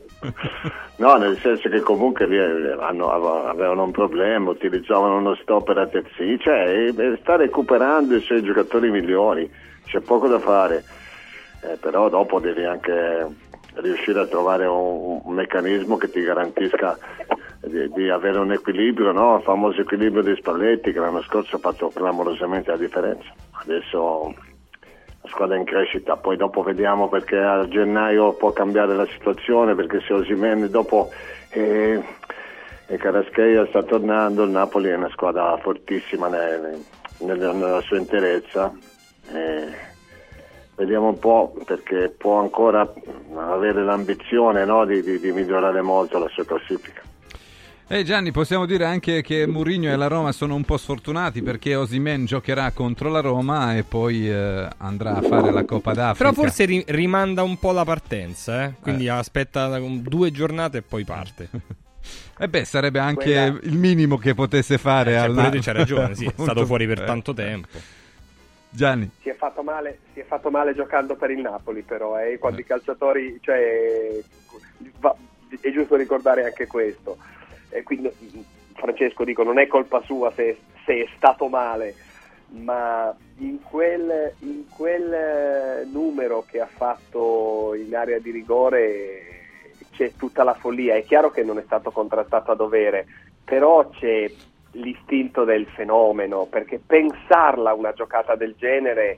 No, nel senso che comunque hanno, avevano un problema, utilizzavano uno stopper a terzini, cioè sta recuperando i suoi giocatori migliori, c'è poco da fare, eh, però dopo devi anche riuscire a trovare un, un meccanismo che ti garantisca di, di avere un equilibrio, no? Il famoso equilibrio di Spalletti che l'anno scorso ha fatto clamorosamente la differenza. Adesso la squadra è in crescita, poi dopo vediamo, perché a gennaio può cambiare la situazione, perché se Osimhen dopo eh, e Kvaratskhelia sta tornando, il Napoli è una squadra fortissima nel, nel, nella sua interezza. Eh, vediamo un po', perché può ancora avere l'ambizione, no, di, di, di migliorare molto la sua classifica. Eh Gianni, possiamo dire anche che Mourinho e la Roma sono un po' sfortunati, perché Osimhen giocherà contro la Roma e poi eh, andrà a fare la Coppa d'Africa. Però forse ri- rimanda un po' la partenza, eh? Quindi eh. aspetta due giornate e poi parte. E eh beh, sarebbe anche Quella... il minimo che potesse fare. Eh, al... cioè, c'ha ragione, sì, è stato fuori per tanto tempo. Gianni. Si è fatto male, si è fatto male giocando per il Napoli, però eh, quando eh. i calciatori, cioè, va, è giusto ricordare anche questo. E quindi, Francesco, dico, non è colpa sua se, se è stato male, ma in quel, in quel numero che ha fatto in area di rigore c'è tutta la follia. È chiaro che non è stato contrattato a dovere, però c'è l'istinto del fenomeno, perché pensarla una giocata del genere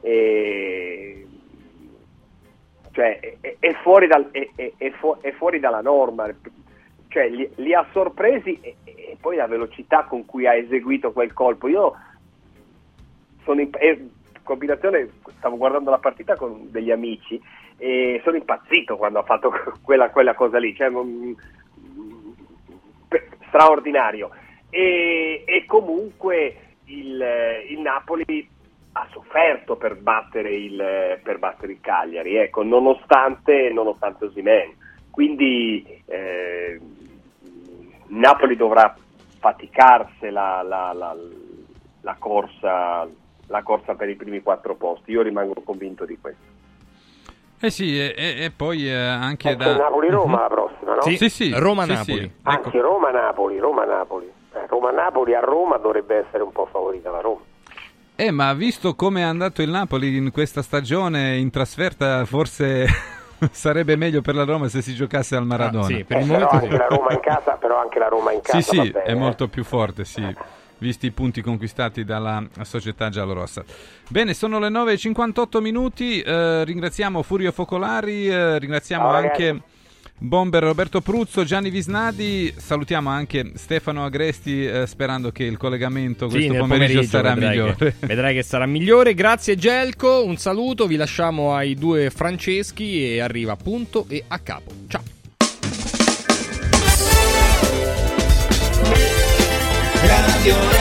è, cioè, è, è, fuori, dal, è, è, è, fu, è fuori dalla norma. Cioè, li, li ha sorpresi e, e poi la velocità con cui ha eseguito quel colpo. Io sono in eh, combinazione, stavo guardando la partita con degli amici e sono impazzito quando ha fatto quella, quella cosa lì, cioè, um, straordinario. E, e comunque il, il Napoli ha sofferto per battere il, per battere il Cagliari, ecco, nonostante, nonostante Osimhen. Quindi eh, Napoli dovrà faticarsela la, la, la, corsa, la corsa per i primi quattro posti. Io rimango convinto di questo. Eh sì, e, e poi eh, anche eh, da... Napoli-Roma uh-huh. la prossima, no? Sì, sì, sì. Roma-Napoli. Sì, sì. Anzi, ecco. Roma-Napoli, Roma-Napoli. Eh, Roma-Napoli a Roma dovrebbe essere un po' favorita la Roma. Eh, ma visto come è andato il Napoli in questa stagione in trasferta, forse... sarebbe meglio per la Roma se si giocasse al Maradona. Ah, sì, per eh, il però, momento anche la Roma in casa, però anche la Roma in casa sì, sì, va bene, è eh. molto più forte, sì, visti i punti conquistati dalla società giallorossa. Bene, sono le nove e cinquantotto minuti, eh, ringraziamo Furio Focolari, eh, ringraziamo Ciao, anche ragazzi. Bomber Roberto Pruzzo, Gianni Visnadi, salutiamo anche Stefano Agresti, eh, sperando che il collegamento sì, questo pomeriggio, pomeriggio sarà vedrai migliore. Che, vedrai che sarà migliore. Grazie Gelco, un saluto, vi lasciamo ai due Franceschi e arriva punto e a capo. Ciao. Radio